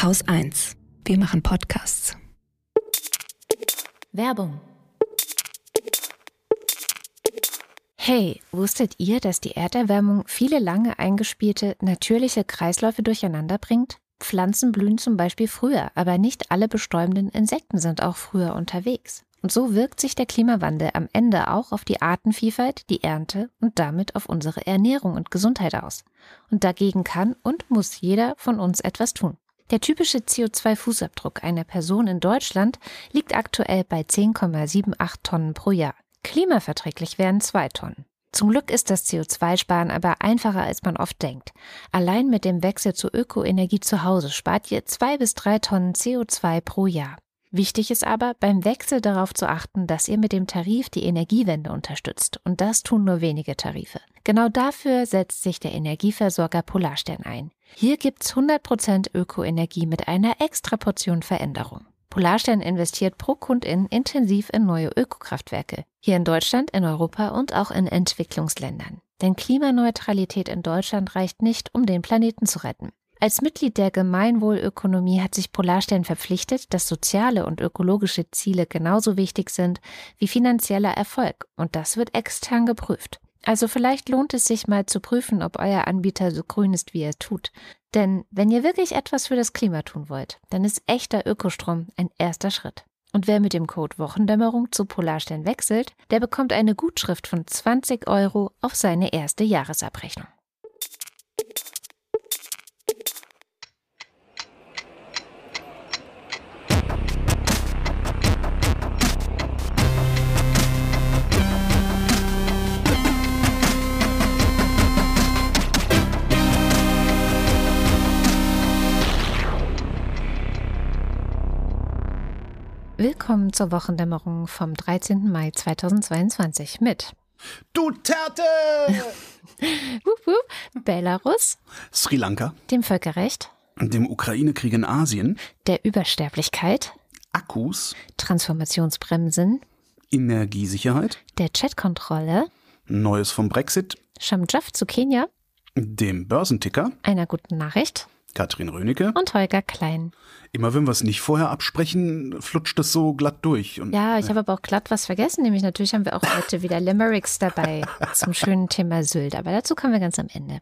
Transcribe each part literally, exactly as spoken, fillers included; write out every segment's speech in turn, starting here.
Haus eins. Wir machen Podcasts. Werbung. Hey, wusstet ihr, dass die Erderwärmung viele lange eingespielte, natürliche Kreisläufe durcheinander bringt? Pflanzen blühen zum Beispiel früher, aber nicht alle bestäubenden Insekten sind auch früher unterwegs. Und so wirkt sich der Klimawandel am Ende auch auf die Artenvielfalt, die Ernte und damit auf unsere Ernährung und Gesundheit aus. Und dagegen kann und muss jeder von uns etwas tun. Der typische C O zwei Fußabdruck einer Person in Deutschland liegt aktuell bei zehn Komma achtundsiebzig Tonnen pro Jahr. Klimaverträglich wären zwei Tonnen. Zum Glück ist das C O zwei Sparen aber einfacher, als man oft denkt. Allein mit dem Wechsel zur Ökoenergie zu Hause spart ihr zwei bis drei Tonnen C O zwei pro Jahr. Wichtig ist aber, beim Wechsel darauf zu achten, dass ihr mit dem Tarif die Energiewende unterstützt. Und das tun nur wenige Tarife. Genau dafür setzt sich der Energieversorger Polarstern ein. Hier gibt's hundert Prozent Ökoenergie mit einer extra Portion Veränderung. Polarstern investiert pro Kundin intensiv in neue Ökokraftwerke. Hier in Deutschland, in Europa und auch in Entwicklungsländern. Denn Klimaneutralität in Deutschland reicht nicht, um den Planeten zu retten. Als Mitglied der Gemeinwohlökonomie hat sich Polarstern verpflichtet, dass soziale und ökologische Ziele genauso wichtig sind wie finanzieller Erfolg. Und das wird extern geprüft. Also vielleicht lohnt es sich mal zu prüfen, ob euer Anbieter so grün ist, wie er tut. Denn wenn ihr wirklich etwas für das Klima tun wollt, dann ist echter Ökostrom ein erster Schritt. Und wer mit dem Code Wochendämmerung zu Polarstern wechselt, der bekommt eine Gutschrift von zwanzig Euro auf seine erste Jahresabrechnung. Willkommen zur Wochendämmerung vom dreizehnten Mai zweitausendzweiundzwanzig mit Duterte! wup, wup, Belarus, Sri Lanka, dem Völkerrecht, dem Ukraine-Krieg in Asien, der Übersterblichkeit, Akkus, Transformationsbremsen, Energiesicherheit, der Chatkontrolle, Neues vom Brexit, Shamjaf zu Kenia, dem Börsenticker, einer guten Nachricht Katrin Rönecke. und Holger Klein. Immer wenn wir es nicht vorher absprechen, flutscht es so glatt durch. Und, Ja, ich habe aber auch glatt was vergessen, nämlich natürlich haben wir auch heute wieder Limericks dabei zum schönen Thema Sylt, aber dazu kommen wir ganz am Ende.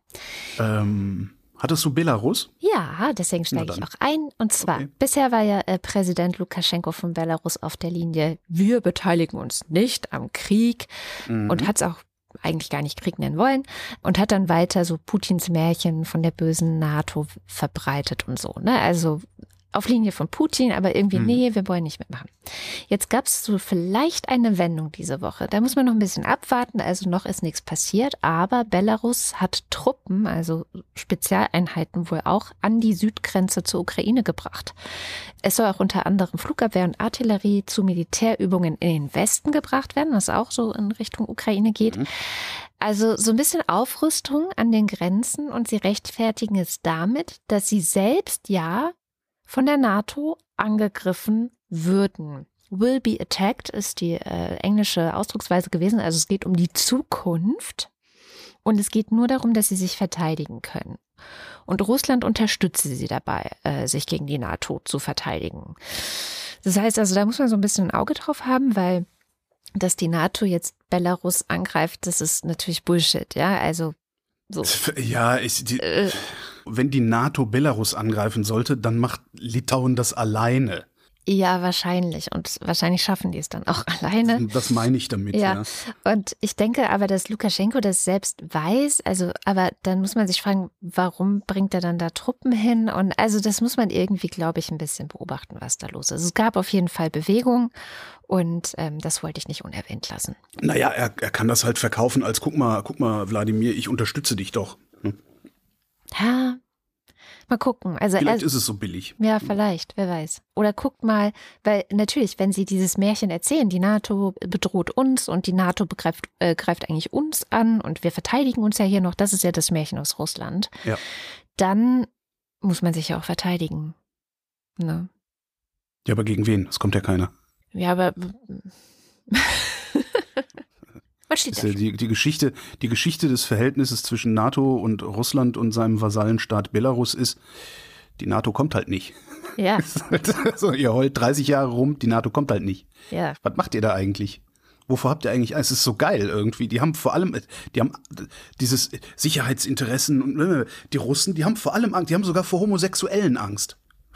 Ähm, hattest du Belarus? Ja, deswegen steige Na ich dann. auch ein. Und zwar, Okay. bisher war ja äh, Präsident Lukaschenko von Belarus auf der Linie, wir beteiligen uns nicht am Krieg Mhm. und hat es auch eigentlich gar nicht Krieg nennen wollen und hat dann weiter so Putins Märchen von der bösen NATO verbreitet und so, ne? Also auf Linie von Putin, aber irgendwie, Mhm. nee, wir wollen nicht mitmachen. Jetzt gab es so vielleicht eine Wendung diese Woche. Da muss man noch ein bisschen abwarten, also noch ist nichts passiert, aber Belarus hat Truppen, also Spezialeinheiten wohl auch, an die Südgrenze zur Ukraine gebracht. Es soll auch unter anderem Flugabwehr und Artillerie zu Militärübungen in den Westen gebracht werden, was auch so in Richtung Ukraine geht. Mhm. Also so ein bisschen Aufrüstung an den Grenzen und sie rechtfertigen es damit, dass sie selbst ja von der NATO angegriffen würden. Will be attacked ist die äh, englische Ausdrucksweise gewesen. Also es geht um die Zukunft und es geht nur darum, dass sie sich verteidigen können. Und Russland unterstütze sie dabei, äh, sich gegen die NATO zu verteidigen. Das heißt also, da muss man so ein bisschen ein Auge drauf haben, weil dass die NATO jetzt Belarus angreift, das ist natürlich Bullshit. Ja, also so. Ja, ich, die, Äh, wenn die NATO Belarus angreifen sollte, dann macht Litauen das alleine. Ja, wahrscheinlich. Und wahrscheinlich schaffen die es dann auch alleine. Das meine ich damit, Ja, ja. und ich denke aber, dass Lukaschenko das selbst weiß. Also, aber dann muss man sich fragen, warum bringt er dann da Truppen hin? Und also, das muss man irgendwie, glaube ich, ein bisschen beobachten, was da los ist. Es gab auf jeden Fall Bewegung und ähm, das wollte ich nicht unerwähnt lassen. Naja, er, er kann das halt verkaufen als, guck mal, guck mal, Wladimir, ich unterstütze dich doch. Hm? Ja, mal gucken. Also Vielleicht er, ist es so billig. Ja, vielleicht, wer weiß. Oder guckt mal, weil natürlich, wenn sie dieses Märchen erzählen, die NATO bedroht uns und die NATO begreift, äh, greift eigentlich uns an und wir verteidigen uns ja hier noch, das ist ja das Märchen aus Russland, Ja. dann muss man sich ja auch verteidigen. Ne? Ja, aber gegen wen? Es kommt ja keiner. Ja, aber was steht Das da? ist ja die, die, Geschichte, die Geschichte des Verhältnisses zwischen NATO und Russland und seinem Vasallenstaat Belarus ist, Die NATO kommt halt nicht. Ja. So, ihr heult dreißig Jahre rum, die NATO kommt halt nicht. Ja. Was macht ihr da eigentlich? Wovor habt ihr eigentlich, es ist so geil irgendwie, die haben vor allem, die haben dieses Sicherheitsinteressen und die Russen, die haben vor allem Angst, die haben sogar vor Homosexuellen Angst.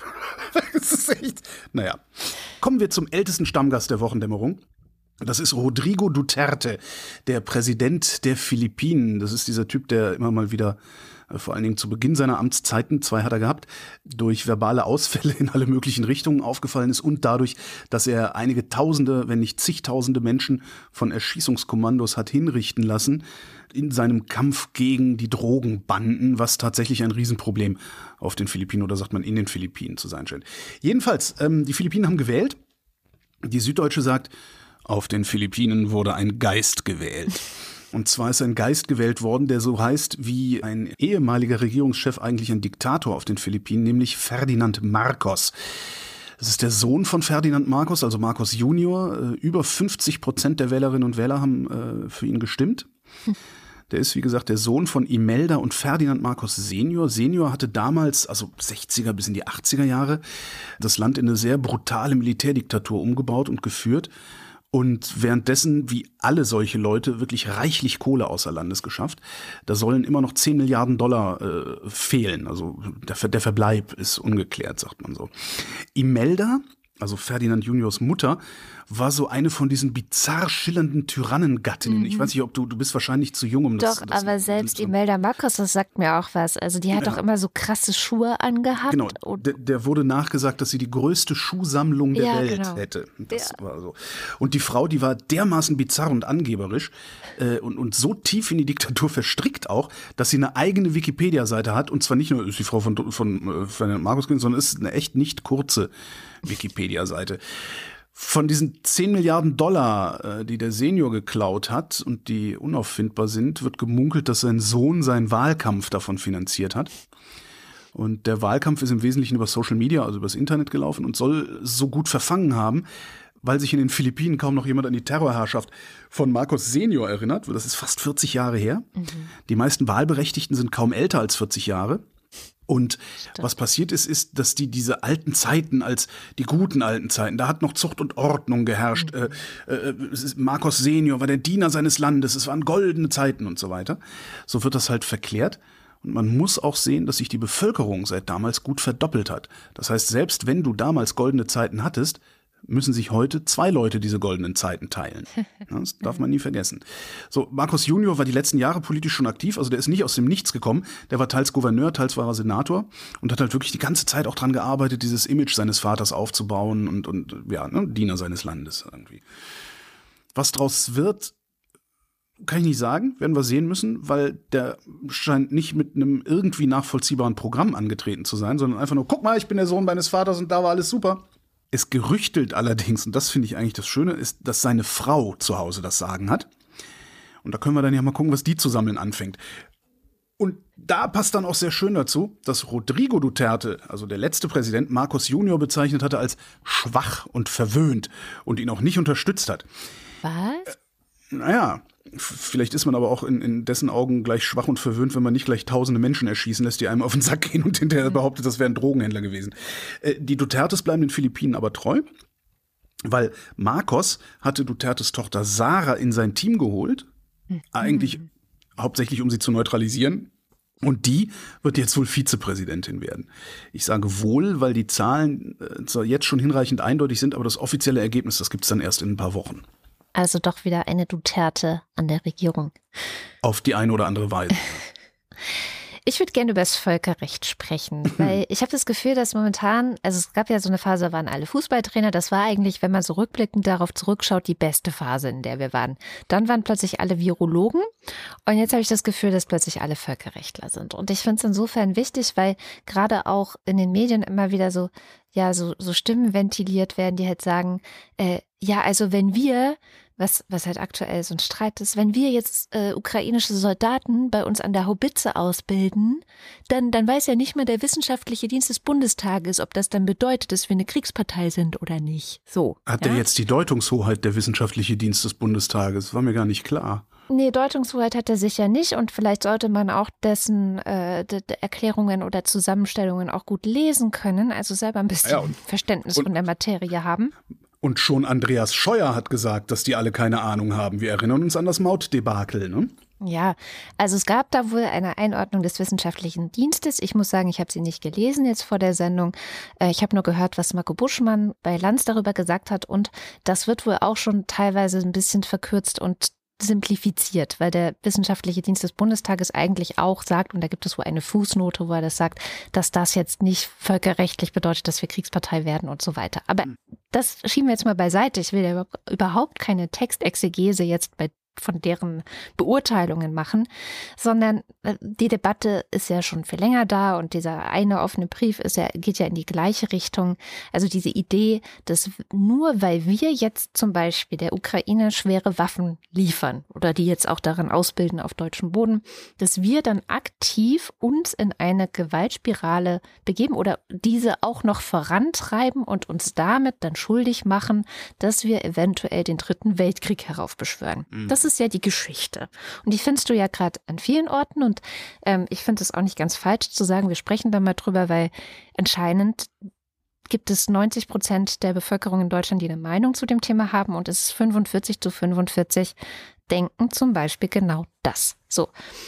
Das ist echt, naja. Kommen wir zum ältesten Stammgast der Wochendämmerung. Das ist Rodrigo Duterte, der Präsident der Philippinen. Das ist dieser Typ, der immer mal wieder, vor allen Dingen zu Beginn seiner Amtszeiten, zwei hat er gehabt, durch verbale Ausfälle in alle möglichen Richtungen aufgefallen ist und dadurch, dass er einige Tausende, wenn nicht zigtausende Menschen von Erschießungskommandos hat hinrichten lassen in seinem Kampf gegen die Drogenbanden, was tatsächlich ein Riesenproblem auf den Philippinen oder sagt man in den Philippinen zu sein scheint. Jedenfalls, ähm, die Philippinen haben gewählt. Die Süddeutsche sagt, auf den Philippinen wurde ein Geist gewählt. Und zwar ist ein Geist gewählt worden, der so heißt wie ein ehemaliger Regierungschef, eigentlich ein Diktator auf den Philippinen, nämlich Ferdinand Marcos. Das ist der Sohn von Ferdinand Marcos, also Marcos Junior. Über fünfzig Prozent der Wählerinnen und Wähler haben äh, für ihn gestimmt. Hm. Der ist, wie gesagt, der Sohn von Imelda und Ferdinand Marcos Senior. Senior hatte damals, also sechziger bis in die achtziger Jahre, das Land in eine sehr brutale Militärdiktatur umgebaut und geführt. Und währenddessen, wie alle solche Leute, wirklich reichlich Kohle außer Landes geschafft. Da sollen immer noch zehn Milliarden Dollar äh, fehlen. Also der, der Verbleib ist ungeklärt, sagt man so. Imelda, also Ferdinand Juniors Mutter, war so eine von diesen bizarr schillernden Tyrannengattinnen. Mhm. Ich weiß nicht, ob du, du bist wahrscheinlich zu jung, um doch, das... Doch, aber das, selbst das, Imelda Marcos, das sagt mir auch was. Also die hat ja. doch immer so krasse Schuhe angehabt. Genau, der, der wurde nachgesagt, dass sie die größte Schuhsammlung der ja, Welt genau. hätte. Das ja. war so. Und die Frau, die war dermaßen bizarr und angeberisch äh, und, und so tief in die Diktatur verstrickt auch, dass sie eine eigene Wikipedia-Seite hat. Und zwar nicht nur ist die Frau von, von äh, Ferdinand Marcos, sondern ist eine echt nicht kurze Wikipedia-Seite. Von diesen zehn Milliarden Dollar, äh, die der Senior geklaut hat und die unauffindbar sind, wird gemunkelt, dass sein Sohn seinen Wahlkampf davon finanziert hat. Und der Wahlkampf ist im Wesentlichen über Social Media, also übers Internet gelaufen und soll so gut verfangen haben, weil sich in den Philippinen kaum noch jemand an die Terrorherrschaft von Marcos Senior erinnert. Das ist fast vierzig Jahre her. Mhm. Die meisten Wahlberechtigten sind kaum älter als vierzig Jahre. Und Stimmt. was passiert ist, ist, dass die diese alten Zeiten als die guten alten Zeiten, da hat noch Zucht und Ordnung geherrscht. Mhm. Äh, äh, Marcos Senior war der Diener seines Landes, es waren goldene Zeiten und so weiter. So wird das halt verklärt. Und man muss auch sehen, dass sich die Bevölkerung seit damals gut verdoppelt hat. Das heißt, selbst wenn du damals goldene Zeiten hattest, müssen sich heute zwei Leute diese goldenen Zeiten teilen. Das darf man nie vergessen. So, Marcos Junior war die letzten Jahre politisch schon aktiv, also der ist nicht aus dem Nichts gekommen. Der war teils Gouverneur, teils war er Senator und hat halt wirklich die ganze Zeit auch dran gearbeitet, dieses Image seines Vaters aufzubauen und, und ja, ne, Diener seines Landes irgendwie. Was draus wird, kann ich nicht sagen, werden wir sehen müssen, weil der scheint nicht mit einem irgendwie nachvollziehbaren Programm angetreten zu sein, sondern einfach nur, guck mal, ich bin der Sohn meines Vaters und da war alles super. Es gerüchtelt allerdings, und das finde ich eigentlich das Schöne, ist, dass seine Frau zu Hause das Sagen hat. Und da können wir dann ja mal gucken, was die zu sammeln anfängt. Und da passt dann auch sehr schön dazu, dass Rodrigo Duterte, also der letzte Präsident, Marcos Junior bezeichnet hatte als schwach und verwöhnt und ihn auch nicht unterstützt hat. Was? Äh, naja, vielleicht ist man aber auch in, in dessen Augen gleich schwach und verwöhnt, wenn man nicht gleich tausende Menschen erschießen lässt, die einem auf den Sack gehen und hinterher behauptet, das wären Drogenhändler gewesen. Äh, die Dutertes bleiben den Philippinen aber treu, weil Marcos hatte Dutertes Tochter Sara in sein Team geholt, mhm. eigentlich hauptsächlich, um sie zu neutralisieren. Und die wird jetzt wohl Vizepräsidentin werden. Ich sage wohl, weil die Zahlen äh, zwar jetzt schon hinreichend eindeutig sind, aber das offizielle Ergebnis, das gibt es dann erst in ein paar Wochen. Also doch wieder eine Duterte an der Regierung. Auf die eine oder andere Weise. Ich würde gerne über das Völkerrecht sprechen, weil ich habe das Gefühl, dass momentan, also es gab ja so eine Phase, da waren alle Fußballtrainer, das war eigentlich, wenn man so rückblickend darauf zurückschaut, die beste Phase, in der wir waren. Dann waren plötzlich alle Virologen und jetzt habe ich das Gefühl, dass plötzlich alle Völkerrechtler sind. Und ich finde es insofern wichtig, weil gerade auch in den Medien immer wieder so, ja, so, so Stimmen ventiliert werden, die halt sagen, äh, ja, also wenn wir, was, was halt aktuell so ein Streit ist, wenn wir jetzt äh, ukrainische Soldaten bei uns an der Haubitze ausbilden, dann, dann weiß ja nicht mehr der wissenschaftliche Dienst des Bundestages, ob das dann bedeutet, dass wir eine Kriegspartei sind oder nicht. So. Hat ja? der jetzt die Deutungshoheit, der wissenschaftliche Dienst des Bundestages? War mir gar nicht klar. Nee, Deutungshoheit hat er sicher nicht und vielleicht sollte man auch dessen äh, de, de Erklärungen oder Zusammenstellungen auch gut lesen können, also selber ein bisschen ja, und, Verständnis und, von der Materie haben. Und schon Andreas Scheuer hat gesagt, dass die alle keine Ahnung haben. Wir erinnern uns an das Mautdebakel, ne? Ja, also es gab da wohl eine Einordnung des Wissenschaftlichen Dienstes. Ich muss sagen, ich habe sie nicht gelesen jetzt vor der Sendung. Ich habe nur gehört, was Marco Buschmann bei Lanz darüber gesagt hat und das wird wohl auch schon teilweise ein bisschen verkürzt und simplifiziert, weil der Wissenschaftliche Dienst des Bundestages eigentlich auch sagt, und da gibt es wohl eine Fußnote, wo er das sagt, dass das jetzt nicht völkerrechtlich bedeutet, dass wir Kriegspartei werden und so weiter. Aber das schieben wir jetzt mal beiseite. Ich will ja überhaupt keine Textexegese jetzt bei von deren Beurteilungen machen, sondern die Debatte ist ja schon viel länger da und dieser eine offene Brief ist ja, geht ja in die gleiche Richtung. Also diese Idee, dass nur weil wir jetzt zum Beispiel der Ukraine schwere Waffen liefern oder die jetzt auch darin ausbilden auf deutschem Boden, dass wir dann aktiv uns in eine Gewaltspirale begeben oder diese auch noch vorantreiben und uns damit dann schuldig machen, dass wir eventuell den Dritten Weltkrieg heraufbeschwören. Mhm. Das ist ja die Geschichte. Und die findest du ja gerade an vielen Orten und ähm, ich finde es auch nicht ganz falsch zu sagen, wir sprechen da mal drüber, weil anscheinend gibt es neunzig Prozent der Bevölkerung in Deutschland, die eine Meinung zu dem Thema haben und es ist fünfundvierzig zu fünfundvierzig denken zum Beispiel genau das. So.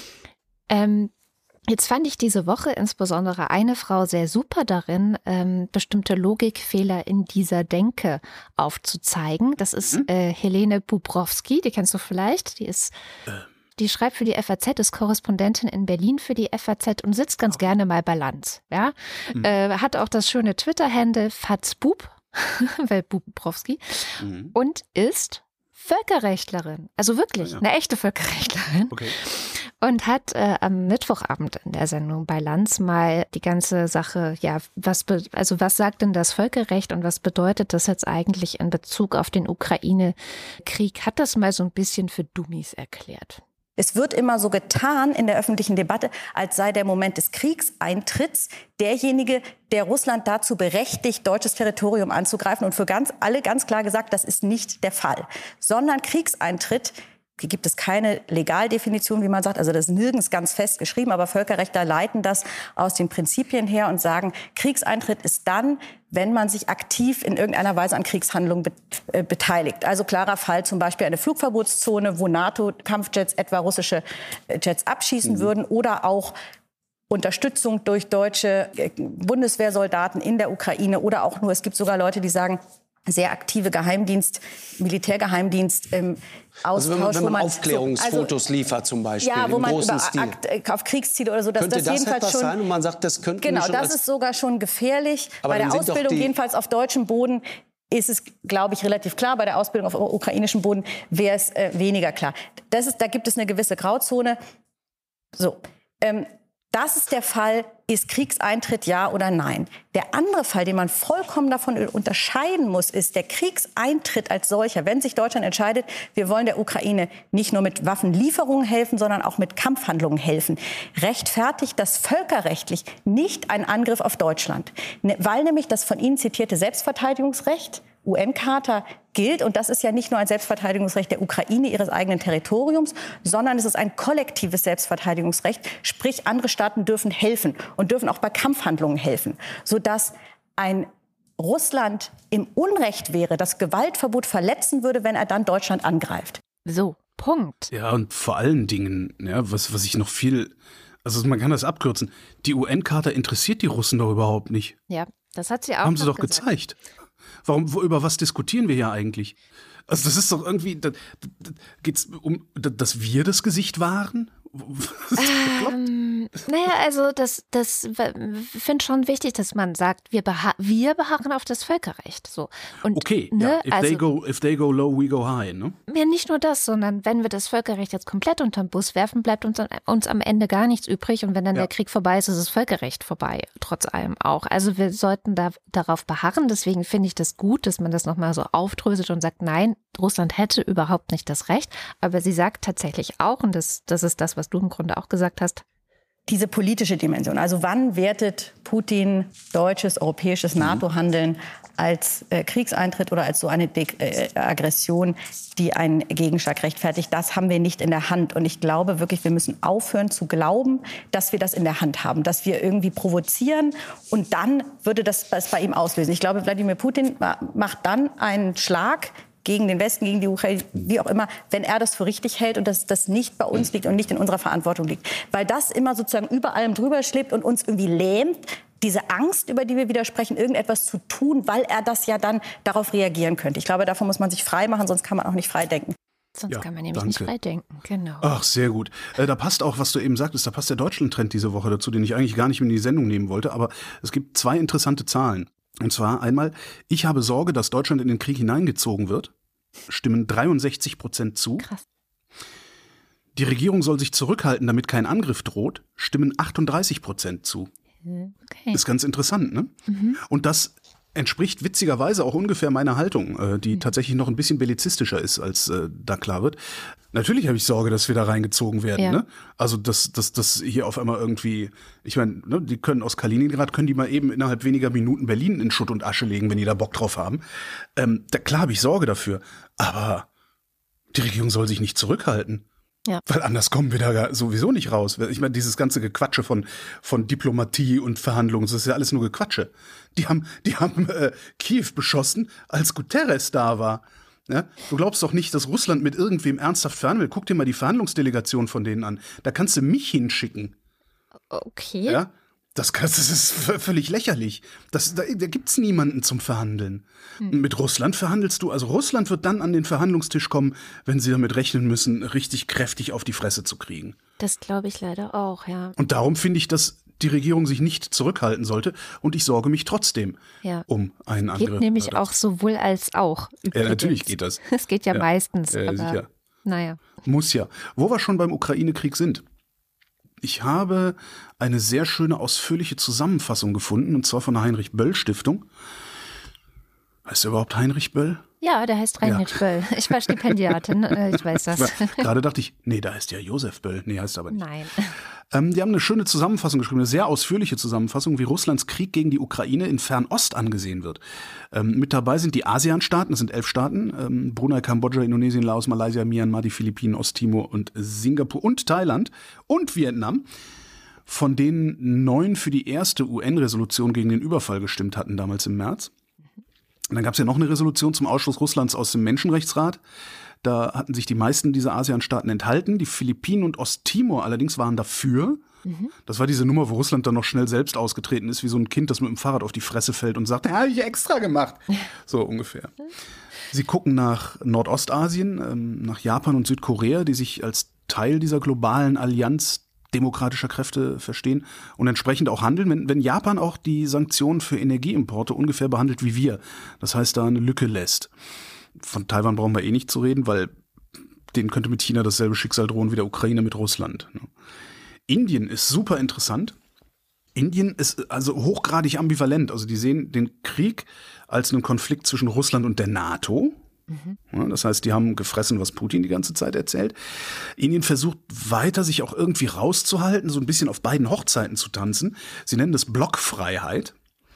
Ähm, Jetzt fand ich diese Woche insbesondere eine Frau sehr super darin, ähm, bestimmte Logikfehler in dieser Denke aufzuzeigen. Das ist mhm. äh, Helene Bubrowski, die kennst du vielleicht. Die ist, äh. die schreibt für die F A Z, ist Korrespondentin in Berlin für die F A Z und sitzt ganz oh. gerne mal bei Lanz. Ja? Mhm. Äh, hat auch das schöne Twitter-Handle Fatzbub, weil Bubrowski, mhm. und ist Völkerrechtlerin. Also wirklich, ja, ja. eine echte Völkerrechtlerin. Okay. Und hat äh, am Mittwochabend in der Sendung bei Lanz mal die ganze Sache, ja, was be- also was sagt denn das Völkerrecht und was bedeutet das jetzt eigentlich in Bezug auf den Ukraine-Krieg, hat das mal so ein bisschen für Dummies erklärt. Es wird immer so getan in der öffentlichen Debatte, als sei der Moment des Kriegseintritts derjenige, der Russland dazu berechtigt, deutsches Territorium anzugreifen. Und für ganz, alle ganz klar gesagt, das ist nicht der Fall. Sondern Kriegseintritt, hier gibt es keine Legaldefinition, wie man sagt, also das ist nirgends ganz fest geschrieben, aber Völkerrechtler leiten das aus den Prinzipien her und sagen, Kriegseintritt ist dann, wenn man sich aktiv in irgendeiner Weise an Kriegshandlungen be- äh, beteiligt. Also klarer Fall zum Beispiel eine Flugverbotszone, wo NATO-Kampfjets etwa russische Jets abschießen mhm. würden oder auch Unterstützung durch deutsche Bundeswehrsoldaten in der Ukraine oder auch nur, es gibt sogar Leute, die sagen, sehr aktive Geheimdienst, Militärgeheimdienst ähm, Austausch. Also wenn man, wenn man, man Aufklärungsfotos so, also, liefert zum Beispiel ja, wo im man großen über Stil. Akt, auf Kriegsziele oder so, dass könnte das, das jedenfalls etwas schon sein und man sagt, das könnte genau, schon das ist sogar schon gefährlich. Aber bei der Ausbildung jedenfalls auf deutschem Boden ist es, glaube ich, relativ klar. Bei der Ausbildung auf ukrainischem Boden wäre es äh, weniger klar. Das ist, da gibt es eine gewisse Grauzone. So. Ähm, Das ist der Fall, ist Kriegseintritt ja oder nein. Der andere Fall, den man vollkommen davon unterscheiden muss, ist der Kriegseintritt als solcher. Wenn sich Deutschland entscheidet, wir wollen der Ukraine nicht nur mit Waffenlieferungen helfen, sondern auch mit Kampfhandlungen helfen, rechtfertigt das völkerrechtlich nicht einen Angriff auf Deutschland. Weil nämlich das von Ihnen zitierte Selbstverteidigungsrecht, U N-Charta, gilt. Und das ist ja nicht nur ein Selbstverteidigungsrecht der Ukraine, ihres eigenen Territoriums, sondern es ist ein kollektives Selbstverteidigungsrecht. Sprich, andere Staaten dürfen helfen und dürfen auch bei Kampfhandlungen helfen, sodass ein Russland im Unrecht wäre, das Gewaltverbot verletzen würde, wenn er dann Deutschland angreift. So, Punkt. Ja, und vor allen Dingen, ja, was, was ich noch viel, also man kann das abkürzen, die U N-Charta interessiert die Russen doch überhaupt nicht. Ja, das hat sie auch Haben sie doch gesagt. gezeigt. Warum, wo, über was diskutieren wir hier eigentlich? Also das ist doch irgendwie, da, da, geht's um, da, dass wir das Gesicht wahren? Ähm, naja, also das, das finde schon wichtig, dass man sagt, wir, beha- wir beharren auf das Völkerrecht. So. Und, okay, ne, ja, if, also, they go, if they go low, we go high. Ne? Ja, nicht nur das, sondern wenn wir das Völkerrecht jetzt komplett unter den Bus werfen, bleibt uns, uns am Ende gar nichts übrig. Und wenn dann ja. der Krieg vorbei ist, ist das Völkerrecht vorbei, trotz allem auch. Also wir sollten da darauf beharren. Deswegen finde ich das gut, dass man das nochmal so aufdröselt und sagt, nein, Russland hätte überhaupt nicht das Recht. Aber sie sagt tatsächlich auch, und das, das ist das, was du im Grunde auch gesagt hast, diese politische Dimension. Also wann wertet Putin deutsches, europäisches NATO-Handeln als äh, Kriegseintritt oder als so eine De- äh, Aggression, die einen Gegenschlag rechtfertigt. Das haben wir nicht in der Hand. Und ich glaube wirklich, wir müssen aufhören zu glauben, dass wir das in der Hand haben, dass wir irgendwie provozieren und dann würde das, das bei ihm auslösen. Ich glaube, Wladimir Putin macht dann einen Schlag gegen den Westen, gegen die Ukraine, wie auch immer, wenn er das für richtig hält und dass das nicht bei uns liegt und nicht in unserer Verantwortung liegt. Weil das immer sozusagen über allem drüber schwebt und uns irgendwie lähmt, diese Angst, über die wir widersprechen, irgendetwas zu tun, weil er das ja dann darauf reagieren könnte. Ich glaube, davon muss man sich frei machen, sonst kann man auch nicht frei denken. Sonst ja, kann man nämlich danke. nicht frei denken. Genau. Ach, sehr gut. Äh, da passt auch, was du eben sagtest, da passt der Deutschland-Trend diese Woche dazu, den ich eigentlich gar nicht mit in die Sendung nehmen wollte. Aber es gibt zwei interessante Zahlen. Und zwar einmal, ich habe Sorge, dass Deutschland in den Krieg hineingezogen wird. Stimmen dreiundsechzig Prozent zu. Krass. Die Regierung soll sich zurückhalten, damit kein Angriff droht. Stimmen achtunddreißig Prozent zu. Okay. Ist ganz interessant, ne? Mhm. Und das entspricht witzigerweise auch ungefähr meiner Haltung, äh, die mhm. tatsächlich noch ein bisschen bellizistischer ist, als äh, da klar wird. Natürlich habe ich Sorge, dass wir da reingezogen werden. Ja. Ne? Also dass dass dass hier auf einmal irgendwie, ich meine, ne, die können aus Kaliningrad, können die mal eben innerhalb weniger Minuten Berlin in Schutt und Asche legen, wenn die da Bock drauf haben. Ähm, da, klar habe ich Sorge dafür, aber die Regierung soll sich nicht zurückhalten. Ja. Weil anders kommen wir da sowieso nicht raus. Ich meine, dieses ganze Gequatsche von, von Diplomatie und Verhandlungen, das ist ja alles nur Gequatsche. Die haben, die haben äh, Kiew beschossen, als Guterres da war. Ja? Du glaubst doch nicht, dass Russland mit irgendwem ernsthaft verhandeln will. Guck dir mal die Verhandlungsdelegation von denen an. Da kannst du mich hinschicken. Okay. Ja? Das, das ist völlig lächerlich. Das, da da gibt es niemanden zum Verhandeln. Hm. Mit Russland verhandelst du, also Russland wird dann an den Verhandlungstisch kommen, wenn sie damit rechnen müssen, richtig kräftig auf die Fresse zu kriegen. Das glaube ich leider auch, ja. Und darum finde ich, dass die Regierung sich nicht zurückhalten sollte und ich sorge mich trotzdem ja. um einen Angriff. Geht nämlich auch sowohl als auch. Ja, natürlich geht das. Es geht ja, ja meistens, ja, aber sicher. Naja. Muss ja. Wo wir schon beim Ukraine-Krieg sind. Ich habe eine sehr schöne, ausführliche Zusammenfassung gefunden, und zwar von der Heinrich-Böll-Stiftung. Heißt er überhaupt Heinrich Böll? Ja, der heißt Heinrich ja. Böll. Ich war Stipendiatin, ich weiß das. Gerade dachte ich, nee, da heißt ja Josef Böll. Nee, heißt aber nicht. Nein. Ähm, die haben eine schöne Zusammenfassung geschrieben, eine sehr ausführliche Zusammenfassung, wie Russlands Krieg gegen die Ukraine in Fernost angesehen wird. Ähm, mit dabei sind die ASEAN-Staaten, das sind elf Staaten, ähm, Brunei, Kambodscha, Indonesien, Laos, Malaysia, Myanmar, die Philippinen, Osttimor und Singapur und Thailand und Vietnam, von denen neun für die erste U N-Resolution gegen den Überfall gestimmt hatten, damals im März. Und dann gab es ja noch eine Resolution zum Ausschluss Russlands aus dem Menschenrechtsrat. Da hatten sich die meisten dieser ASEAN-Staaten enthalten. Die Philippinen und Osttimor allerdings waren dafür. Mhm. Das war diese Nummer, wo Russland dann noch schnell selbst ausgetreten ist, wie so ein Kind, das mit dem Fahrrad auf die Fresse fällt und sagt, ja, habe ich extra gemacht. So ungefähr. Sie gucken nach Nordostasien, nach Japan und Südkorea, die sich als Teil dieser globalen Allianz demokratischer Kräfte verstehen und entsprechend auch handeln, wenn, wenn Japan auch die Sanktionen für Energieimporte ungefähr behandelt wie wir. Das heißt, da eine Lücke lässt. Von Taiwan brauchen wir eh nicht zu reden, weil denen könnte mit China dasselbe Schicksal drohen wie der Ukraine mit Russland. Indien ist super interessant. Indien ist also hochgradig ambivalent. Also die sehen den Krieg als einen Konflikt zwischen Russland und der NATO. Mhm. Ja, das heißt, die haben gefressen, was Putin die ganze Zeit erzählt. Indien versucht weiter, sich auch irgendwie rauszuhalten, so ein bisschen auf beiden Hochzeiten zu tanzen. Sie nennen das Blockfreiheit,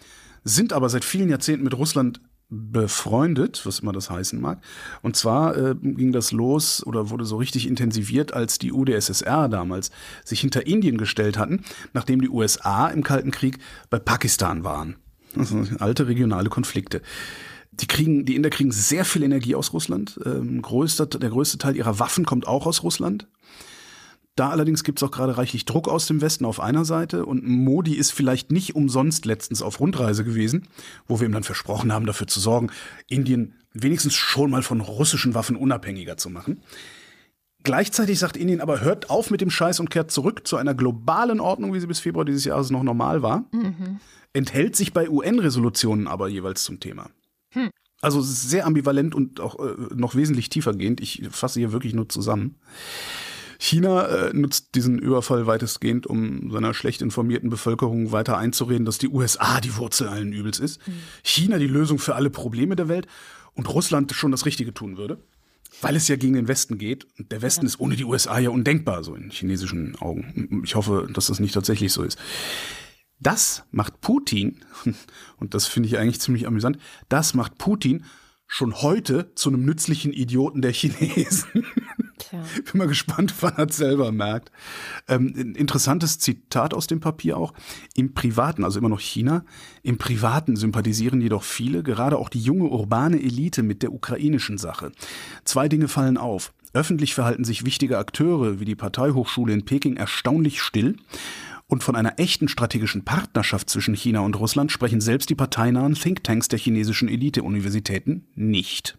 sind aber seit vielen Jahrzehnten mit Russland befreundet, was immer das heißen mag. Und zwar äh, ging das los oder wurde so richtig intensiviert, als die U d S S R damals sich hinter Indien gestellt hatten, nachdem die U S A im Kalten Krieg bei Pakistan waren. Also alte regionale Konflikte. Die kriegen, die Inder kriegen sehr viel Energie aus Russland. Ähm, größter, der größte Teil ihrer Waffen kommt auch aus Russland. Da allerdings gibt es auch gerade reichlich Druck aus dem Westen auf einer Seite. Und Modi ist vielleicht nicht umsonst letztens auf Rundreise gewesen, wo wir ihm dann versprochen haben, dafür zu sorgen, Indien wenigstens schon mal von russischen Waffen unabhängiger zu machen. Gleichzeitig sagt Indien aber, hört auf mit dem Scheiß und kehrt zurück zu einer globalen Ordnung, wie sie bis Februar dieses Jahres noch normal war. Mhm. Enthält sich bei U N-Resolutionen aber jeweils zum Thema. Hm. Also sehr ambivalent und auch äh, noch wesentlich tiefergehend. Ich fasse hier wirklich nur zusammen. China äh, nutzt diesen Überfall weitestgehend, um seiner schlecht informierten Bevölkerung weiter einzureden, dass die U S A die Wurzel allen Übels ist. Hm. China die Lösung für alle Probleme der Welt und Russland schon das Richtige tun würde, weil es ja gegen den Westen geht. Und der Westen ja. ist ohne die U S A ja undenkbar, so in chinesischen Augen. Ich hoffe, dass das nicht tatsächlich so ist. Das macht Putin, und das finde ich eigentlich ziemlich amüsant, das macht Putin schon heute zu einem nützlichen Idioten der Chinesen. Tja. Bin mal gespannt, wann er es selber merkt. Ähm, ein interessantes Zitat aus dem Papier auch. Im Privaten, also immer noch China, im Privaten sympathisieren jedoch viele, gerade auch die junge urbane Elite mit der ukrainischen Sache. Zwei Dinge fallen auf. Öffentlich verhalten sich wichtige Akteure wie die Parteihochschule in Peking erstaunlich still. Und von einer echten strategischen Partnerschaft zwischen China und Russland sprechen selbst die parteinahen Thinktanks der chinesischen Elite-Universitäten nicht.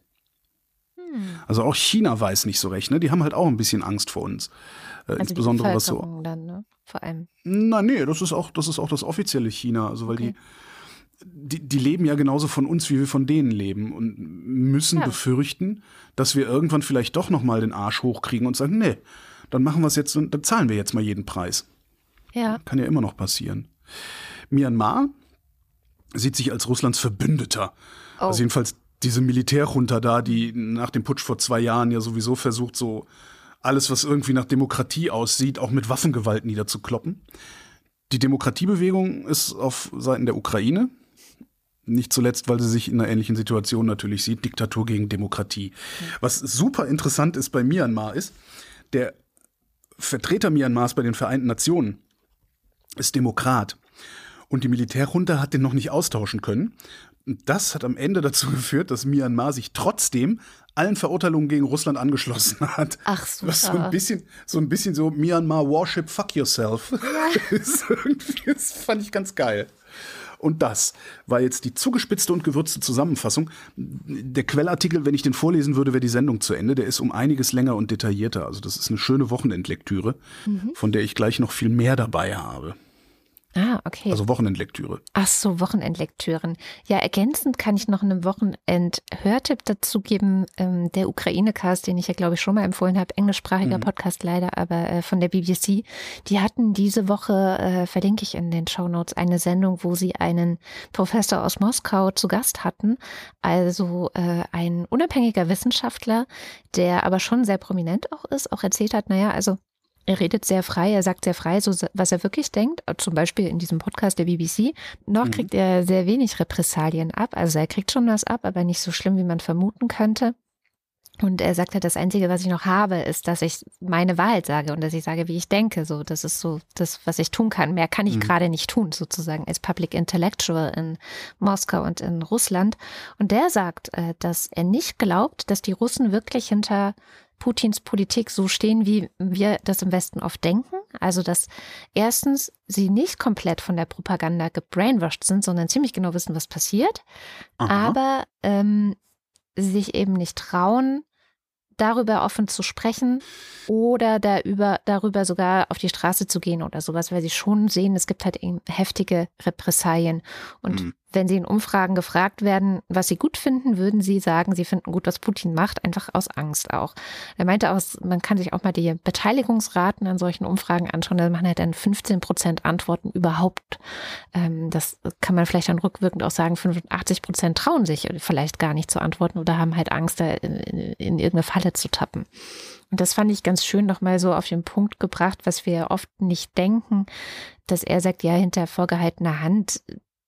Hm. Also auch China weiß nicht so recht, ne? Die haben halt auch ein bisschen Angst vor uns. Äh, also insbesondere die was so. Dann, ne? Vor allem. Na nee, das ist auch, das ist auch das offizielle China. Also weil okay. die, die, die leben ja genauso von uns, wie wir von denen leben und müssen ja. befürchten, dass wir irgendwann vielleicht doch nochmal den Arsch hochkriegen und sagen, nee, dann machen wir es jetzt und dann zahlen wir jetzt mal jeden Preis. Ja. Kann ja immer noch passieren. Myanmar sieht sich als Russlands Verbündeter. Oh. Also jedenfalls diese Militärjunta da, die nach dem Putsch vor zwei Jahren ja sowieso versucht, so alles, was irgendwie nach Demokratie aussieht, auch mit Waffengewalt niederzukloppen. Die Demokratiebewegung ist auf Seiten der Ukraine. Nicht zuletzt, weil sie sich in einer ähnlichen Situation natürlich sieht. Diktatur gegen Demokratie. Mhm. Was super interessant ist bei Myanmar ist, der Vertreter Myanmars bei den Vereinten Nationen ist Demokrat. Und die Militärjunta hat den noch nicht austauschen können. Und das hat am Ende dazu geführt, dass Myanmar sich trotzdem allen Verurteilungen gegen Russland angeschlossen hat. Ach so. Was so ein bisschen so, ein bisschen so Myanmar Warship Fuck Yourself. Ja. ist irgendwie, das fand ich ganz geil. Und das war jetzt die zugespitzte und gewürzte Zusammenfassung. Der Quellartikel, wenn ich den vorlesen würde, wäre die Sendung zu Ende. Der ist um einiges länger und detaillierter. Also das ist eine schöne Wochenendlektüre, mhm. von der ich gleich noch viel mehr dabei habe. Ah, okay. Also Wochenendlektüre. Ach so, Wochenendlektüren. Ja, ergänzend kann ich noch einen Wochenend-Hörtipp dazu geben. Ähm, der Ukraine-Cast, den ich ja, glaube ich, schon mal empfohlen habe, englischsprachiger mhm. Podcast leider, aber äh, von der B B C, die hatten diese Woche, äh, verlinke ich in den Shownotes, eine Sendung, wo sie einen Professor aus Moskau zu Gast hatten. Also äh, ein unabhängiger Wissenschaftler, der aber schon sehr prominent auch ist, auch erzählt hat, naja, also er redet sehr frei, er sagt sehr frei, so was er wirklich denkt, zum Beispiel in diesem Podcast der B B C. Noch mhm. kriegt er sehr wenig Repressalien ab, also er kriegt schon was ab, aber nicht so schlimm, wie man vermuten könnte. Und er sagte, das Einzige, was ich noch habe, ist, dass ich meine Wahrheit sage und dass ich sage, wie ich denke. So, das ist so das, was ich tun kann. Mehr kann ich mhm. gerade nicht tun, sozusagen als Public Intellectual in Moskau und in Russland. Und der sagt, dass er nicht glaubt, dass die Russen wirklich hinter Putins Politik so stehen, wie wir das im Westen oft denken. Also, dass erstens sie nicht komplett von der Propaganda gebrainwashed sind, sondern ziemlich genau wissen, was passiert, Aha. aber ähm, sich eben nicht trauen, darüber offen zu sprechen oder darüber, darüber sogar auf die Straße zu gehen oder sowas, weil sie schon sehen, es gibt halt eben heftige Repressalien. Und mhm. wenn sie in Umfragen gefragt werden, was sie gut finden, würden sie sagen, sie finden gut, was Putin macht, einfach aus Angst auch. Er meinte auch, man kann sich auch mal die Beteiligungsraten an solchen Umfragen anschauen, da machen halt dann fünfzehn Prozent Antworten überhaupt. Das kann man vielleicht dann rückwirkend auch sagen, fünfundachtzig Prozent trauen sich vielleicht gar nicht zu antworten oder haben halt Angst, da in, in irgendeine Falle zu tappen. Und das fand ich ganz schön nochmal so auf den Punkt gebracht, was wir oft nicht denken, dass er sagt, ja, hinter vorgehaltener Hand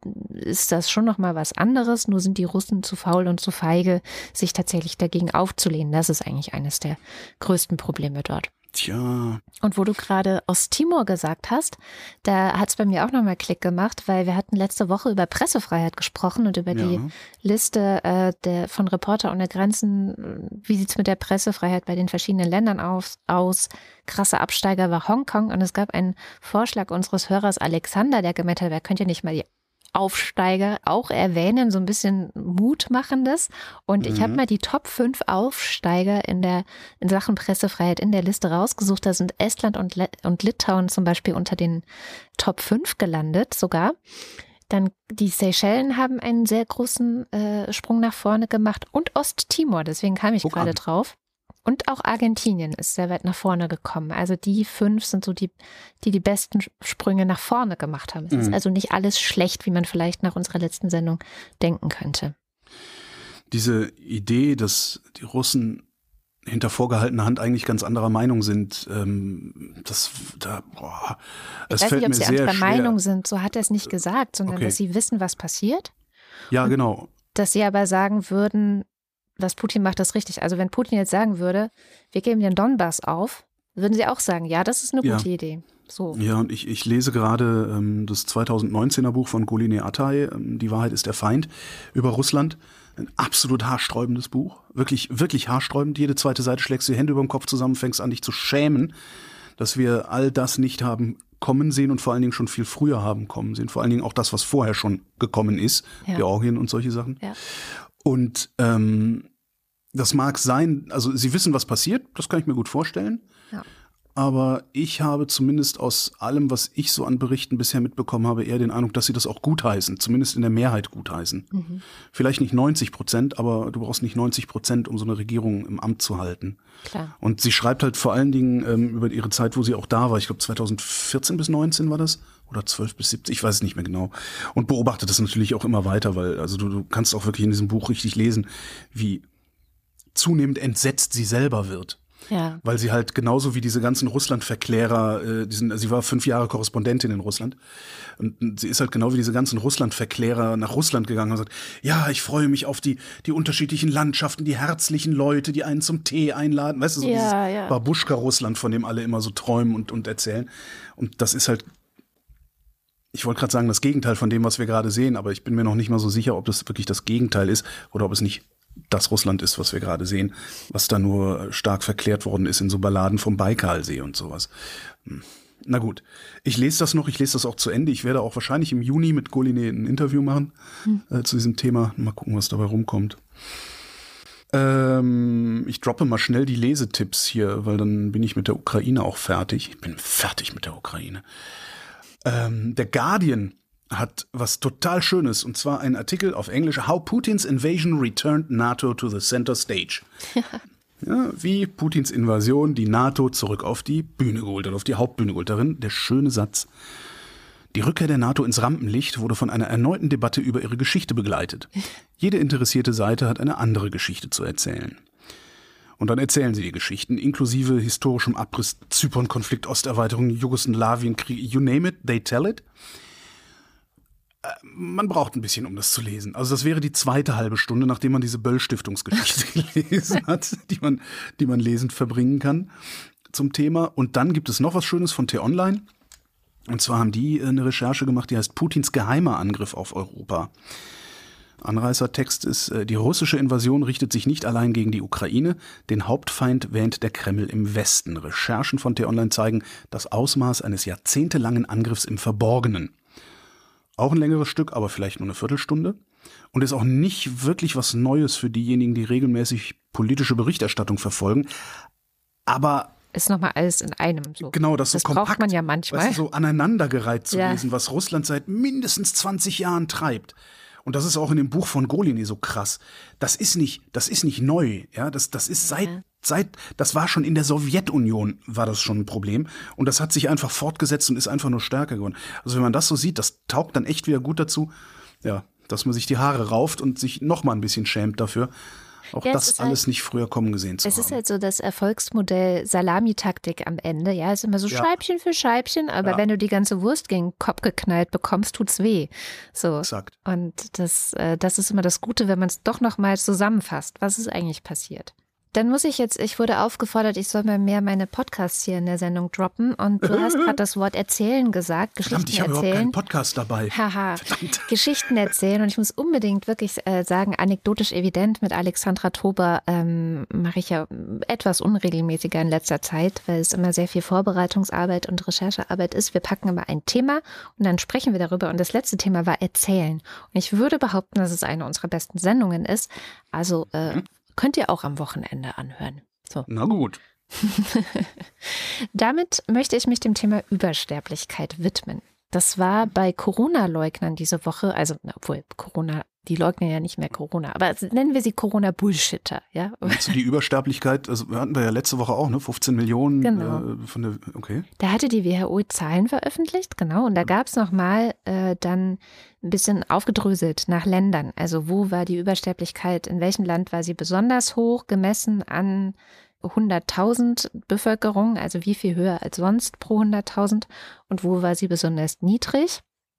ist das schon nochmal was anderes, nur sind die Russen zu faul und zu feige, sich tatsächlich dagegen aufzulehnen. Das ist eigentlich eines der größten Probleme dort. Tja. Und wo du gerade Osttimor gesagt hast, da hat es bei mir auch nochmal Klick gemacht, weil wir hatten letzte Woche über Pressefreiheit gesprochen und über ja. die Liste äh, der, von Reporter ohne Grenzen. Wie sieht es mit der Pressefreiheit bei den verschiedenen Ländern aus? aus? Krasser Absteiger war Hongkong und es gab einen Vorschlag unseres Hörers Alexander, der gemeint hat, wer könnte ja nicht mal die Aufsteiger auch erwähnen, so ein bisschen Mutmachendes. Und ich mhm. habe mal die Top fünf Aufsteiger in der in Sachen Pressefreiheit in der Liste rausgesucht. Da sind Estland und, Le- und Litauen zum Beispiel unter den Top fünf gelandet sogar. Dann die Seychellen haben einen sehr großen äh, Sprung nach vorne gemacht und Osttimor, deswegen kam ich gerade drauf. Und auch Argentinien ist sehr weit nach vorne gekommen. Also die fünf sind so die, die die besten Sprünge nach vorne gemacht haben. Es mhm. ist also nicht alles schlecht, wie man vielleicht nach unserer letzten Sendung denken könnte. Diese Idee, dass die Russen hinter vorgehaltener Hand eigentlich ganz anderer Meinung sind. Ähm, das, da, boah, das ich weiß fällt nicht, ob mir sie sehr anderer schwer. Meinung sind, so hat er es nicht gesagt, sondern Okay. dass sie wissen, was passiert. Ja, genau. Dass sie aber sagen würden, was Putin macht, ist richtig. Also wenn Putin jetzt sagen würde, wir geben den Donbass auf, würden sie auch sagen, ja, das ist eine gute Ja. Idee. So. Ja, und ich, ich lese gerade ähm, das zweitausendneunzehner Buch von Goline Atay, ähm, Die Wahrheit ist der Feind, über Russland. Ein absolut haarsträubendes Buch. Wirklich, wirklich haarsträubend. Jede zweite Seite schlägst du die Hände über dem Kopf zusammen, fängst an, dich zu schämen, dass wir all das nicht haben kommen sehen und vor allen Dingen schon viel früher haben kommen sehen. Vor allen Dingen auch das, was vorher schon gekommen ist. Ja. Georgien und solche Sachen. Ja. Und ähm, das mag sein, also sie wissen, was passiert, das kann ich mir gut vorstellen. Ja. Aber ich habe zumindest aus allem, was ich so an Berichten bisher mitbekommen habe, eher den Eindruck, dass sie das auch gutheißen, zumindest in der Mehrheit gutheißen. Mhm. Vielleicht nicht neunzig Prozent, aber du brauchst nicht neunzig Prozent, um so eine Regierung im Amt zu halten. Klar. Und sie schreibt halt vor allen Dingen ähm, über ihre Zeit, wo sie auch da war. Ich glaube zweitausendvierzehn bis neunzehn war das. Oder zwölf bis siebzehn, ich weiß es nicht mehr genau. Und beobachtet das natürlich auch immer weiter, weil also du, du kannst auch wirklich in diesem Buch richtig lesen, wie zunehmend entsetzt sie selber wird. Ja. Weil sie halt genauso wie diese ganzen Russlandverklärer, äh, diesen, sie war fünf Jahre Korrespondentin in Russland und sie ist halt genau wie diese ganzen Russlandverklärer nach Russland gegangen und sagt, ja, ich freue mich auf die die unterschiedlichen Landschaften, die herzlichen Leute, die einen zum Tee einladen, weißt du, so ja, dieses ja. Babuschka-Russland, von dem alle immer so träumen und, und erzählen. Und das ist halt, ich wollte gerade sagen, das Gegenteil von dem, was wir gerade sehen, aber ich bin mir noch nicht mal so sicher, ob das wirklich das Gegenteil ist oder ob es nicht das Russland ist, was wir gerade sehen, was da nur stark verklärt worden ist in so Balladen vom Baikalsee und sowas. Na gut, ich lese das noch, ich lese das auch zu Ende. Ich werde auch wahrscheinlich im Juni mit Goline ein Interview machen hm. äh, zu diesem Thema. Mal gucken, was dabei rumkommt. Ähm, ich droppe mal schnell die Lesetipps hier, weil dann bin ich mit der Ukraine auch fertig. Ich bin fertig mit der Ukraine. Ähm, der Guardian hat was total Schönes, und zwar ein Artikel auf Englisch, How Putin's Invasion Returned NATO to the Center Stage. Ja, wie Putins Invasion die NATO zurück auf die Bühne geholt hat, auf die Hauptbühne geholt. Darin der schöne Satz: Die Rückkehr der NATO ins Rampenlicht wurde von einer erneuten Debatte über ihre Geschichte begleitet. Jede interessierte Seite hat eine andere Geschichte zu erzählen. Und dann erzählen sie die Geschichten, inklusive historischem Abriss, Zypern-Konflikt, Osterweiterung, Jugoslawien-Krieg, you name it, they tell it. Man braucht ein bisschen, um das zu lesen. Also das wäre die zweite halbe Stunde, nachdem man diese Böll-Stiftungsgeschichte gelesen hat, die man, die man lesend verbringen kann zum Thema. Und dann gibt es noch was Schönes von T-Online. Und zwar haben die eine Recherche gemacht, die heißt Putins geheimer Angriff auf Europa. Anreißertext ist, die russische Invasion richtet sich nicht allein gegen die Ukraine. Den Hauptfeind wähnt der Kreml im Westen. Recherchen von T-Online zeigen das Ausmaß eines jahrzehntelangen Angriffs im Verborgenen. Auch ein längeres Stück, aber vielleicht nur eine Viertelstunde. Und ist auch nicht wirklich was Neues für diejenigen, die regelmäßig politische Berichterstattung verfolgen. Aber ist nochmal alles in einem so. Genau, das, das so kompakt, braucht man ja manchmal. Weißt du, so aneinandergereiht zu ja. lesen, was Russland seit mindestens zwanzig Jahren treibt. Und das ist auch in dem Buch von Goline so krass. Das ist nicht, das ist nicht neu, ja, das, das ist seit, ja. seit, das war schon in der Sowjetunion, war das schon ein Problem. Und das hat sich einfach fortgesetzt und ist einfach nur stärker geworden. Also wenn man das so sieht, das taugt dann echt wieder gut dazu, ja, dass man sich die Haare rauft und sich noch mal ein bisschen schämt dafür. Auch ja, das alles halt, nicht früher kommen gesehen zu es haben. Es ist halt so das Erfolgsmodell Salamitaktik am Ende. Ja, es ist immer so ja. Scheibchen für Scheibchen, aber ja. wenn du die ganze Wurst gegen den Kopf geknallt bekommst, tut's weh. So. Exakt. Und das, äh, das ist immer das Gute, wenn man es doch noch mal zusammenfasst. Was ist eigentlich passiert? Dann muss ich jetzt, ich wurde aufgefordert, ich soll mal mehr meine Podcasts hier in der Sendung droppen. Und du hast gerade das Wort erzählen gesagt, Geschichten Verdammt, ich habe erzählen. überhaupt keinen Podcast dabei. Haha, Geschichten erzählen. Und ich muss unbedingt wirklich äh, sagen, anekdotisch evident, mit Alexandra Tober ähm, mache ich ja etwas unregelmäßiger in letzter Zeit, weil es immer sehr viel Vorbereitungsarbeit und Recherchearbeit ist. Wir packen immer ein Thema und dann sprechen wir darüber. Und das letzte Thema war Erzählen. Und ich würde behaupten, dass es eine unserer besten Sendungen ist. Also äh, hm. könnt ihr auch am Wochenende anhören. So. Na gut. Damit möchte ich mich dem Thema Übersterblichkeit widmen. Das war bei Corona-Leugnern diese Woche, also obwohl Corona, die leugnen ja nicht mehr Corona, aber nennen wir sie Corona-Bullshitter. Ja? Also die Übersterblichkeit, also hatten wir ja letzte Woche auch, ne? fünfzehn Millionen genau. äh, von der, okay. Da hatte die W H O Zahlen veröffentlicht, genau, und da gab es nochmal äh, dann ein bisschen aufgedröselt nach Ländern. Also wo war die Übersterblichkeit, in welchem Land war sie besonders hoch, gemessen an hunderttausend Bevölkerung, also wie viel höher als sonst pro hunderttausend und wo war sie besonders niedrig.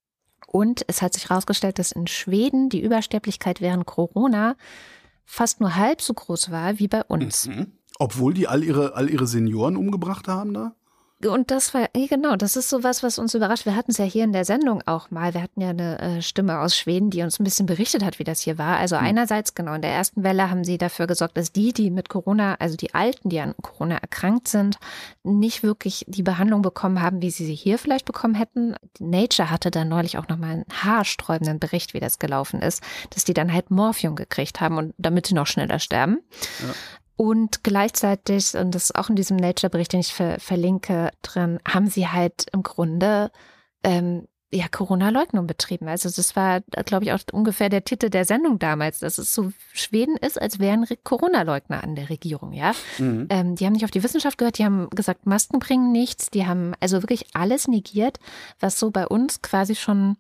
Und es hat sich herausgestellt, dass in Schweden die Übersterblichkeit während Corona fast nur halb so groß war wie bei uns. Mhm. Obwohl die all ihre, all ihre Senioren umgebracht haben da? Und das war, genau, das ist so was, was uns überrascht. Wir hatten es ja hier in der Sendung auch mal. Wir hatten ja eine äh, Stimme aus Schweden, die uns ein bisschen berichtet hat, wie das hier war. Also hm. einerseits, genau, in der ersten Welle haben sie dafür gesorgt, dass die, die mit Corona, also die Alten, die an Corona erkrankt sind, nicht wirklich die Behandlung bekommen haben, wie sie sie hier vielleicht bekommen hätten. Nature hatte da neulich auch nochmal einen haarsträubenden Bericht, wie das gelaufen ist, dass die dann halt Morphium gekriegt haben, und damit sie noch schneller sterben. Ja. Und gleichzeitig, und das ist auch in diesem Nature-Bericht, den ich ver- verlinke, drin, haben sie halt im Grunde ähm, ja Corona-Leugnung betrieben. Also das war, glaube ich, auch ungefähr der Titel der Sendung damals, dass es so Schweden ist, als wären Corona-Leugner an der Regierung, ja. Mhm. Ähm, die haben nicht auf die Wissenschaft gehört, die haben gesagt, Masken bringen nichts, die haben also wirklich alles negiert, was so bei uns quasi schon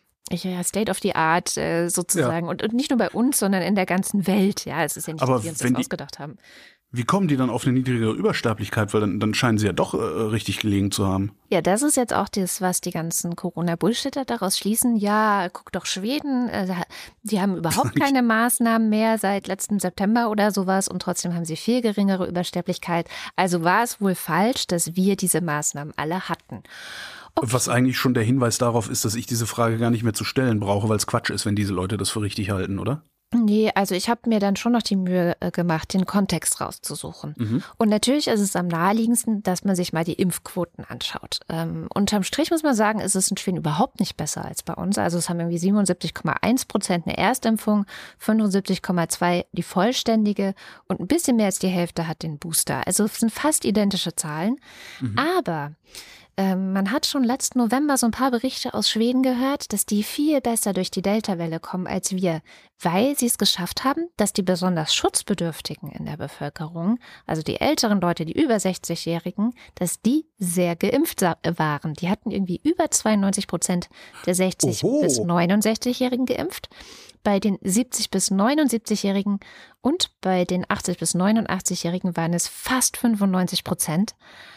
ja, State of the Art äh, sozusagen. Ja. Und, und nicht nur bei uns, sondern in der ganzen Welt. Ja, es ist ja nicht, aber dass wir uns das ausgedacht haben. Wie kommen die dann auf eine niedrigere Übersterblichkeit? Weil dann, dann scheinen sie ja doch äh, richtig gelegen zu haben. Ja, das ist jetzt auch das, was die ganzen Corona-Bullshitter daraus schließen. Ja, guck doch Schweden, äh, die haben überhaupt keine Maßnahmen mehr seit letzten September oder sowas und trotzdem haben sie viel geringere Übersterblichkeit. Also war es wohl falsch, dass wir diese Maßnahmen alle hatten. Okay. Was eigentlich schon der Hinweis darauf ist, dass ich diese Frage gar nicht mehr zu stellen brauche, weil es Quatsch ist, wenn diese Leute das für richtig halten, oder? Nee, also ich habe mir dann schon noch die Mühe gemacht, den Kontext rauszusuchen. Mhm. Und natürlich ist es am naheliegendsten, dass man sich mal die Impfquoten anschaut. Ähm, unterm Strich muss man sagen, ist es in Schweden überhaupt nicht besser als bei uns. Also es haben irgendwie siebenundsiebzig Komma eins Prozent eine Erstimpfung, fünfundsiebzig Komma zwei die vollständige und ein bisschen mehr als die Hälfte hat den Booster. Also es sind fast identische Zahlen. Mhm. Aber man hat schon letzten November so ein paar Berichte aus Schweden gehört, dass die viel besser durch die Delta-Welle kommen als wir, weil sie es geschafft haben, dass die besonders Schutzbedürftigen in der Bevölkerung, also die älteren Leute, die über sechzigjährigen, dass die sehr geimpft waren. Die hatten irgendwie über zweiundneunzig Prozent der sechzig- bis neunundsechzigjährigen geimpft. Bei den siebzig- bis neunundsiebzigjährigen und bei den achtzig- bis neunundachtzigjährigen waren es fast fünfundneunzig Prozent.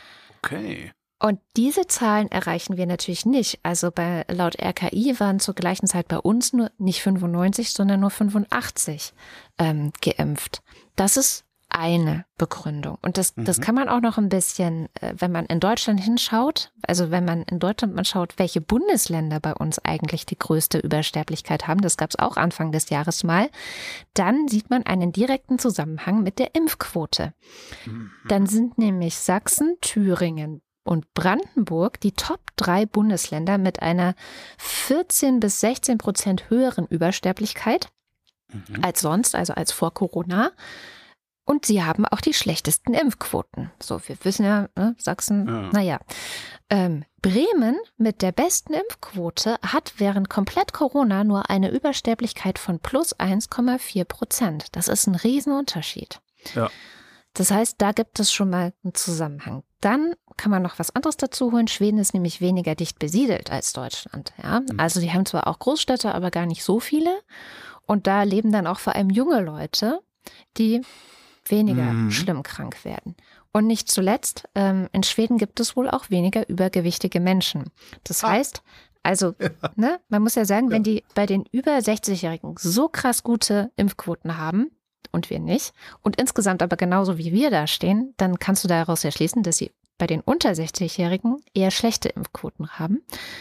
Okay. Und diese Zahlen erreichen wir natürlich nicht. Also bei, laut R K I waren zur gleichen Zeit bei uns nur nicht fünfundneunzig, sondern nur fünfundachtzig ähm, geimpft. Das ist eine Begründung. Und das, mhm. das kann man auch noch ein bisschen, äh, wenn man in Deutschland hinschaut, also wenn man in Deutschland mal schaut, welche Bundesländer bei uns eigentlich die größte Übersterblichkeit haben, das gab es auch Anfang des Jahres mal, dann sieht man einen direkten Zusammenhang mit der Impfquote. Mhm. Dann sind nämlich Sachsen, Thüringen und Brandenburg die Top drei Bundesländer mit einer vierzehn bis sechzehn Prozent höheren Übersterblichkeit mhm. als sonst, also als vor Corona. Und sie haben auch die schlechtesten Impfquoten. So, wir wissen ja, ne, Sachsen, ja. naja. Ähm, Bremen mit der besten Impfquote hat während komplett Corona nur eine Übersterblichkeit von plus eins Komma vier Prozent. Das ist ein Riesenunterschied. Ja. Das heißt, da gibt es schon mal einen Zusammenhang. Dann kann man noch was anderes dazu holen. Schweden ist nämlich weniger dicht besiedelt als Deutschland. Ja? Also die haben zwar auch Großstädte, aber gar nicht so viele. Und da leben dann auch vor allem junge Leute, die weniger mhm. schlimm krank werden. Und nicht zuletzt, ähm, in Schweden gibt es wohl auch weniger übergewichtige Menschen. Das ah. heißt, also, ja. ne, man muss ja sagen, ja. wenn die bei den über sechzigjährigen so krass gute Impfquoten haben, und wir nicht, und insgesamt aber genauso wie wir da stehen, dann kannst du daraus erschließen, dass sie bei den unter sechzigjährigen eher schlechte Impfquoten haben.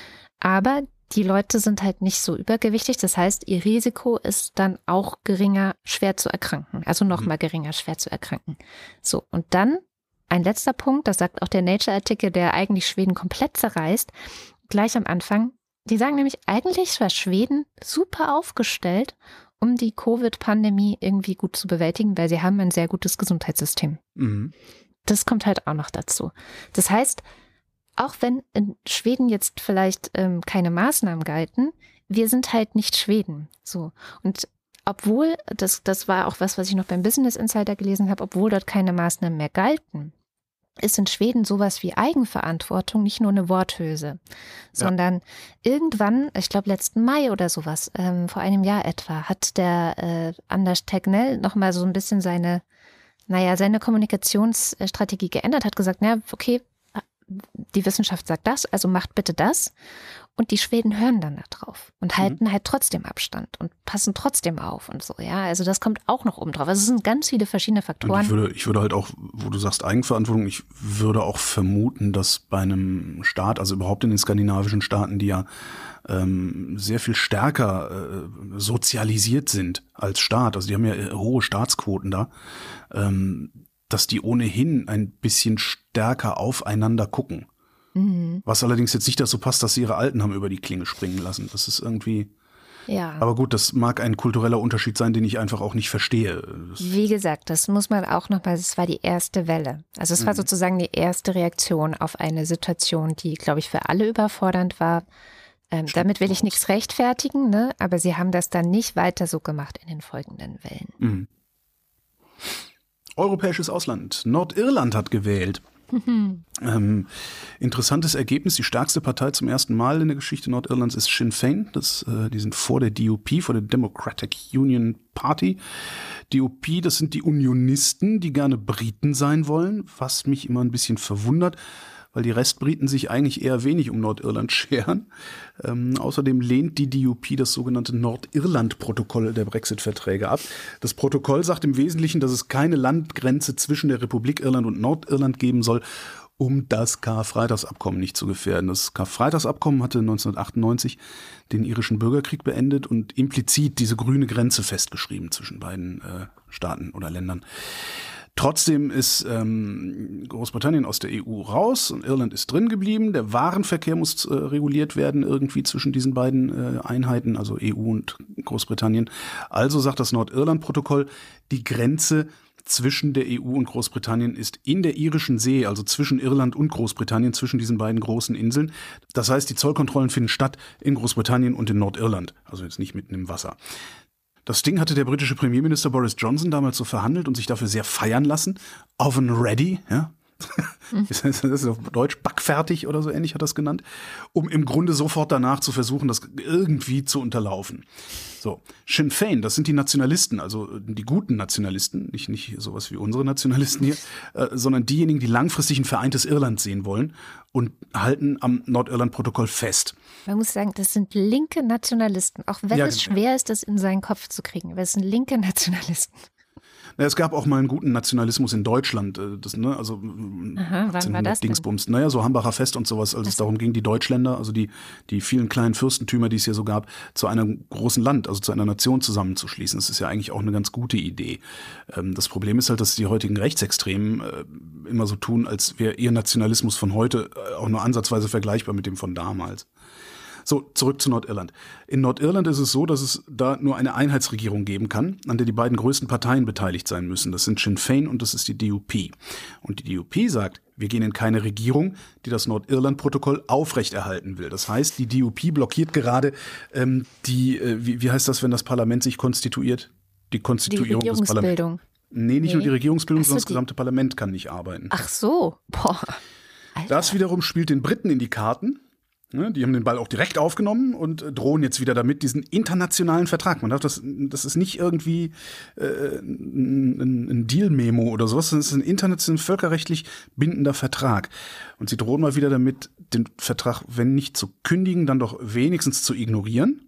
Aber die Leute sind halt nicht so übergewichtig. Das heißt, ihr Risiko ist dann auch geringer, schwer zu erkranken. Also noch mal geringer, schwer zu erkranken. So, und dann ein letzter Punkt, das sagt auch der Nature-Artikel, der eigentlich Schweden komplett zerreißt, gleich am Anfang. Die sagen nämlich, eigentlich war Schweden super aufgestellt, um die Covid-Pandemie irgendwie gut zu bewältigen, weil sie haben ein sehr gutes Gesundheitssystem. Mhm. Das kommt halt auch noch dazu. Das heißt, auch wenn in Schweden jetzt vielleicht ähm, keine Maßnahmen galten, wir sind halt nicht Schweden. So. Und obwohl, das, das war auch was, was ich noch beim Business Insider gelesen habe, obwohl dort keine Maßnahmen mehr galten, ist in Schweden sowas wie Eigenverantwortung nicht nur eine Worthülse, sondern ja. irgendwann, ich glaube letzten Mai oder sowas, ähm, vor einem Jahr etwa, hat der äh, Anders Tegnell nochmal so ein bisschen seine naja, seine Kommunikationsstrategie geändert hat, gesagt, na okay, die Wissenschaft sagt das, also macht bitte das. Und die Schweden hören dann da drauf und halten mhm. halt trotzdem Abstand und passen trotzdem auf und so. Ja, also das kommt auch noch oben drauf. Also es sind ganz viele verschiedene Faktoren. Und ich würde, ich würde halt auch, wo du sagst Eigenverantwortung, ich würde auch vermuten, dass bei einem Staat, also überhaupt in den skandinavischen Staaten, die ja ähm, sehr viel stärker äh, sozialisiert sind als Staat, also die haben ja hohe Staatsquoten da, ähm, dass die ohnehin ein bisschen stärker aufeinander gucken. Mhm. Was allerdings jetzt nicht dazu passt, dass sie ihre Alten haben über die Klinge springen lassen. Das ist irgendwie... Ja. Aber gut, das mag ein kultureller Unterschied sein, den ich einfach auch nicht verstehe. Das Wie gesagt, das muss man auch nochmal, es war die erste Welle. Also es war mhm. sozusagen die erste Reaktion auf eine Situation, die, glaube ich, für alle überfordernd war. Ähm, damit will ich nichts rechtfertigen, ne? Aber sie haben das dann nicht weiter so gemacht in den folgenden Wellen. Mhm. Europäisches Ausland. Nordirland hat gewählt. Mhm. Ähm, interessantes Ergebnis. Die stärkste Partei zum ersten Mal in der Geschichte Nordirlands ist Sinn Féin. Das, äh, die sind vor der D U P, vor der Democratic Union Party. D U P, das sind die Unionisten, die gerne Briten sein wollen, was mich immer ein bisschen verwundert, weil die Restbriten sich eigentlich eher wenig um Nordirland scheren. Ähm, außerdem lehnt die D U P das sogenannte Nordirland-Protokoll der Brexit-Verträge ab. Das Protokoll sagt im Wesentlichen, dass es keine Landgrenze zwischen der Republik Irland und Nordirland geben soll, um das Karfreitagsabkommen nicht zu gefährden. Das Karfreitagsabkommen hatte neunzehnhundertachtundneunzig den irischen Bürgerkrieg beendet und implizit diese grüne Grenze festgeschrieben zwischen beiden äh, Staaten oder Ländern. Trotzdem ist ähm, Großbritannien aus der E U raus und Irland ist drin geblieben. Der Warenverkehr muss äh, reguliert werden irgendwie zwischen diesen beiden äh, Einheiten, also E U und Großbritannien. Also sagt das Nordirland-Protokoll, die Grenze zwischen der E U und Großbritannien ist in der irischen See, also zwischen Irland und Großbritannien, zwischen diesen beiden großen Inseln. Das heißt, die Zollkontrollen finden statt in Großbritannien und in Nordirland, also jetzt nicht mitten im Wasser. Das Ding hatte der britische Premierminister Boris Johnson damals so verhandelt und sich dafür sehr feiern lassen. Oven ready, ja. Das ist auf Deutsch backfertig oder so ähnlich hat das genannt, um im Grunde sofort danach zu versuchen, das irgendwie zu unterlaufen. So, Sinn Féin, das sind die Nationalisten, also die guten Nationalisten, nicht, nicht sowas wie unsere Nationalisten hier, äh, sondern diejenigen, die langfristig ein vereintes Irland sehen wollen und halten am Nordirland-Protokoll fest. Man muss sagen, das sind linke Nationalisten, auch wenn ja, es genau. schwer ist, das in seinen Kopf zu kriegen, weil es sind linke Nationalisten. Na, es gab auch mal einen guten Nationalismus in Deutschland, das, ne, also Aha, wann war das Dingsbums. Naja, so Hambacher Fest und sowas, als es darum ging, die Deutschländer, also die, die vielen kleinen Fürstentümer, die es hier so gab, zu einem großen Land, also zu einer Nation zusammenzuschließen. Das ist ja eigentlich auch eine ganz gute Idee. Das Problem ist halt, dass die heutigen Rechtsextremen immer so tun, als wäre ihr Nationalismus von heute auch nur ansatzweise vergleichbar mit dem von damals. So, zurück zu Nordirland. In Nordirland ist es so, dass es da nur eine Einheitsregierung geben kann, an der die beiden größten Parteien beteiligt sein müssen. Das sind Sinn Féin und das ist die D U P. Und die D U P sagt, wir gehen in keine Regierung, die das Nordirland-Protokoll aufrechterhalten will. Das heißt, die D U P blockiert gerade ähm, die, äh, wie, wie heißt das, wenn das Parlament sich konstituiert? Die Konstituierung die des Parlaments. Nee, nicht nee. nur die Regierungsbildung, so, sondern das gesamte Parlament kann nicht arbeiten. Ach so, boah. Alter. Das wiederum spielt den Briten in die Karten. Die haben den Ball auch direkt aufgenommen und drohen jetzt wieder damit, diesen internationalen Vertrag. Man darf das, das ist nicht irgendwie äh, ein, ein Deal-Memo oder sowas, das ist ein international völkerrechtlich bindender Vertrag. Und sie drohen mal wieder damit, den Vertrag, wenn nicht zu kündigen, dann doch wenigstens zu ignorieren.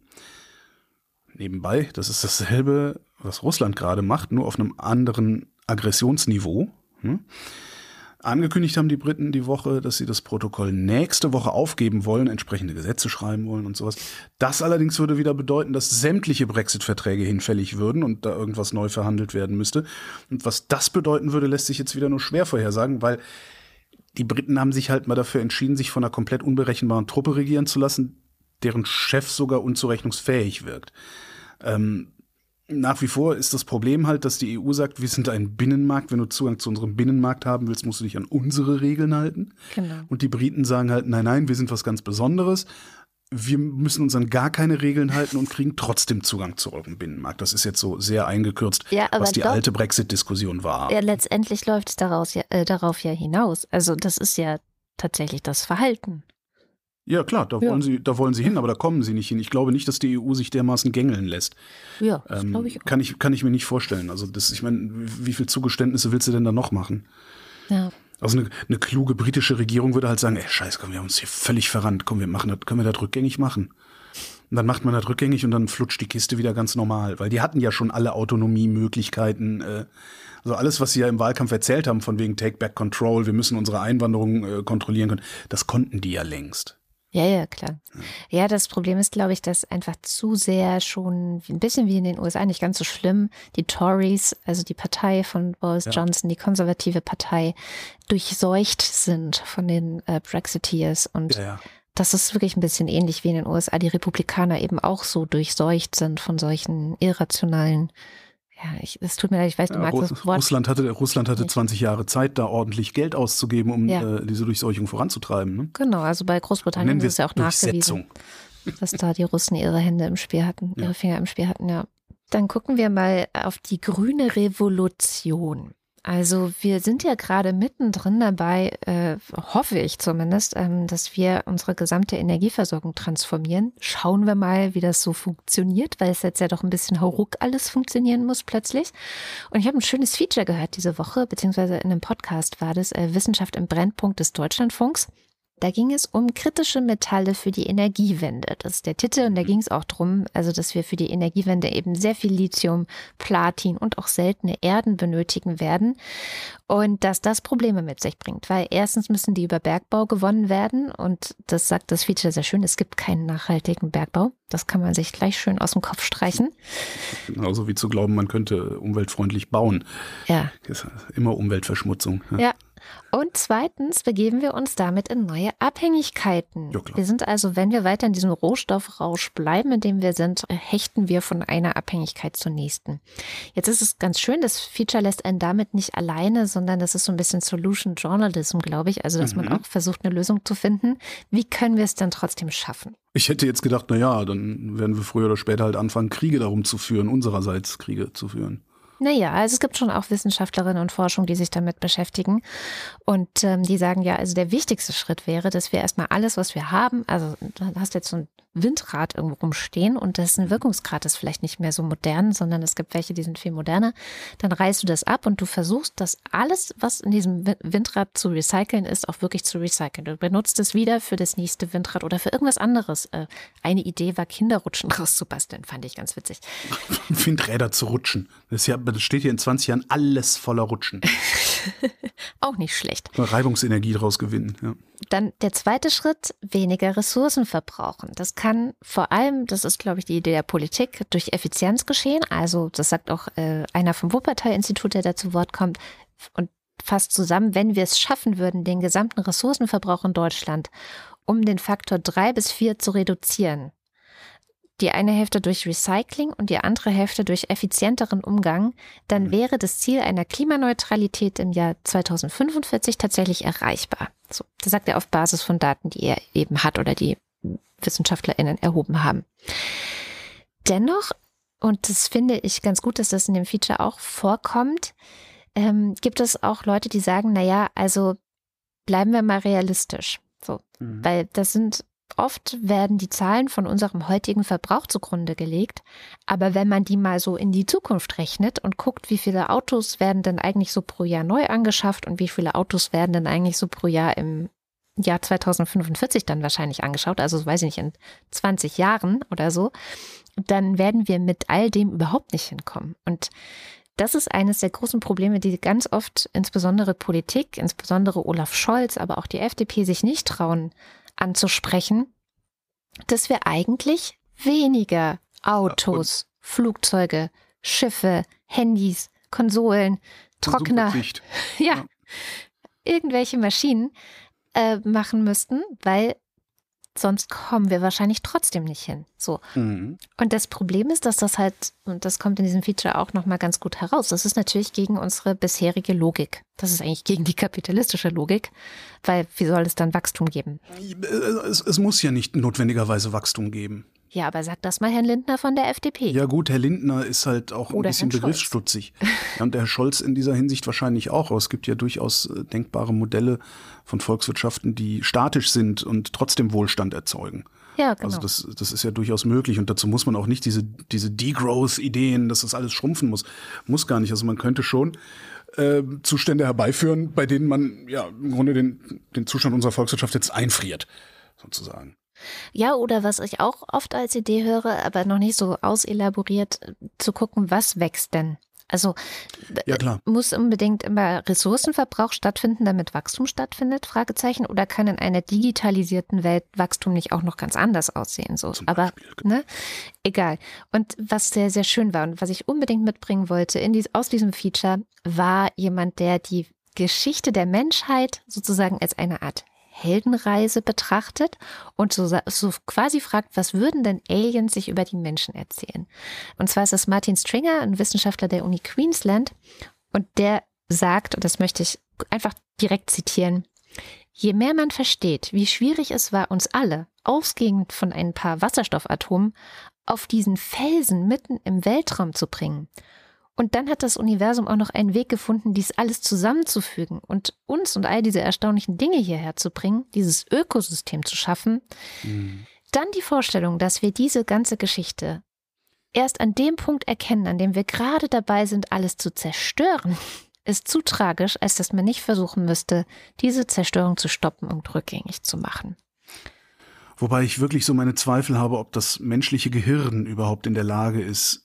Nebenbei, das ist dasselbe, was Russland gerade macht, nur auf einem anderen Aggressionsniveau. Hm? Angekündigt haben die Briten die Woche, dass sie das Protokoll nächste Woche aufgeben wollen, entsprechende Gesetze schreiben wollen und sowas. Das allerdings würde wieder bedeuten, dass sämtliche Brexit-Verträge hinfällig würden und da irgendwas neu verhandelt werden müsste. Und was das bedeuten würde, lässt sich jetzt wieder nur schwer vorhersagen, weil die Briten haben sich halt mal dafür entschieden, sich von einer komplett unberechenbaren Truppe regieren zu lassen, deren Chef sogar unzurechnungsfähig wirkt. Ähm, Nach wie vor ist das Problem halt, dass die E U sagt, wir sind ein Binnenmarkt. Wenn du Zugang zu unserem Binnenmarkt haben willst, musst du dich an unsere Regeln halten. Genau. Und die Briten sagen halt, nein, nein, wir sind was ganz Besonderes. Wir müssen uns an gar keine Regeln halten und kriegen trotzdem Zugang zu eurem Binnenmarkt. Das ist jetzt so sehr eingekürzt, ja, was die doch, alte Brexit-Diskussion war. Ja, letztendlich läuft es daraus ja, äh, darauf ja hinaus. Also das ist ja tatsächlich das Verhalten. Ja, klar, da, ja. Wollen sie, da wollen sie hin, aber da kommen sie nicht hin. Ich glaube nicht, dass die E U sich dermaßen gängeln lässt. Ja, das ähm, glaube ich auch. Kann ich, kann ich mir nicht vorstellen. Also das, ich meine, wie viel Zugeständnisse willst du denn da noch machen? Ja. Also eine, eine kluge britische Regierung würde halt sagen, ey, scheiße, komm, wir haben uns hier völlig verrannt. Komm, wir machen das, können wir das rückgängig machen. Und dann macht man das rückgängig und dann flutscht die Kiste wieder ganz normal. Weil die hatten ja schon alle Autonomiemöglichkeiten. Äh, also alles, was sie ja im Wahlkampf erzählt haben, von wegen Take Back Control, wir müssen unsere Einwanderung äh, kontrollieren können, das konnten die ja längst. Ja, ja, klar. Ja, das Problem ist, glaube ich, dass einfach zu sehr schon ein bisschen wie in den U S A, nicht ganz so schlimm, die Tories, also die Partei von Boris ja. Johnson, die konservative Partei, durchseucht sind von den äh, Brexiteers. Und ja, ja. das ist wirklich ein bisschen ähnlich wie in den U S A, die Republikaner eben auch so durchseucht sind von solchen irrationalen. Ja, ich, es tut mir leid, ich weiß, du ja, magst Russ, das Wort. Russland hatte, Russland hatte zwanzig Jahre Zeit, da ordentlich Geld auszugeben, um ja. äh, diese Durchseuchung voranzutreiben. Ne? Genau, also bei Großbritannien ist es ja auch nachgewiesen, dass da die Russen ihre Hände im Spiel hatten, ihre ja. Finger im Spiel hatten, ja. Dann gucken wir mal auf die grüne Revolution. Also wir sind ja gerade mittendrin dabei, äh, hoffe ich zumindest, ähm, dass wir unsere gesamte Energieversorgung transformieren. Schauen wir mal, wie das so funktioniert, weil es jetzt ja doch ein bisschen hauruck alles funktionieren muss plötzlich. Und ich habe ein schönes Feature gehört diese Woche, beziehungsweise in einem Podcast war das, äh, Wissenschaft im Brennpunkt des Deutschlandfunks. Da ging es um kritische Metalle für die Energiewende. Das ist der Titel und da ging es auch drum, also dass wir für die Energiewende eben sehr viel Lithium, Platin und auch seltene Erden benötigen werden und dass das Probleme mit sich bringt, weil erstens müssen die über Bergbau gewonnen werden und das sagt das Feature sehr schön, es gibt keinen nachhaltigen Bergbau. Das kann man sich gleich schön aus dem Kopf streichen. Genauso wie zu glauben, man könnte umweltfreundlich bauen. Ja. Das ist immer Umweltverschmutzung. Ja. ja. Und zweitens begeben wir uns damit in neue Abhängigkeiten. Ja, klar. Wir sind also, wenn wir weiter in diesem Rohstoffrausch bleiben, in dem wir sind, hechten wir von einer Abhängigkeit zur nächsten. Jetzt ist es ganz schön, das Feature lässt einen damit nicht alleine, sondern das ist so ein bisschen Solution Journalism, glaube ich. Also, dass mhm. man auch versucht, eine Lösung zu finden. Wie können wir es dann trotzdem schaffen? Ich hätte jetzt gedacht, na ja, dann werden wir früher oder später halt anfangen, Kriege darum zu führen, unsererseits Kriege zu führen. Naja, also es gibt schon auch Wissenschaftlerinnen und Forschung, die sich damit beschäftigen und ähm, die sagen ja, also der wichtigste Schritt wäre, dass wir erstmal alles, was wir haben, also du hast jetzt so ein Windrad irgendwo rumstehen und dessen Wirkungsgrad ist vielleicht nicht mehr so modern, sondern es gibt welche, die sind viel moderner, dann reißt du das ab und du versuchst, dass alles, was in diesem Windrad zu recyceln ist, auch wirklich zu recyceln. Du benutzt es wieder für das nächste Windrad oder für irgendwas anderes. Eine Idee war, Kinderrutschen rauszubasteln, fand ich ganz witzig. Windräder zu rutschen. Das, ist ja, das steht hier in zwanzig Jahren alles voller Rutschen. Auch nicht schlecht. Reibungsenergie draus gewinnen, ja. Dann der zweite Schritt, weniger Ressourcen verbrauchen. Das kann vor allem, das ist glaube ich die Idee der Politik, durch Effizienz geschehen. Also das sagt auch äh, einer vom Wuppertal-Institut, der da zu Wort kommt und fasst zusammen, wenn wir es schaffen würden, den gesamten Ressourcenverbrauch in Deutschland um den Faktor drei bis vier zu reduzieren. Die eine Hälfte durch Recycling und die andere Hälfte durch effizienteren Umgang, dann wäre das Ziel einer Klimaneutralität im Jahr zweitausendfünfundvierzig tatsächlich erreichbar. So, das sagt er auf Basis von Daten, die er eben hat oder die WissenschaftlerInnen erhoben haben. Dennoch, und das finde ich ganz gut, dass das in dem Feature auch vorkommt, ähm, gibt es auch Leute, die sagen, naja, also bleiben wir mal realistisch. So, mhm. Weil das sind Oft werden die Zahlen von unserem heutigen Verbrauch zugrunde gelegt, aber wenn man die mal so in die Zukunft rechnet und guckt, wie viele Autos werden denn eigentlich so pro Jahr neu angeschafft und wie viele Autos werden denn eigentlich so pro Jahr im Jahr zweitausendfünfundvierzig dann wahrscheinlich angeschaut, also weiß ich nicht, in zwanzig Jahren oder so, dann werden wir mit all dem überhaupt nicht hinkommen. Und das ist eines der großen Probleme, die ganz oft insbesondere Politik, insbesondere Olaf Scholz, aber auch die F D P sich nicht trauen, anzusprechen, dass wir eigentlich weniger Autos, ja, Flugzeuge, Schiffe, Handys, Konsolen, Trockner, ja, ja, irgendwelche Maschinen äh, machen müssten, weil sonst kommen wir wahrscheinlich trotzdem nicht hin. So. Mhm. Und das Problem ist, dass das halt, und das kommt in diesem Feature auch nochmal ganz gut heraus, das ist natürlich gegen unsere bisherige Logik. Das ist eigentlich gegen die kapitalistische Logik, weil wie soll es dann Wachstum geben? Es, es muss ja nicht notwendigerweise Wachstum geben. Ja, aber sag das mal Herrn Lindner von der F D P. Ja gut, Herr Lindner ist halt auch ein Oder bisschen begriffsstutzig. Ja, und der Herr Scholz in dieser Hinsicht wahrscheinlich auch. Aber es gibt ja durchaus denkbare Modelle von Volkswirtschaften, die statisch sind und trotzdem Wohlstand erzeugen. Ja, genau. Also das, das ist ja durchaus möglich und dazu muss man auch nicht diese, diese Degrowth-Ideen, dass das alles schrumpfen muss. Muss gar nicht. Also man könnte schon äh, Zustände herbeiführen, bei denen man ja im Grunde den, den Zustand unserer Volkswirtschaft jetzt einfriert, sozusagen. Ja, oder was ich auch oft als Idee höre, aber noch nicht so auselaboriert, zu gucken, was wächst denn? Also ja, klar. Muss unbedingt immer Ressourcenverbrauch stattfinden, damit Wachstum stattfindet? Fragezeichen. Oder kann in einer digitalisierten Welt Wachstum nicht auch noch ganz anders aussehen? So, aber ne, egal. Und was sehr, sehr schön war und was ich unbedingt mitbringen wollte in dies, aus diesem Feature, war jemand, der die Geschichte der Menschheit sozusagen als eine Art Heldenreise betrachtet und so, so quasi fragt, was würden denn Aliens sich über die Menschen erzählen? Und zwar ist das Martin Stringer, ein Wissenschaftler der Uni Queensland, und der sagt, und das möchte ich einfach direkt zitieren, je mehr man versteht, wie schwierig es war, uns alle, ausgehend von ein paar Wasserstoffatomen, auf diesen Felsen mitten im Weltraum zu bringen. Und dann hat das Universum auch noch einen Weg gefunden, dies alles zusammenzufügen und uns und all diese erstaunlichen Dinge hierher zu bringen, dieses Ökosystem zu schaffen. Mhm. Dann die Vorstellung, dass wir diese ganze Geschichte erst an dem Punkt erkennen, an dem wir gerade dabei sind, alles zu zerstören, ist zu tragisch, als dass man nicht versuchen müsste, diese Zerstörung zu stoppen und rückgängig zu machen. Wobei ich wirklich so meine Zweifel habe, ob das menschliche Gehirn überhaupt in der Lage ist,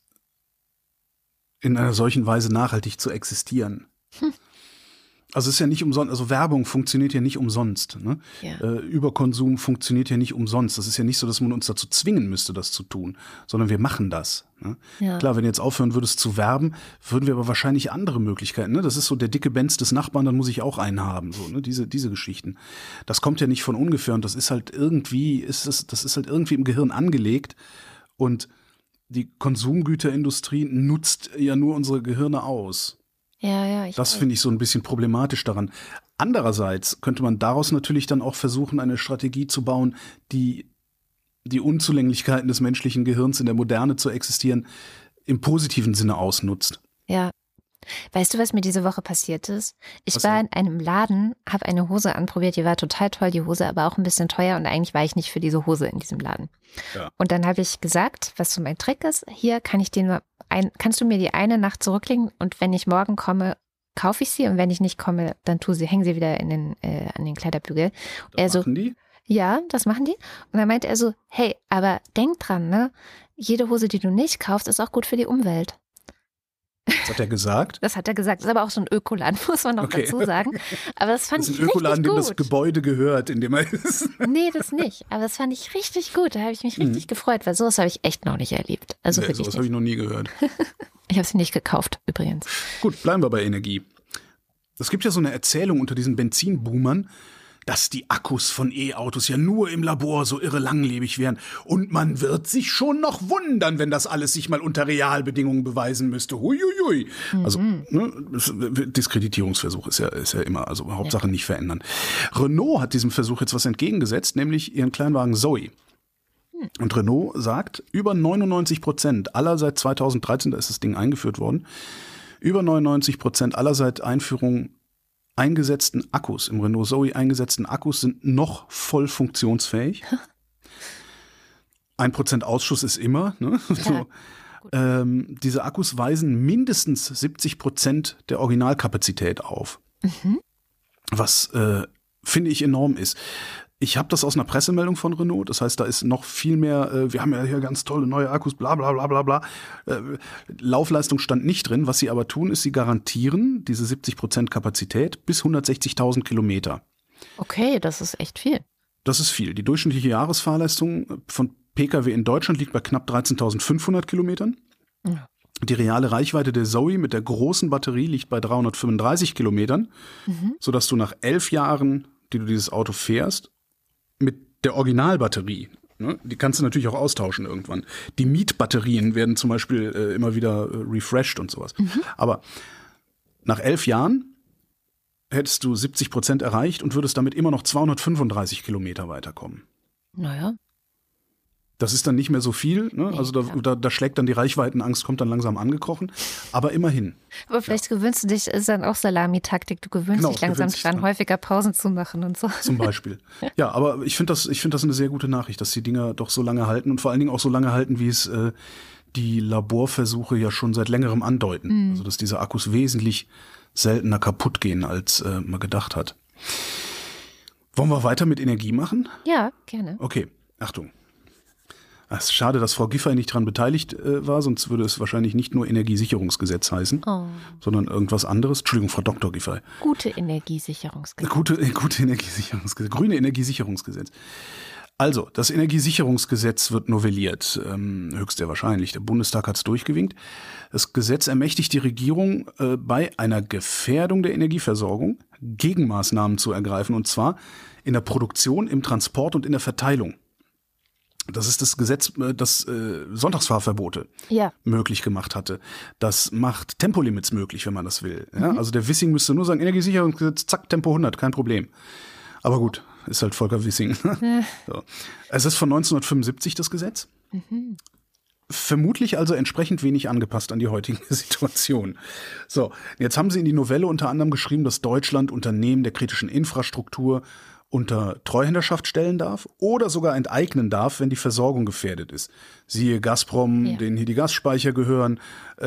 in einer solchen Weise nachhaltig zu existieren. Hm. Also es ist ja nicht umsonst, also Werbung funktioniert ja nicht umsonst. Ne? Ja. Äh, Überkonsum funktioniert ja nicht umsonst. Das ist ja nicht so, dass man uns dazu zwingen müsste, das zu tun, sondern wir machen das. Ne? Ja. Klar, wenn du jetzt aufhören würdest zu werben, würden wir aber wahrscheinlich andere Möglichkeiten. Ne? Das ist so der dicke Benz des Nachbarn, dann muss ich auch einen haben. So, ne? Diese, diese Geschichten. Das kommt ja nicht von ungefähr und das ist halt irgendwie, ist das, das ist halt irgendwie im Gehirn angelegt und die Konsumgüterindustrie nutzt ja nur unsere Gehirne aus. Ja, ja. Ich das finde ich so ein bisschen problematisch daran. Andererseits könnte man daraus natürlich dann auch versuchen, eine Strategie zu bauen, die die Unzulänglichkeiten des menschlichen Gehirns in der Moderne zu existieren, im positiven Sinne ausnutzt. Ja. Weißt du, was mir diese Woche passiert ist? Ich was war denn? in einem Laden, habe eine Hose anprobiert, die war total toll, die Hose, aber auch ein bisschen teuer und eigentlich war ich nicht für diese Hose in diesem Laden. Ja. Und dann habe ich gesagt, was so mein Trick ist, hier kann ich den mal ein, kannst du mir die eine Nacht zurücklegen und wenn ich morgen komme, kaufe ich sie und wenn ich nicht komme, dann tu sie, hängen sie wieder in den, äh, an den Kleiderbügel. Das also, machen die? Ja, das machen die. Und dann meinte er so, hey, aber denk dran, ne? Jede Hose, die du nicht kaufst, ist auch gut für die Umwelt. Das hat er gesagt? Das hat er gesagt. Das ist aber auch so ein Ökoladen, muss man noch okay. dazu sagen. Aber das fand das ist ich ein Ökoladen, richtig gut. dem das Gebäude gehört, in dem er ist. Nee, das nicht. Aber das fand ich richtig gut. Da habe ich mich richtig mhm. gefreut, weil sowas habe ich echt noch nicht erlebt. Also nee, sowas habe ich noch nie gehört. Ich habe sie nicht gekauft, übrigens. Gut, bleiben wir bei Energie. Es gibt ja so eine Erzählung unter diesen Benzinboomern, dass die Akkus von E-Autos ja nur im Labor so irre langlebig wären. Und man wird sich schon noch wundern, wenn das alles sich mal unter Realbedingungen beweisen müsste. Huiuiui. Mhm. Also, ne, Diskreditierungsversuch ist ja, ist ja immer, also Hauptsache ja. nicht verändern. Renault hat diesem Versuch jetzt was entgegengesetzt, nämlich ihren Kleinwagen Zoe. Mhm. Und Renault sagt, über neunundneunzig Prozent aller seit zweitausenddreizehn, da ist das Ding eingeführt worden, über neunundneunzig Prozent aller seit Einführung eingesetzten Akkus, im Renault Zoe eingesetzten Akkus sind noch voll funktionsfähig. Ein Prozent Ausschuss ist immer. Ne? Ja, so. ähm, diese Akkus weisen mindestens siebzig Prozent der Originalkapazität auf. Mhm. Was, äh, finde ich, enorm ist. Ich habe das aus einer Pressemeldung von Renault, das heißt, da ist noch viel mehr, äh, wir haben ja hier ganz tolle neue Akkus, bla bla bla bla bla. Äh, Laufleistung stand nicht drin, was sie aber tun, ist, sie garantieren diese siebzig Prozent Kapazität bis hundertsechzigtausend Kilometer. Okay, das ist echt viel. Das ist viel. Die durchschnittliche Jahresfahrleistung von Pkw in Deutschland liegt bei knapp dreizehntausendfünfhundert Kilometern. Ja. Die reale Reichweite der Zoe mit der großen Batterie liegt bei dreihundertfünfunddreißig Kilometern, mhm. sodass du nach elf Jahren, die du dieses Auto fährst, mit der Originalbatterie Ne? Die kannst du natürlich auch austauschen irgendwann. Die Mietbatterien werden zum Beispiel äh, immer wieder äh, refreshed und sowas. Mhm. Aber nach elf Jahren hättest du siebzig Prozent erreicht und würdest damit immer noch zweihundertfünfunddreißig Kilometer weiterkommen. Naja. Das ist dann nicht mehr so viel, ne? Nee, also da, da, da schlägt dann die Reichweitenangst, kommt dann langsam angekrochen, aber immerhin. Aber vielleicht ja. gewöhnst du dich, ist dann auch Salamitaktik, du gewöhnst genau, dich langsam dran, dran, häufiger Pausen zu machen und so. Zum Beispiel. Ja, aber ich finde das, ich finde das eine sehr gute Nachricht, dass die Dinger doch so lange halten und vor allen Dingen auch so lange halten, wie es äh, die Laborversuche ja schon seit längerem andeuten. Mhm. Also dass diese Akkus wesentlich seltener kaputt gehen, als äh, man gedacht hat. Wollen wir weiter mit Energie machen? Ja, gerne. Okay, Achtung. Es ist schade, dass Frau Giffey nicht daran beteiligt äh, war, sonst würde es wahrscheinlich nicht nur Energiesicherungsgesetz heißen, oh. sondern irgendwas anderes. Entschuldigung, Frau Doktor Giffey. Gute Energiesicherungsgesetz. Gute, äh, gute Energiesicherungsgesetz. Grüne Energiesicherungsgesetz. Also, das Energiesicherungsgesetz wird novelliert, ähm, höchst sehr wahrscheinlich. Der Bundestag hat es durchgewinkt. Das Gesetz ermächtigt die Regierung, äh, bei einer Gefährdung der Energieversorgung Gegenmaßnahmen zu ergreifen, und zwar in der Produktion, im Transport und in der Verteilung. Das ist das Gesetz, das äh, Sonntagsfahrverbote ja. möglich gemacht hatte. Das macht Tempolimits möglich, wenn man das will. Ja? Mhm. Also der Wissing müsste nur sagen, Energiesicherungsgesetz, zack, Tempo hundert, kein Problem. Aber gut, ist halt Volker Wissing. Ja. So. Es ist von neunzehnhundertfünfundsiebzig das Gesetz. Mhm. Vermutlich also entsprechend wenig angepasst an die heutige Situation. So, jetzt haben sie in die Novelle unter anderem geschrieben, dass Deutschland Unternehmen der kritischen Infrastruktur unter Treuhänderschaft stellen darf oder sogar enteignen darf, wenn die Versorgung gefährdet ist. Siehe Gazprom, ja. denen hier die Gasspeicher gehören, äh,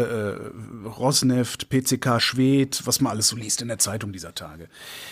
Rosneft, P C K Schwedt, was man alles so liest in der Zeitung dieser Tage.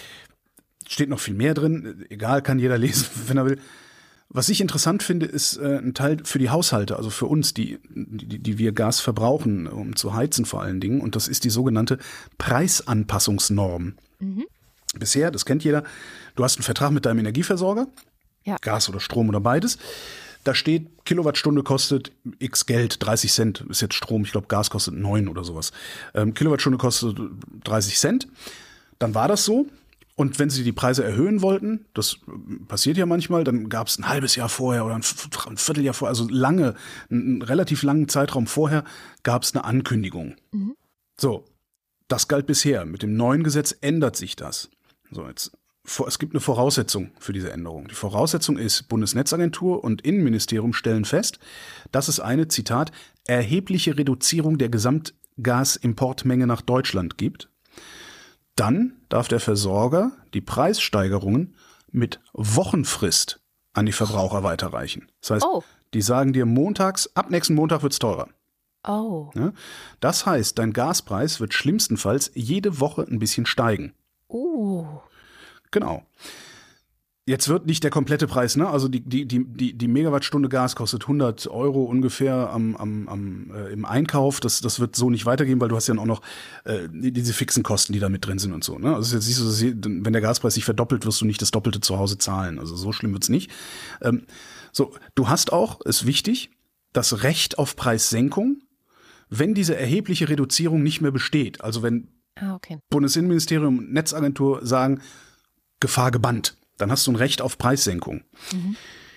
Steht noch viel mehr drin, egal, kann jeder lesen, wenn er will. Was ich interessant finde, ist äh, ein Teil für die Haushalte, also für uns, die, die, die wir Gas verbrauchen, um zu heizen vor allen Dingen, und das ist die sogenannte Preisanpassungsnorm. Mhm. Bisher, das kennt jeder, du hast einen Vertrag mit deinem Energieversorger, ja. Gas oder Strom oder beides. Da steht, Kilowattstunde kostet x Geld, dreißig Cent, ist jetzt Strom, ich glaube Gas kostet neun oder sowas. Ähm, Kilowattstunde kostet dreißig Cent. Dann war das so. Und wenn sie die Preise erhöhen wollten, das passiert ja manchmal, dann gab es ein halbes Jahr vorher oder ein Vierteljahr vorher, also lange, einen relativ langen Zeitraum vorher, gab es eine Ankündigung. Mhm. So, das galt bisher. Mit dem neuen Gesetz ändert sich das. So, jetzt, es gibt eine Voraussetzung für diese Änderung. Die Voraussetzung ist, Bundesnetzagentur und Innenministerium stellen fest, dass es eine, Zitat, erhebliche Reduzierung der Gesamtgasimportmenge nach Deutschland gibt. Dann darf der Versorger die Preissteigerungen mit Wochenfrist an die Verbraucher weiterreichen. Das heißt, oh. die sagen dir montags, ab nächsten Montag wird's teurer. Oh. Ja? Das heißt, dein Gaspreis wird schlimmstenfalls jede Woche ein bisschen steigen. Oh. Genau. Jetzt wird nicht der komplette Preis, ne? Also die, die, die, die, die Megawattstunde Gas kostet hundert Euro ungefähr am, am, am, äh, im Einkauf. Das, das wird so nicht weitergehen, weil du hast ja auch noch äh, diese fixen Kosten, die da mit drin sind und so. Ne? Also jetzt siehst du, dass, wenn der Gaspreis sich verdoppelt, wirst du nicht das Doppelte zu Hause zahlen. Also so schlimm wird's nicht. Ähm, so, du hast auch, ist wichtig, das Recht auf Preissenkung, wenn diese erhebliche Reduzierung nicht mehr besteht. Also wenn ah, okay. Bundesinnenministerium und Netzagentur sagen, Gefahr gebannt. Dann hast du ein Recht auf Preissenkung. Mhm.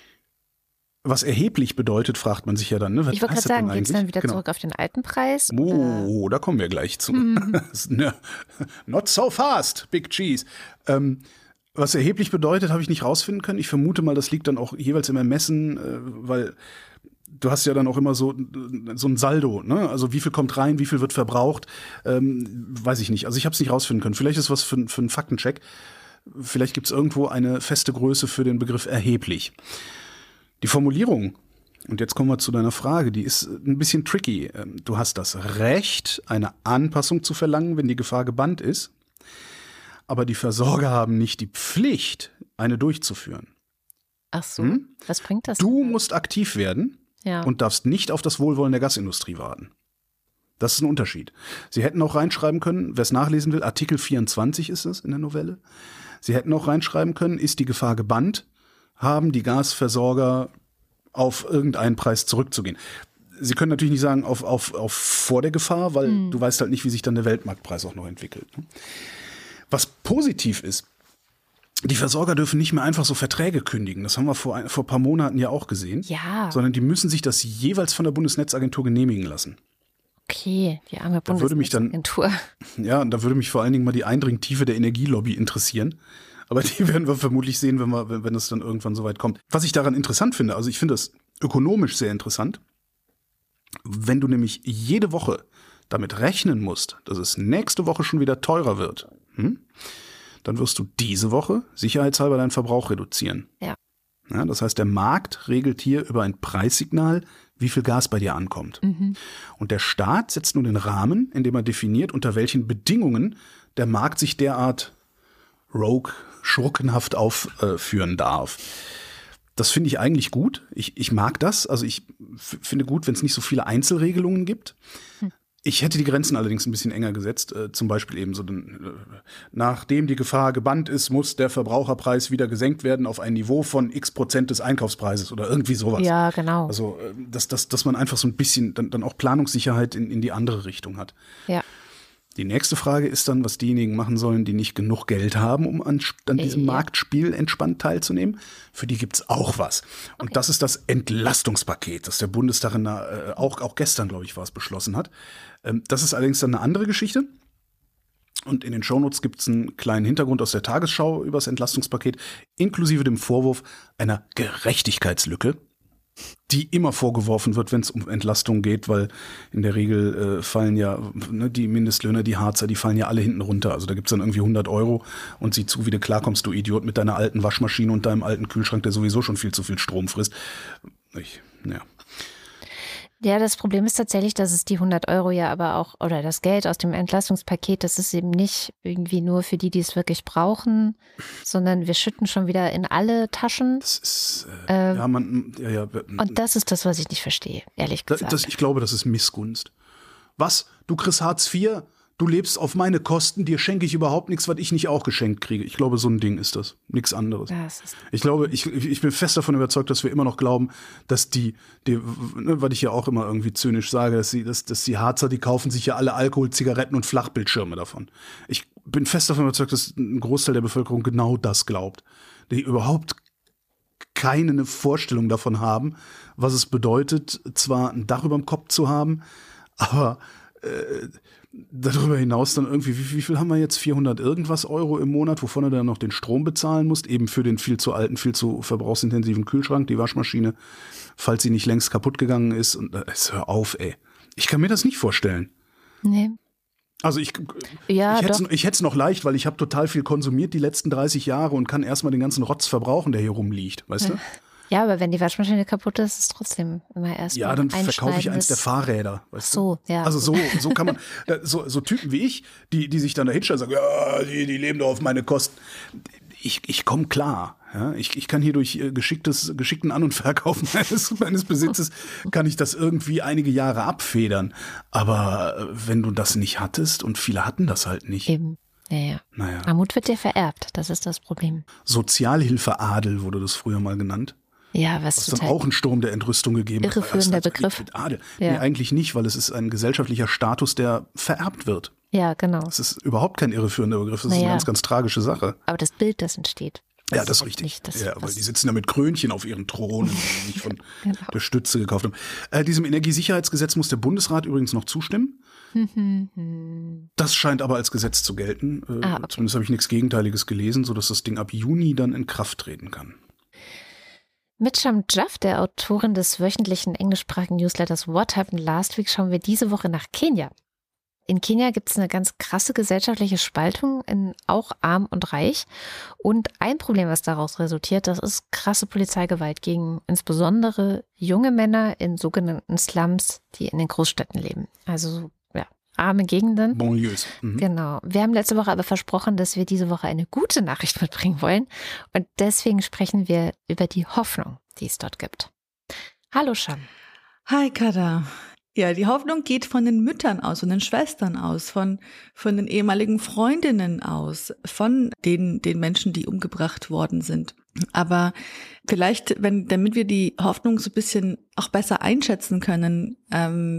Was erheblich bedeutet, fragt man sich ja dann. Ne? Was ich wollte gerade sagen, geht es dann wieder genau. zurück auf den alten Preis? Oh, da kommen wir gleich zu. Mhm. Not so fast, Big Cheese. Ähm, was erheblich bedeutet, habe ich nicht rausfinden können. Ich vermute mal, das liegt dann auch jeweils im Ermessen, äh, weil du hast ja dann auch immer so, so ein Saldo. Ne? Also wie viel kommt rein, wie viel wird verbraucht, ähm, weiß ich nicht. Also ich habe es nicht rausfinden können. Vielleicht ist was für, für einen Faktencheck. Vielleicht gibt es irgendwo eine feste Größe für den Begriff erheblich. Die Formulierung, und jetzt kommen wir zu deiner Frage, die ist ein bisschen tricky. Du hast das Recht, eine Anpassung zu verlangen, wenn die Gefahr gebannt ist, aber die Versorger haben nicht die Pflicht, eine durchzuführen. Ach so, hm? Was bringt das? Du musst aktiv werden ja. und darfst nicht auf das Wohlwollen der Gasindustrie warten. Das ist ein Unterschied. Sie hätten auch reinschreiben können, wer es nachlesen will, Artikel vierundzwanzig ist es in der Novelle. Sie hätten auch reinschreiben können, ist die Gefahr gebannt, haben die Gasversorger auf irgendeinen Preis zurückzugehen. Sie können natürlich nicht sagen, auf, auf, auf vor der Gefahr, weil mhm. du weißt halt nicht, wie sich dann der Weltmarktpreis auch noch entwickelt. Was positiv ist, Die Versorger dürfen nicht mehr einfach so Verträge kündigen. Das haben wir vor ein, vor ein paar Monaten ja auch gesehen. Ja. Sondern die müssen sich das jeweils von der Bundesnetzagentur genehmigen lassen. Okay, die arme Bundesnetzagentur. Ja, da würde mich vor allen Dingen mal die Eindringtiefe der Energielobby interessieren. Aber die werden wir vermutlich sehen, wenn wir, wenn es dann irgendwann soweit kommt. Was ich daran interessant finde, also ich finde das ökonomisch sehr interessant, wenn du nämlich jede Woche damit rechnen musst, dass es nächste Woche schon wieder teurer wird, hm? Dann wirst du diese Woche sicherheitshalber deinen Verbrauch reduzieren. Ja. Ja, das heißt, der Markt regelt hier über ein Preissignal, wie viel Gas bei dir ankommt. Mhm. Und der Staat setzt nun den Rahmen, indem er definiert, unter welchen Bedingungen der Markt sich derart rogue, schurkenhaft aufführen darf. Das finde ich eigentlich gut. Ich, ich mag das. Also ich f- finde gut, wenn es nicht so viele Einzelregelungen gibt. Hm. Ich hätte die Grenzen allerdings ein bisschen enger gesetzt. Äh, zum Beispiel eben so, den, äh, nachdem die Gefahr gebannt ist, muss der Verbraucherpreis wieder gesenkt werden auf ein Niveau von x Prozent des Einkaufspreises oder irgendwie sowas. Ja, genau. Also, äh, dass, dass, dass man einfach so ein bisschen dann, dann auch Planungssicherheit in, in die andere Richtung hat. Ja. Die nächste Frage ist dann, was diejenigen machen sollen, die nicht genug Geld haben, um an, an diesem ja. Marktspiel entspannt teilzunehmen. Für die gibt's auch was. Und okay. das ist das Entlastungspaket, das der Bundestag in der, äh, auch, auch gestern, glaube ich, war es, beschlossen hat. Ähm, das ist allerdings dann eine andere Geschichte. Und in den Shownotes gibt's einen kleinen Hintergrund aus der Tagesschau über das Entlastungspaket, inklusive dem Vorwurf einer Gerechtigkeitslücke, die immer vorgeworfen wird, wenn es um Entlastung geht, weil in der Regel äh, fallen ja ne, die Mindestlöhner, die Harzer, die fallen ja alle hinten runter. Also da gibt's dann irgendwie hundert Euro und sieh zu, wie du klarkommst, du Idiot, mit deiner alten Waschmaschine und deinem alten Kühlschrank, der sowieso schon viel zu viel Strom frisst. Ich, ja. Ja, das Problem ist tatsächlich, dass es die hundert Euro ja aber auch, oder das Geld aus dem Entlastungspaket, das ist eben nicht irgendwie nur für die, die es wirklich brauchen, sondern wir schütten schon wieder in alle Taschen. Das ist, äh, ähm, ja, man, ja, ja. Und das ist das, was ich nicht verstehe, ehrlich gesagt. Das, ich glaube, das ist Missgunst. Was? Du kriegst Hartz vier? Du lebst auf meine Kosten, dir schenke ich überhaupt nichts, was ich nicht auch geschenkt kriege. Ich glaube, so ein Ding ist das. Nichts anderes. Das ist ich glaube, ich, ich bin fest davon überzeugt, dass wir immer noch glauben, dass die, die ne, was ich ja auch immer irgendwie zynisch sage, dass, die, dass, dass die Harzer, die kaufen sich ja alle Alkohol, Zigaretten und Flachbildschirme davon. Ich bin fest davon überzeugt, dass ein Großteil der Bevölkerung genau das glaubt. Die überhaupt keine Vorstellung davon haben, was es bedeutet, zwar ein Dach über dem Kopf zu haben, aber äh, darüber hinaus dann irgendwie, wie, wie viel haben wir jetzt? vierhundert irgendwas Euro im Monat, wovon du dann noch den Strom bezahlen musst, eben für den viel zu alten, viel zu verbrauchsintensiven Kühlschrank, die Waschmaschine, falls sie nicht längst kaputt gegangen ist. Und äh, hör auf, ey. Ich kann mir das nicht vorstellen. Nee. Also ich, ja, ich hätte es noch leicht, weil ich habe total viel konsumiert die letzten dreißig Jahre und kann erstmal den ganzen Rotz verbrauchen, der hier rumliegt, weißt du? Ja, aber wenn die Waschmaschine kaputt ist, ist es trotzdem immer erst Ja, dann verkaufe ich eins der Fahrräder. Weißt so, du? ja. Also so, so kann man, so, so Typen wie ich, die, die sich dann da hinstellen und sagen, ja, die, die leben doch auf meine Kosten. Ich, ich komme klar. Ja? Ich, ich kann hier durch geschicktes, geschickten An- und Verkauf meines, meines Besitzes, kann ich das irgendwie einige Jahre abfedern. Aber wenn du das nicht hattest, und viele hatten das halt nicht. Eben. Ja, ja. Naja. Armut wird dir vererbt, das ist das Problem. Sozialhilfeadel wurde das früher mal genannt. Ja, was es dann auch einen Sturm der Entrüstung gegeben hat. Irreführender Begriff. Mit Adel. Ja. Nee, eigentlich nicht, weil es ist ein gesellschaftlicher Status, der vererbt wird. Ja, genau. Es ist überhaupt kein irreführender Begriff, das naja. ist eine ganz, ganz tragische Sache. Aber das Bild, das entsteht. Das ja, das ist richtig. Nicht, das, ja, weil die sitzen da mit Krönchen auf ihren Thronen, die nicht von genau. der Stütze gekauft haben. Äh, diesem Energiesicherheitsgesetz muss der Bundesrat übrigens noch zustimmen. Das scheint aber als Gesetz zu gelten. Äh, ah, okay. Zumindest habe ich nichts Gegenteiliges gelesen, sodass das Ding ab Juni dann in Kraft treten kann. Mit Sham Jaff, der Autorin des wöchentlichen englischsprachigen Newsletters What Happened Last Week, schauen wir diese Woche nach Kenia. In Kenia gibt es eine ganz krasse gesellschaftliche Spaltung in auch arm und reich. Und ein Problem, was daraus resultiert, das ist krasse Polizeigewalt gegen insbesondere junge Männer in sogenannten Slums, die in den Großstädten leben. Also ja, arme Gegenden. Banlieues. Mhm. Genau. Wir haben letzte Woche aber versprochen, dass wir diese Woche eine gute Nachricht mitbringen wollen. Und deswegen sprechen wir über die Hoffnung, die es dort gibt. Hallo Sham. Hi Kada. Ja, die Hoffnung geht von den Müttern aus, von den Schwestern aus, von, von den ehemaligen Freundinnen aus, von den, den Menschen, die umgebracht worden sind. Aber vielleicht, wenn, damit wir die Hoffnung so ein bisschen auch besser einschätzen können, ähm,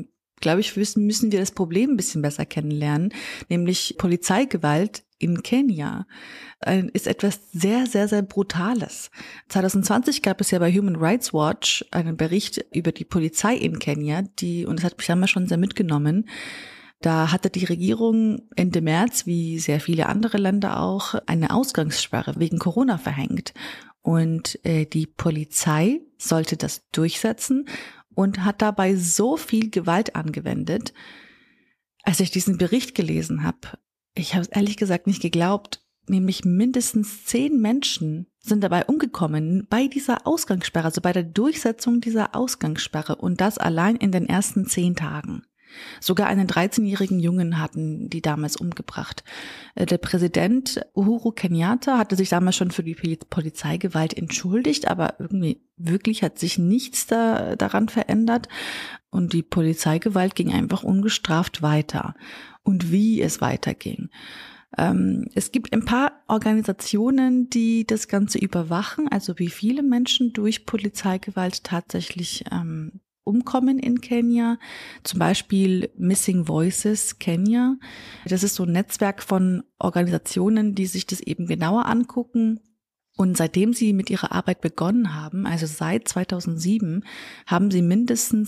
glaube ich, müssen, müssen wir das Problem ein bisschen besser kennenlernen, nämlich Polizeigewalt in Kenia ist etwas sehr, sehr, sehr Brutales. zwanzig zwanzig gab es ja bei Human Rights Watch einen Bericht über die Polizei in Kenia, die, und das hat mich damals schon sehr mitgenommen, da hatte die Regierung Ende März, wie sehr viele andere Länder auch, eine Ausgangssperre wegen Corona verhängt. Und äh, die Polizei sollte das durchsetzen und hat dabei so viel Gewalt angewendet. Als ich diesen Bericht gelesen habe, ich habe es ehrlich gesagt nicht geglaubt, nämlich mindestens zehn Menschen sind dabei umgekommen bei dieser Ausgangssperre, also bei der Durchsetzung dieser Ausgangssperre, und das allein in den ersten zehn Tagen. Sogar einen dreizehnjährigen Jungen hatten die damals umgebracht. Der Präsident Uhuru Kenyatta hatte sich damals schon für die Polizeigewalt entschuldigt, aber irgendwie wirklich hat sich nichts da, daran verändert und die Polizeigewalt ging einfach ungestraft weiter. Und wie es weiterging. Ähm, es gibt ein paar Organisationen, die das Ganze überwachen, also wie viele Menschen durch Polizeigewalt tatsächlich ähm, umkommen in Kenia. Zum Beispiel Missing Voices Kenya. Das ist so ein Netzwerk von Organisationen, die sich das eben genauer angucken. Und seitdem sie mit ihrer Arbeit begonnen haben, also seit zweitausendsieben, haben sie mindestens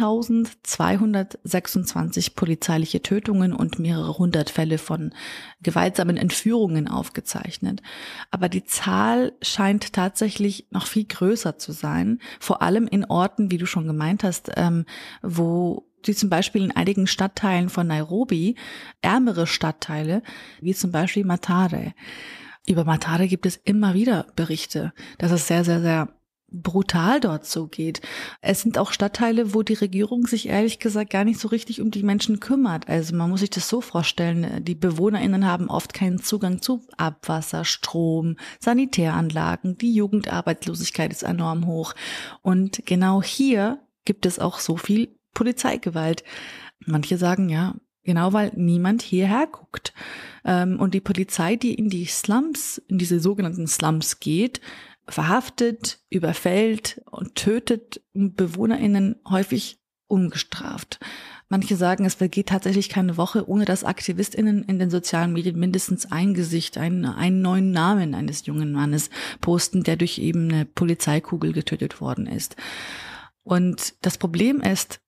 eintausendzweihundertsechsundzwanzig polizeiliche Tötungen und mehrere hundert Fälle von gewaltsamen Entführungen aufgezeichnet. Aber die Zahl scheint tatsächlich noch viel größer zu sein, vor allem in Orten, wie du schon gemeint hast, ähm, wo wie zum Beispiel in einigen Stadtteilen von Nairobi, ärmere Stadtteile, wie zum Beispiel Mathare. Über Mathare gibt es immer wieder Berichte, dass es sehr, sehr, sehr brutal dort zugeht. Es sind auch Stadtteile, wo die Regierung sich ehrlich gesagt gar nicht so richtig um die Menschen kümmert. Also man muss sich das so vorstellen, die BewohnerInnen haben oft keinen Zugang zu Abwasser, Strom, Sanitäranlagen, die Jugendarbeitslosigkeit ist enorm hoch. Und genau hier gibt es auch so viel Polizeigewalt. Manche sagen, ja, genau, weil niemand hierher guckt. Und die Polizei, die in die Slums, in diese sogenannten Slums geht, verhaftet, überfällt und tötet BewohnerInnen häufig ungestraft. Manche sagen, es vergeht tatsächlich keine Woche, ohne dass AktivistInnen in den sozialen Medien mindestens ein Gesicht, einen, einen neuen Namen eines jungen Mannes posten, der durch eben eine Polizeikugel getötet worden ist. Und das Problem ist,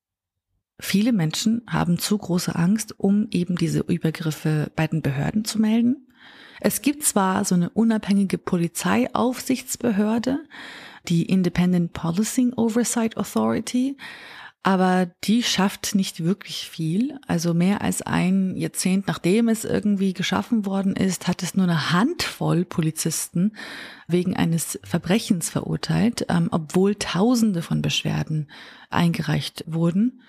viele Menschen haben zu große Angst, um eben diese Übergriffe bei den Behörden zu melden. Es gibt zwar so eine unabhängige Polizeiaufsichtsbehörde, die Independent Policing Oversight Authority, aber die schafft nicht wirklich viel. Also mehr als ein Jahrzehnt, nachdem es irgendwie geschaffen worden ist, hat es nur eine Handvoll Polizisten wegen eines Verbrechens verurteilt, ähm, obwohl Tausende von Beschwerden eingereicht wurden.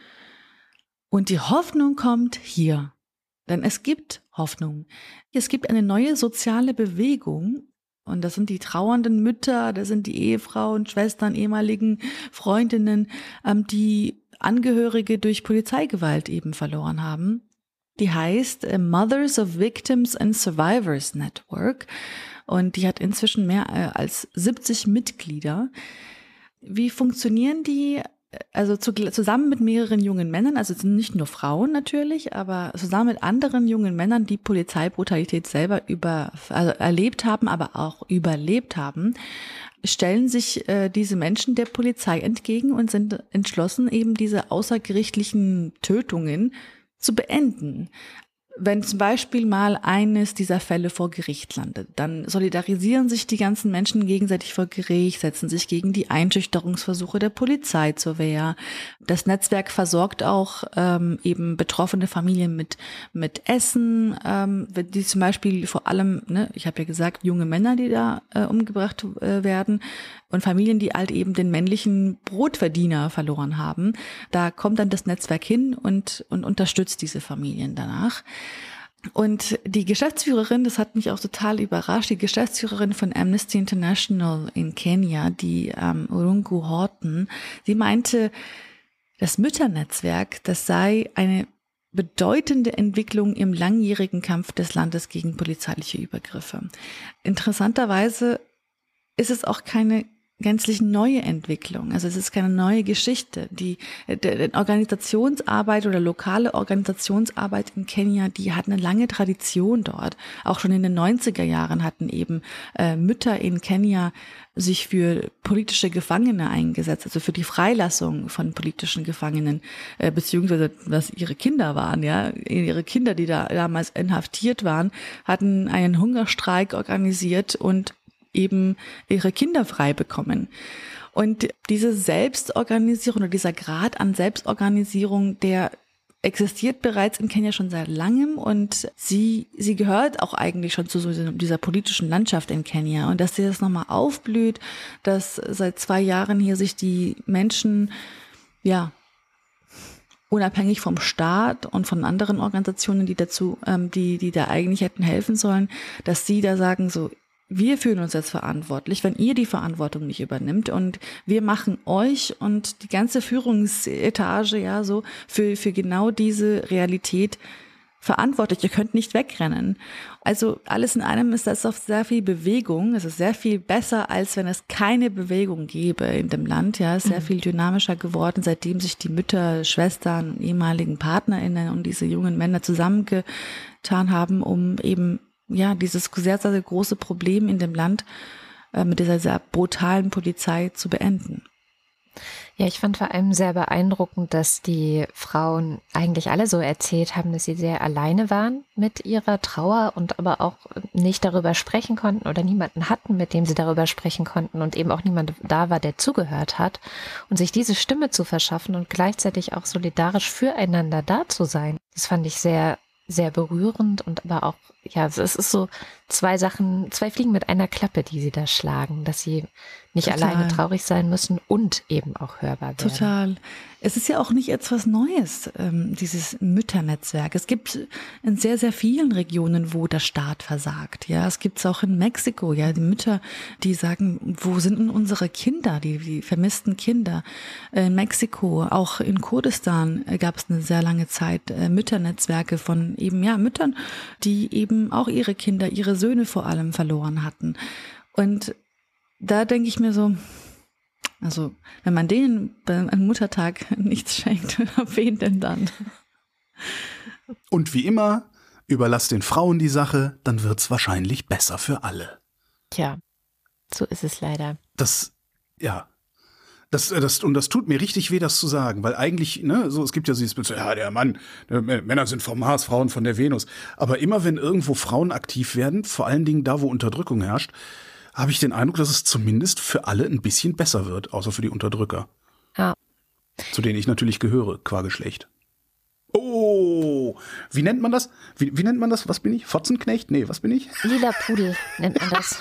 Und die Hoffnung kommt hier, denn es gibt Hoffnung. Es gibt eine neue soziale Bewegung und das sind die trauernden Mütter, das sind die Ehefrauen, Schwestern, ehemaligen Freundinnen, die Angehörige durch Polizeigewalt eben verloren haben. Die heißt Mothers of Victims and Survivors Network und die hat inzwischen mehr als siebzig Mitglieder. Wie funktionieren die? Also zu, zusammen mit mehreren jungen Männern, also es sind nicht nur Frauen natürlich, aber zusammen mit anderen jungen Männern, die Polizeibrutalität selber über, also erlebt haben, aber auch überlebt haben, stellen sich äh, diese Menschen der Polizei entgegen und sind entschlossen, eben diese außergerichtlichen Tötungen zu beenden. Wenn zum Beispiel mal eines dieser Fälle vor Gericht landet, dann solidarisieren sich die ganzen Menschen gegenseitig vor Gericht, setzen sich gegen die Einschüchterungsversuche der Polizei zur Wehr. Das Netzwerk versorgt auch ähm, eben betroffene Familien mit mit Essen, ähm, die zum Beispiel vor allem, ne, ich habe ja gesagt, junge Männer, die da äh, umgebracht äh, werden, und Familien, die halt eben den männlichen Brotverdiener verloren haben. Da kommt dann das Netzwerk hin und, und unterstützt diese Familien danach. Und die Geschäftsführerin, das hat mich auch total überrascht, die Geschäftsführerin von Amnesty International in Kenia, die ähm, Urungu Horton, sie meinte, das Mütternetzwerk, das sei eine bedeutende Entwicklung im langjährigen Kampf des Landes gegen polizeiliche Übergriffe. Interessanterweise ist es auch keine gänzlich neue Entwicklung. Also es ist keine neue Geschichte. Die, die Organisationsarbeit oder lokale Organisationsarbeit in Kenia, die hat eine lange Tradition dort. Auch schon in den neunziger Jahren hatten eben äh, Mütter in Kenia sich für politische Gefangene eingesetzt, also für die Freilassung von politischen Gefangenen, äh, beziehungsweise was ihre Kinder waren, ja. Ihre Kinder, die da damals inhaftiert waren, hatten einen Hungerstreik organisiert und eben ihre Kinder frei bekommen. Und diese Selbstorganisierung oder dieser Grad an Selbstorganisierung, der existiert bereits in Kenia schon seit langem und sie, sie gehört auch eigentlich schon zu so dieser politischen Landschaft in Kenia. Und dass sie das nochmal aufblüht, dass seit zwei Jahren hier sich die Menschen, ja, unabhängig vom Staat und von anderen Organisationen, die dazu, ähm, die, die da eigentlich hätten helfen sollen, dass sie da sagen so, wir fühlen uns jetzt verantwortlich, wenn ihr die Verantwortung nicht übernimmt und wir machen euch und die ganze Führungsetage ja so für, für genau diese Realität verantwortlich. Ihr könnt nicht wegrennen. Also alles in allem ist das auf sehr viel Bewegung. Es ist sehr viel besser, als wenn es keine Bewegung gäbe in dem Land. Ja, es ist sehr viel dynamischer geworden, seitdem sich die Mütter, Schwestern, ehemaligen PartnerInnen und diese jungen Männer zusammengetan haben, um eben ja, dieses sehr, sehr große Problem in dem Land äh, mit dieser sehr brutalen Polizei zu beenden. Ja, ich fand vor allem sehr beeindruckend, dass die Frauen eigentlich alle so erzählt haben, dass sie sehr alleine waren mit ihrer Trauer und aber auch nicht darüber sprechen konnten oder niemanden hatten, mit dem sie darüber sprechen konnten und eben auch niemand da war, der zugehört hat. Und sich diese Stimme zu verschaffen und gleichzeitig auch solidarisch füreinander da zu sein, das fand ich sehr sehr berührend und aber auch, ja, es ist so zwei Sachen, zwei Fliegen mit einer Klappe, die sie da schlagen, dass sie nicht Total. alleine traurig sein müssen und eben auch hörbar werden. Total. Es ist ja auch nicht etwas Neues, ähm, dieses Mütternetzwerk. Es gibt in sehr, sehr vielen Regionen, wo der Staat versagt. Ja, es gibt es auch in Mexiko, ja, die Mütter, die sagen, wo sind denn unsere Kinder, die, die vermissten Kinder? In Mexiko, auch in Kurdistan gab es eine sehr lange Zeit äh, Mütternetzwerke von eben, ja, Müttern, die eben auch ihre Kinder, ihre Söhne vor allem verloren hatten. Und da denke ich mir so, also wenn man denen beim Muttertag nichts schenkt, wen denn dann? Und wie immer, überlass den Frauen die Sache, dann wird's wahrscheinlich besser für alle. Tja, so ist es leider. Das, ja, das, das, und das tut mir richtig weh, das zu sagen, weil eigentlich, ne, so, es gibt ja dieses Bild, so, ja, der Mann, der, Männer sind vom Mars, Frauen von der Venus. Aber immer wenn irgendwo Frauen aktiv werden, vor allen Dingen da, wo Unterdrückung herrscht, habe ich den Eindruck, dass es zumindest für alle ein bisschen besser wird, außer für die Unterdrücker. Ja. Zu denen ich natürlich gehöre, qua Geschlecht. Oh, wie nennt man das? Wie, wie nennt man das? Was bin ich? Fotzenknecht? Nee, was bin ich? Lila Pudel nennt man das.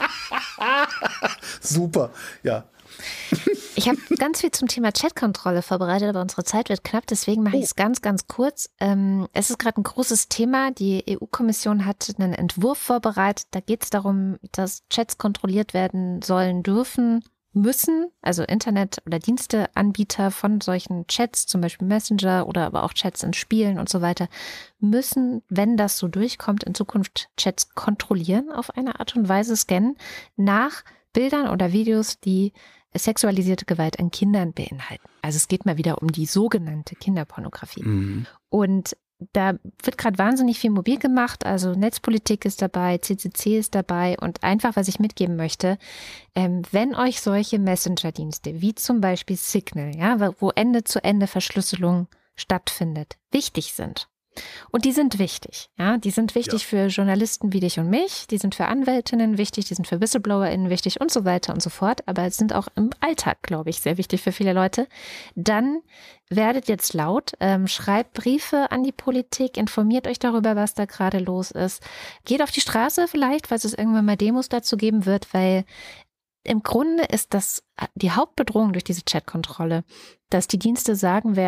Super, ja. Ich habe ganz viel zum Thema Chatkontrolle vorbereitet, aber unsere Zeit wird knapp, deswegen mache ich es ganz, ganz kurz. Ähm, es ist gerade ein großes Thema. Die E U-Kommission hat einen Entwurf vorbereitet. Da geht es darum, dass Chats kontrolliert werden sollen, dürfen, müssen. Also Internet- oder Diensteanbieter von solchen Chats, zum Beispiel Messenger oder aber auch Chats in Spielen und so weiter, müssen, wenn das so durchkommt, in Zukunft Chats kontrollieren, auf eine Art und Weise scannen, nach Bildern oder Videos, die sexualisierte Gewalt an Kindern beinhalten. Also es geht mal wieder um die sogenannte Kinderpornografie. Mhm. Und da wird gerade wahnsinnig viel mobil gemacht, also Netzpolitik ist dabei, C C C ist dabei und einfach, was ich mitgeben möchte, ähm, wenn euch solche Messenger-Dienste wie zum Beispiel Signal, ja, wo Ende-zu-Ende-Verschlüsselung stattfindet, wichtig sind. Und die sind wichtig, ja, die sind wichtig ja. für Journalisten wie dich und mich, die sind für Anwältinnen wichtig, die sind für WhistleblowerInnen wichtig und so weiter und so fort, aber es sind auch im Alltag, glaube ich, sehr wichtig für viele Leute. Dann werdet jetzt laut, ähm, schreibt Briefe an die Politik, informiert euch darüber, was da gerade los ist. Geht auf die Straße vielleicht, falls es irgendwann mal Demos dazu geben wird, weil im Grunde ist das die Hauptbedrohung durch diese Chatkontrolle, dass die Dienste sagen werden,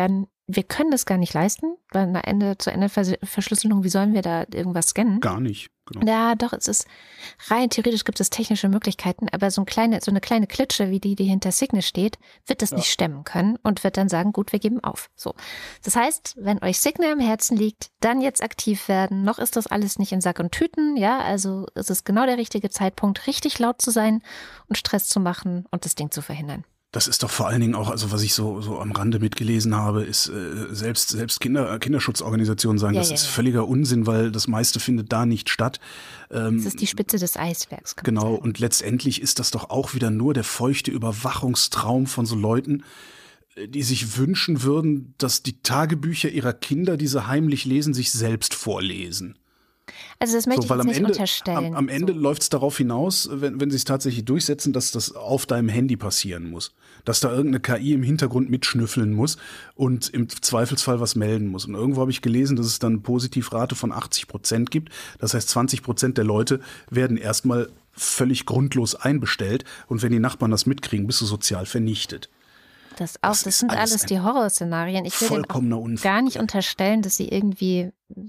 wir können das gar nicht leisten, weil eine Ende-zu-Ende-Verschlüsselung, wie sollen wir da irgendwas scannen? Gar nicht. Genau. Ja, doch, es ist rein theoretisch gibt es technische Möglichkeiten, aber so, ein kleine, so eine kleine Klitsche, wie die, die hinter Signal steht, wird das ja. nicht stemmen können und wird dann sagen, gut, wir geben auf. So. Das heißt, wenn euch Signal am Herzen liegt, dann jetzt aktiv werden. Noch ist das alles nicht in Sack und Tüten, ja, also es ist genau der richtige Zeitpunkt, richtig laut zu sein und Stress zu machen und das Ding zu verhindern. Das ist doch vor allen Dingen auch, also was ich so, so am Rande mitgelesen habe, ist äh, selbst, selbst Kinder, Kinderschutzorganisationen sagen, ja, das ja, ist ja. völliger Unsinn, weil das meiste findet da nicht statt. Ähm, das ist die Spitze des Eisbergs. Kann genau, man sagen. Und letztendlich ist das doch auch wieder nur der feuchte Überwachungstraum von so Leuten, die sich wünschen würden, dass die Tagebücher ihrer Kinder, die sie heimlich lesen, sich selbst vorlesen. Also das möchte so, weil ich jetzt am nicht Ende, unterstellen. Am, am Ende so. läuft es darauf hinaus, wenn, wenn sie es tatsächlich durchsetzen, dass das auf deinem Handy passieren muss. Dass da irgendeine K I im Hintergrund mitschnüffeln muss und im Zweifelsfall was melden muss. Und irgendwo habe ich gelesen, dass es dann eine Positivrate von achtzig Prozent gibt. Das heißt, zwanzig Prozent der Leute werden erstmal völlig grundlos einbestellt. Und wenn die Nachbarn das mitkriegen, bist du sozial vernichtet. Das auch, das, das sind alles, alles die Horrorszenarien. Ich will denen auch gar nicht unterstellen, dass sie irgendwie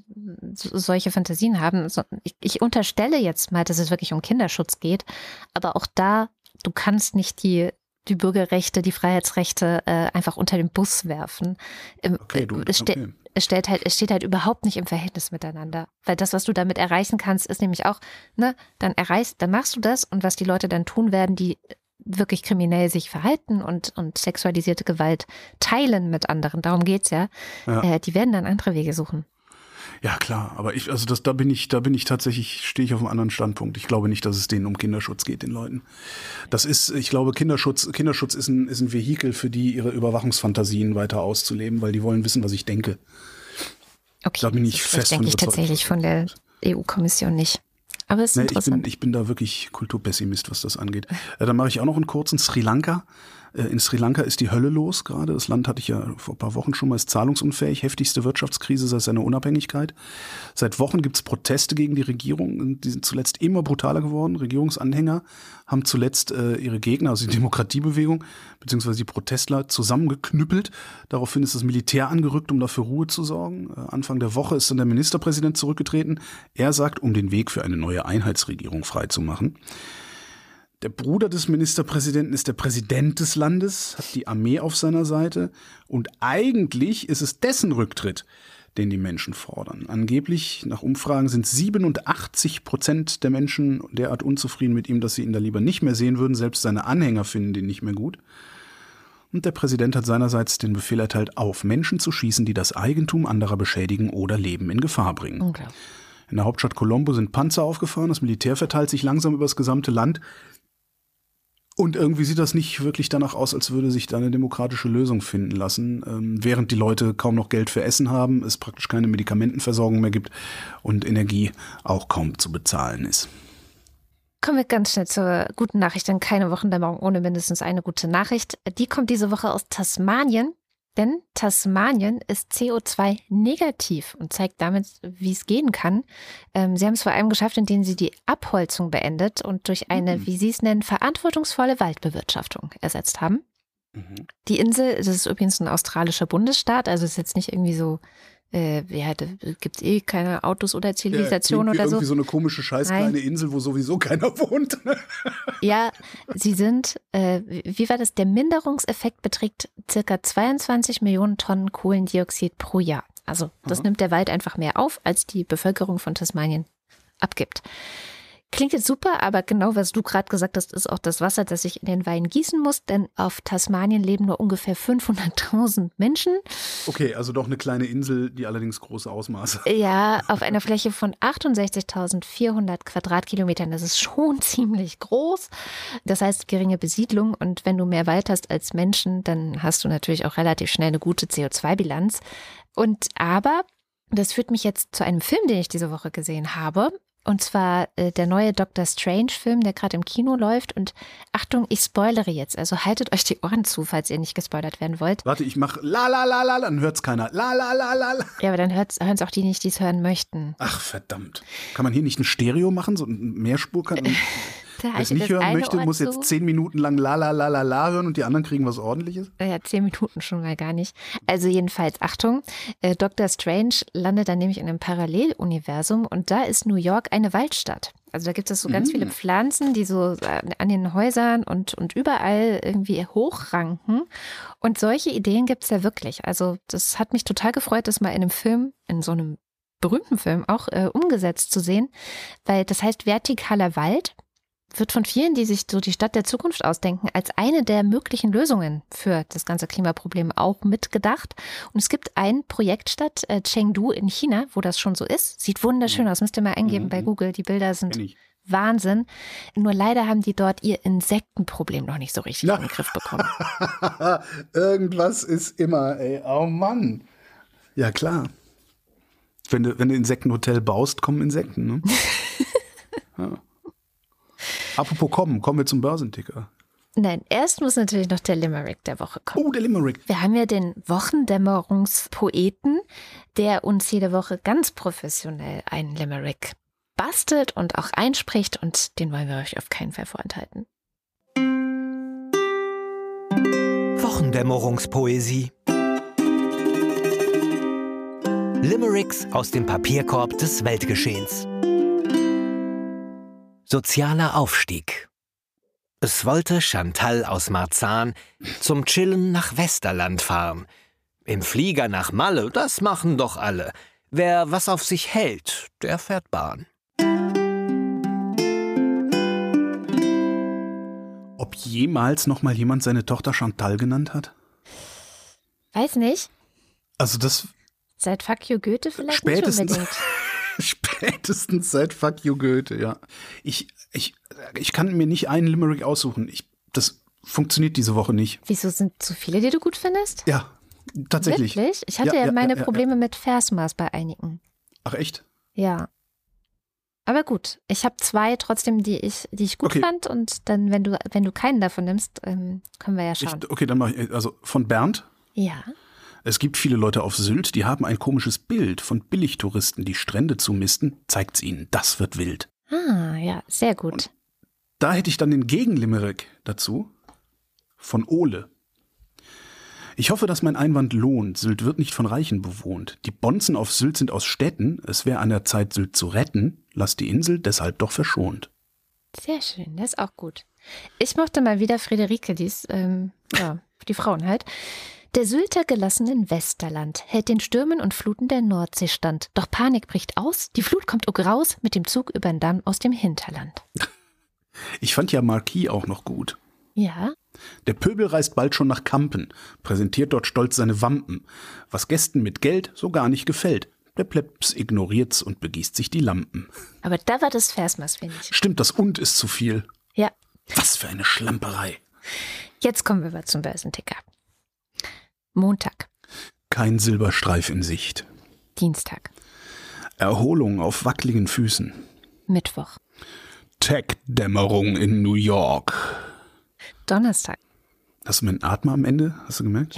so, solche Fantasien haben. Ich, ich unterstelle jetzt mal, dass es wirklich um Kinderschutz geht. Aber auch da, du kannst nicht die, die Bürgerrechte, die Freiheitsrechte äh, einfach unter den Bus werfen. Okay, du, es, ste- okay. es, stellt halt, es steht halt überhaupt nicht im Verhältnis miteinander. Weil das, was du damit erreichen kannst, ist nämlich auch, ne, dann erreichst, dann machst du das und was die Leute dann tun werden, die wirklich kriminell sich verhalten und, und sexualisierte Gewalt teilen mit anderen, darum geht's ja, ja. Äh, die werden dann andere Wege suchen. Ja, klar, aber ich, also das, da bin ich, da bin ich tatsächlich, stehe ich auf einem anderen Standpunkt. Ich glaube nicht, dass es denen um Kinderschutz geht, den Leuten. Das ist, ich glaube, Kinderschutz, Kinderschutz ist ein, ist ein Vehikel für die, ihre Überwachungsfantasien weiter auszuleben, weil die wollen wissen, was ich denke. Okay, da bin ich fest denke ich tatsächlich von der E U-Kommission nicht. Aber es ist nee, interessant. Ich bin, ich bin da wirklich Kulturpessimist, was das angeht. Äh, dann mache ich auch noch einen kurzen Sri Lanka. Äh, in Sri Lanka ist die Hölle los gerade. Das Land hatte ich ja vor ein paar Wochen schon mal, ist zahlungsunfähig. Heftigste Wirtschaftskrise seit seiner Unabhängigkeit. Seit Wochen gibt es Proteste gegen die Regierung. Die sind zuletzt immer brutaler geworden. Regierungsanhänger haben zuletzt äh, ihre Gegner, also die Demokratiebewegung, beziehungsweise die Protestler zusammengeknüppelt. Daraufhin ist das Militär angerückt, um dafür Ruhe zu sorgen. Äh, Anfang der Woche ist dann der Ministerpräsident zurückgetreten. Er sagt, um den Weg für eine neue Einheitsregierung freizumachen. Der Bruder des Ministerpräsidenten ist der Präsident des Landes, hat die Armee auf seiner Seite und eigentlich ist es dessen Rücktritt, den die Menschen fordern. Angeblich, nach Umfragen, sind siebenundachtzig Prozent der Menschen derart unzufrieden mit ihm, dass sie ihn da lieber nicht mehr sehen würden. Selbst seine Anhänger finden den nicht mehr gut. Und der Präsident hat seinerseits den Befehl erteilt, auf Menschen zu schießen, die das Eigentum anderer beschädigen oder Leben in Gefahr bringen. Okay. In der Hauptstadt Colombo sind Panzer aufgefahren, das Militär verteilt sich langsam über das gesamte Land. Und irgendwie sieht das nicht wirklich danach aus, als würde sich da eine demokratische Lösung finden lassen. Ähm, während die Leute kaum noch Geld für Essen haben, es praktisch keine Medikamentenversorgung mehr gibt und Energie auch kaum zu bezahlen ist. Kommen wir ganz schnell zur guten Nachricht, denn keine Wochendämmerung ohne mindestens eine gute Nachricht. Die kommt diese Woche aus Tasmanien, denn Tasmanien ist C O zwei negativ und zeigt damit, wie es gehen kann. Ähm, sie haben es vor allem geschafft, indem sie die Abholzung beendet und durch eine, mhm. wie sie es nennen, verantwortungsvolle Waldbewirtschaftung ersetzt haben. Mhm. Die Insel, das ist übrigens ein australischer Bundesstaat, also ist jetzt nicht irgendwie so, äh, ja, da gibt es eh keine Autos oder Zivilisation ja, oder so. Irgendwie so eine komische, scheiß kleine Nein. Insel, wo sowieso keiner wohnt. Ja, sie sind, äh, wie war das, der Minderungseffekt beträgt circa zweiundzwanzig Millionen Tonnen Kohlendioxid pro Jahr. Also das Aha. nimmt der Wald einfach mehr auf, als die Bevölkerung von Tasmanien abgibt. Klingt jetzt super, aber genau was du gerade gesagt hast, ist auch das Wasser, das sich in den Wein gießen muss, denn auf Tasmanien leben nur ungefähr fünfhunderttausend Menschen. Okay, also doch eine kleine Insel, die allerdings große Ausmaße. Ja, auf einer Fläche von achtundsechzigtausendvierhundert Quadratkilometern, das ist schon ziemlich groß. Das heißt geringe Besiedlung und wenn du mehr Wald hast als Menschen, dann hast du natürlich auch relativ schnell eine gute C O zwei Bilanz. Und aber, das führt mich jetzt zu einem Film, den ich diese Woche gesehen habe. Und zwar äh, der neue Doctor Strange-Film, der gerade im Kino läuft. Und Achtung, ich spoilere jetzt. Also haltet euch die Ohren zu, falls ihr nicht gespoilert werden wollt. Warte, ich mach la la la la, dann hört's keiner. La la la la la. Ja, aber dann hören es auch die nicht, die es hören möchten. Ach, verdammt. Kann man hier nicht ein Stereo machen, so ein Mehrspur? Kann Wer es nicht hören möchte, muss jetzt zehn Minuten lang la la la la la hören und die anderen kriegen was Ordentliches. Ja, zehn Minuten schon mal gar nicht. Also jedenfalls, Achtung, äh, Doktor Strange landet dann nämlich in einem Paralleluniversum und da ist New York eine Waldstadt. Also da gibt es so ganz mm. viele Pflanzen, die so an den Häusern und, und überall irgendwie hochranken. Und solche Ideen gibt es ja wirklich. Also das hat mich total gefreut, das mal in einem Film, in so einem berühmten Film auch äh, umgesetzt zu sehen. Weil das heißt vertikaler Wald wird von vielen, die sich so die Stadt der Zukunft ausdenken, als eine der möglichen Lösungen für das ganze Klimaproblem auch mitgedacht. Und es gibt eine Projektstadt, äh, Chengdu in China, wo das schon so ist. Sieht wunderschön aus, müsst ihr mal eingeben mhm. bei Google. Die Bilder sind Wahnsinn. Nur leider haben die dort ihr Insektenproblem noch nicht so richtig Na. in den Griff bekommen. Irgendwas ist immer, ey. Oh Mann. Ja, klar. Wenn du, wenn du Insektenhotel baust, kommen Insekten, ne? Ja. Apropos kommen, kommen wir zum Börsenticker. Nein, erst muss natürlich noch der Limerick der Woche kommen. Oh, der Limerick. Wir haben ja den Wochendämmerungspoeten, der uns jede Woche ganz professionell einen Limerick bastelt und auch einspricht und den wollen wir euch auf keinen Fall vorenthalten. Wochendämmerungspoesie. Limericks aus dem Papierkorb des Weltgeschehens. Sozialer Aufstieg. Es wollte Chantal aus Marzahn zum Chillen nach Westerland fahren. Im Flieger nach Malle, das machen doch alle. Wer was auf sich hält, der fährt Bahn. Ob jemals noch mal jemand seine Tochter Chantal genannt hat? Weiß nicht. Also das... Seit Fuck you Goethe vielleicht spätestens, nicht unbedingt. Spätestens seit Fuck you Goethe, ja. Ich, ich, ich kann mir nicht einen Limerick aussuchen. Ich, das funktioniert diese Woche nicht. Wieso sind so viele, die du gut findest? Ja, tatsächlich. Wirklich? Ich hatte ja, ja, ja meine ja, ja, Probleme ja. mit Versmaß bei einigen. Ach echt? Ja. Aber gut, ich habe zwei trotzdem, die ich, die ich gut okay. fand und dann, wenn du, wenn du keinen davon nimmst, ähm, können wir ja schauen. Ich, okay, dann mache ich, also von Bernd. Ja. Es gibt viele Leute auf Sylt, die haben ein komisches Bild von Billigtouristen, die Strände zumisten. Zeigt's ihnen, das wird wild. Ah, ja, sehr gut. Und da hätte ich dann den Gegenlimerick dazu von Ole. Ich hoffe, dass mein Einwand lohnt. Sylt wird nicht von Reichen bewohnt. Die Bonzen auf Sylt sind aus Städten. Es wäre an der Zeit, Sylt zu retten. Lasst die Insel deshalb doch verschont. Sehr schön, das ist auch gut. Ich mochte mal wieder Friederike, die ist, ähm, ja, die Frauen halt. Der Sylter gelassenen Westerland hält den Stürmen und Fluten der Nordsee stand. Doch Panik bricht aus, die Flut kommt o graus mit dem Zug übern Damm aus dem Hinterland. Ich fand ja Marquis auch noch gut. Ja? Der Pöbel reist bald schon nach Kampen, präsentiert dort stolz seine Wampen. Was Gästen mit Geld so gar nicht gefällt. Der Plebs ignoriert's und begießt sich die Lampen. Aber da war das Versmaß, finde ich. Stimmt, das und ist zu viel. Ja. Was für eine Schlamperei. Jetzt kommen wir mal zum Börsenticker. Montag. Kein Silberstreif in Sicht. Dienstag. Erholung auf wackeligen Füßen. Mittwoch. Tech-Dämmerung in New York. Donnerstag. Hast du meinen Atmer am Ende? Hast du gemerkt? Ja.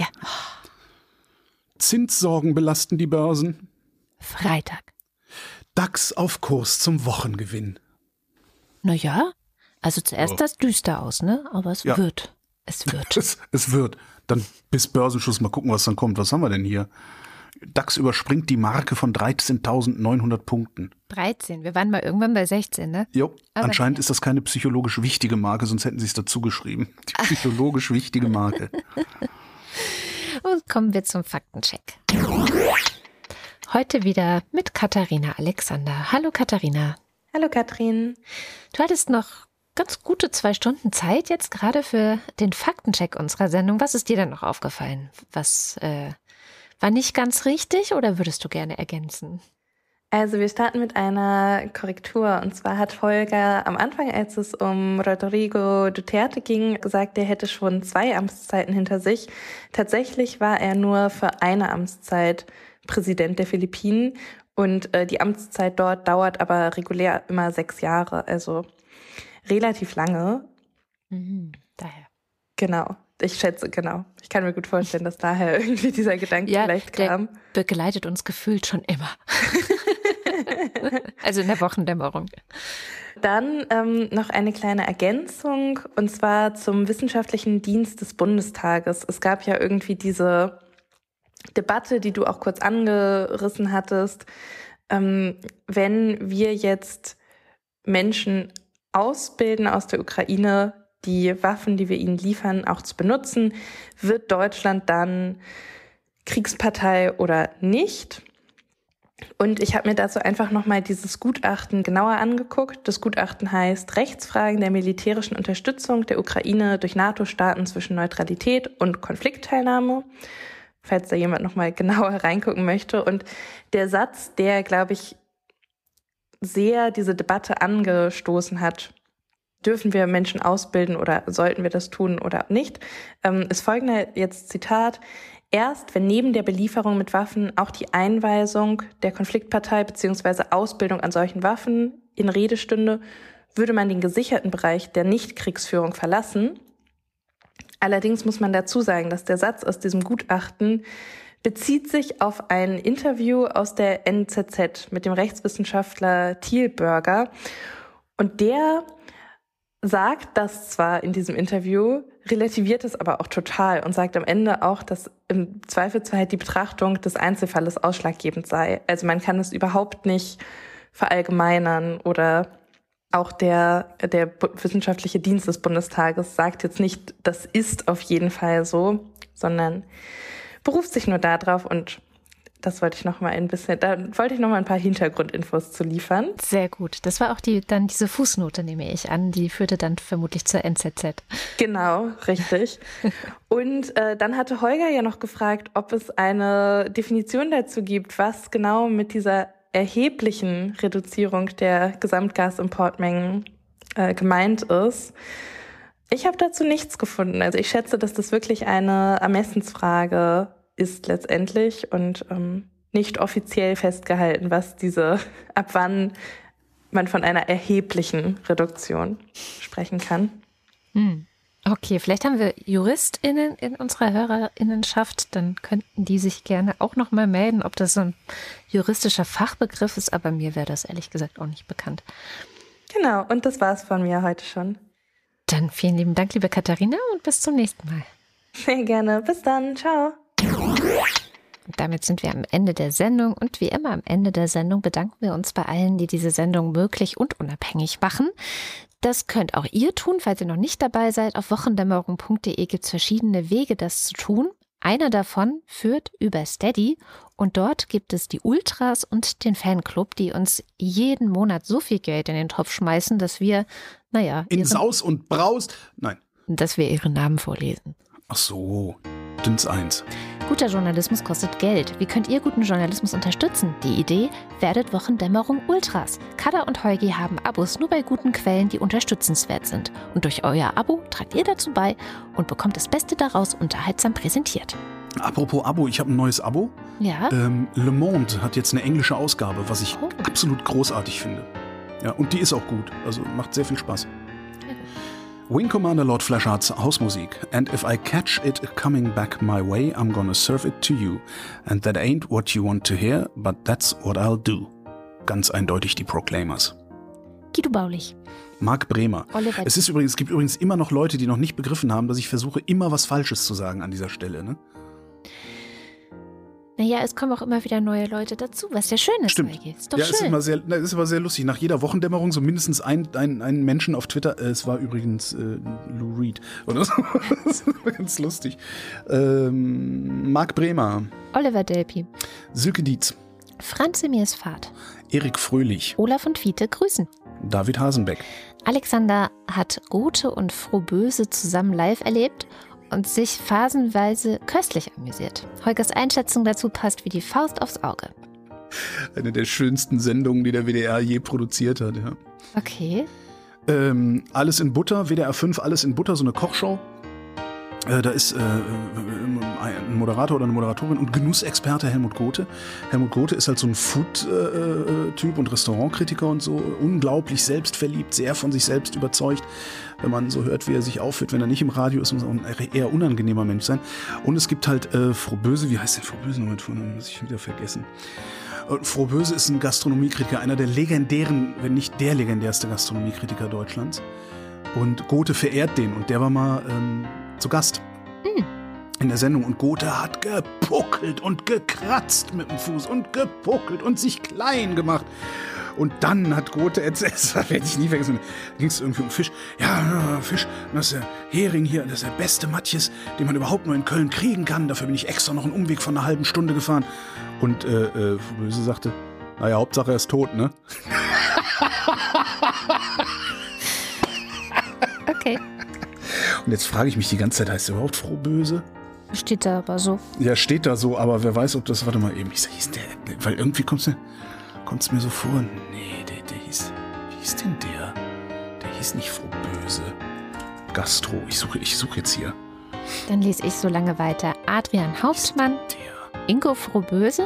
Zinssorgen belasten die Börsen. Freitag. DAX auf Kurs zum Wochengewinn. Naja, also zuerst oh. das düster aus, ne? Aber es ja. wird. Es wird. Es, es wird. Dann bis Börsenschluss mal gucken, was dann kommt. Was haben wir denn hier? DAX überspringt die Marke von dreizehntausendneunhundert Punkten. dreizehn, wir waren mal irgendwann bei sechzehn, ne? Jo, aber anscheinend ja. ist das keine psychologisch wichtige Marke, sonst hätten sie es dazu geschrieben. Die psychologisch wichtige Marke. Und kommen wir zum Faktencheck. Heute wieder mit Katharina Alexander. Hallo Katharina. Hallo Katrin. Du hattest noch ganz gute zwei Stunden Zeit jetzt gerade für den Faktencheck unserer Sendung. Was ist dir denn noch aufgefallen? Was äh, war nicht ganz richtig oder würdest du gerne ergänzen? Also wir starten mit einer Korrektur. Und zwar hat Holger am Anfang, als es um Rodrigo Duterte ging, gesagt, er hätte schon zwei Amtszeiten hinter sich. Tatsächlich war er nur für eine Amtszeit Präsident der Philippinen. Und äh, die Amtszeit dort dauert aber regulär immer sechs Jahre. Also relativ lange. Mhm, daher. Genau, ich schätze, genau. Ich kann mir gut vorstellen, dass daher irgendwie dieser Gedanke ja, vielleicht kam. Der begleitet uns gefühlt schon immer. Also in der Wochendämmerung. Dann ähm, noch eine kleine Ergänzung, und zwar zum Wissenschaftlichen Dienst des Bundestages. Es gab ja irgendwie diese Debatte, die du auch kurz angerissen hattest. Ähm, wenn wir jetzt Menschen ausbilden aus der Ukraine, die Waffen, die wir ihnen liefern, auch zu benutzen, wird Deutschland dann Kriegspartei oder nicht? Und ich habe mir dazu einfach nochmal dieses Gutachten genauer angeguckt. Das Gutachten heißt Rechtsfragen der militärischen Unterstützung der Ukraine durch NATO-Staaten zwischen Neutralität und Konfliktteilnahme, falls da jemand nochmal genauer reingucken möchte. Und der Satz, der, glaube ich, sehr diese Debatte angestoßen hat, dürfen wir Menschen ausbilden oder sollten wir das tun oder nicht, ist folgender, jetzt Zitat: Erst wenn neben der Belieferung mit Waffen auch die Einweisung der Konfliktpartei bzw. Ausbildung an solchen Waffen in Rede stünde, würde man den gesicherten Bereich der Nichtkriegsführung verlassen. Allerdings muss man dazu sagen, dass der Satz aus diesem Gutachten bezieht sich auf ein Interview aus der N Z Z mit dem Rechtswissenschaftler Thiel Börger. Und der sagt das zwar in diesem Interview, relativiert es aber auch total und sagt am Ende auch, dass im Zweifelsfall die Betrachtung des Einzelfalles ausschlaggebend sei. Also man kann es überhaupt nicht verallgemeinern, oder auch der, der wissenschaftliche Dienst des Bundestages sagt jetzt nicht, das ist auf jeden Fall so, sondern beruft sich nur darauf, und das wollte ich noch mal ein bisschen, da wollte ich noch mal ein paar Hintergrundinfos zu liefern. Sehr gut. Das war auch die, dann diese Fußnote, nehme ich an, die führte dann vermutlich zur N Z Z. Genau, richtig. Und äh, dann hatte Holger ja noch gefragt, ob es eine Definition dazu gibt, was genau mit dieser erheblichen Reduzierung der Gesamtgasimportmengen äh, gemeint ist. Ich habe dazu nichts gefunden. Also ich schätze, dass das wirklich eine Ermessensfrage ist letztendlich und ähm, nicht offiziell festgehalten, was diese, ab wann man von einer erheblichen Reduktion sprechen kann. Hm. Okay, vielleicht haben wir JuristInnen in unserer HörerInnenschaft, dann könnten die sich gerne auch nochmal melden, ob das so ein juristischer Fachbegriff ist, aber mir wäre das ehrlich gesagt auch nicht bekannt. Genau, und das war's von mir heute schon. Dann vielen lieben Dank, liebe Katharina, und bis zum nächsten Mal. Sehr gerne, bis dann, ciao. Und damit sind wir am Ende der Sendung, und wie immer am Ende der Sendung bedanken wir uns bei allen, die diese Sendung möglich und unabhängig machen. Das könnt auch ihr tun, falls ihr noch nicht dabei seid. Auf wochendämmerung punkt de gibt es verschiedene Wege, das zu tun. Einer davon führt über Steady, und dort gibt es die Ultras und den Fanclub, die uns jeden Monat so viel Geld in den Topf schmeißen, dass wir, naja... In Saus und Braus? Nein. Dass wir ihre Namen vorlesen. Ach so, dünns eins. Guter Journalismus kostet Geld. Wie könnt ihr guten Journalismus unterstützen? Die Idee: werdet Wochendämmerung Ultras. Kada und Heugi haben Abos nur bei guten Quellen, die unterstützenswert sind. Und durch euer Abo tragt ihr dazu bei und bekommt das Beste daraus unterhaltsam präsentiert. Apropos Abo, ich habe ein neues Abo. Ja? Ähm, Le Monde hat jetzt eine englische Ausgabe, was ich oh. absolut großartig finde. Ja, und die ist auch gut. Also macht sehr viel Spaß. Wing Commander Lord Fleshards Hausmusik. And if I catch it coming back my way, I'm gonna serve it to you. And that ain't what you want to hear, but that's what I'll do. Ganz eindeutig die Proclaimers. Guido Baulich. Marc Bremer. Oliver. Es ist übrigens, es gibt übrigens immer noch Leute, die noch nicht begriffen haben, dass ich versuche, immer was Falsches zu sagen an dieser Stelle, ne? Naja, es kommen auch immer wieder neue Leute dazu, was ja schön ist. Stimmt. Ist doch ja, schön. Ist immer sehr, ist immer sehr lustig. Nach jeder Wochendämmerung so mindestens ein, ein, ein Menschen auf Twitter, äh, es war übrigens äh, Lou Reed oder so. Das ist ganz lustig. Ähm, Marc Bremer. Oliver Delpi. Silke Dietz. Franz Emirs-Fahrt. Erik Fröhlich. Olaf und Fiete grüßen. David Hasenbeck. Alexander hat Gothe und Frohböse zusammen live erlebt und sich phasenweise köstlich amüsiert. Holgers Einschätzung dazu passt wie die Faust aufs Auge. Eine der schönsten Sendungen, die der W D R je produziert hat. Ja. Okay. Ähm, Alles in Butter, W D R fünf, Alles in Butter, so eine Kochshow. Äh, da ist äh, ein Moderator oder eine Moderatorin und Genussexperte Helmut Gothe. Helmut Gothe ist halt so ein Food-Typ äh, und Restaurantkritiker und so. Unglaublich selbstverliebt, sehr von sich selbst überzeugt. Wenn man so hört, wie er sich aufführt, wenn er nicht im Radio ist, muss er auch ein eher unangenehmer Mensch sein. Und es gibt halt äh, Frohböse, wie heißt der Frohböse noch mit vorne? Muss ich wieder vergessen. Und Frohböse ist ein Gastronomiekritiker, einer der legendären, wenn nicht der legendärste Gastronomiekritiker Deutschlands. Und Gothe verehrt den und der war mal ähm, zu Gast hm. in der Sendung. Und Gothe hat gepuckelt und gekratzt mit dem Fuß und gepuckelt und sich klein gemacht. Und dann hat Gothe erzählt, das werde ich nie vergessen, da ging es irgendwie um Fisch. Ja, Fisch, das ist der Hering hier, das ist der beste Matjes, den man überhaupt nur in Köln kriegen kann. Dafür bin ich extra noch einen Umweg von einer halben Stunde gefahren. Und äh, äh, Böse sagte, naja, Hauptsache er ist tot, ne? Okay. Und jetzt frage ich mich die ganze Zeit, heißt der überhaupt Frohböse? Steht da aber so. Ja, steht da so, aber wer weiß, ob das, warte mal eben, ich sag, hieß der, weil irgendwie kommt's mir, kommt's mir so vor, nee, der, der hieß, wie hieß denn der? Der hieß nicht Frohböse. Gastro, ich suche, ich suche jetzt hier. Dann lese ich so lange weiter. Adrian Hauptmann, Ingo Frohböse,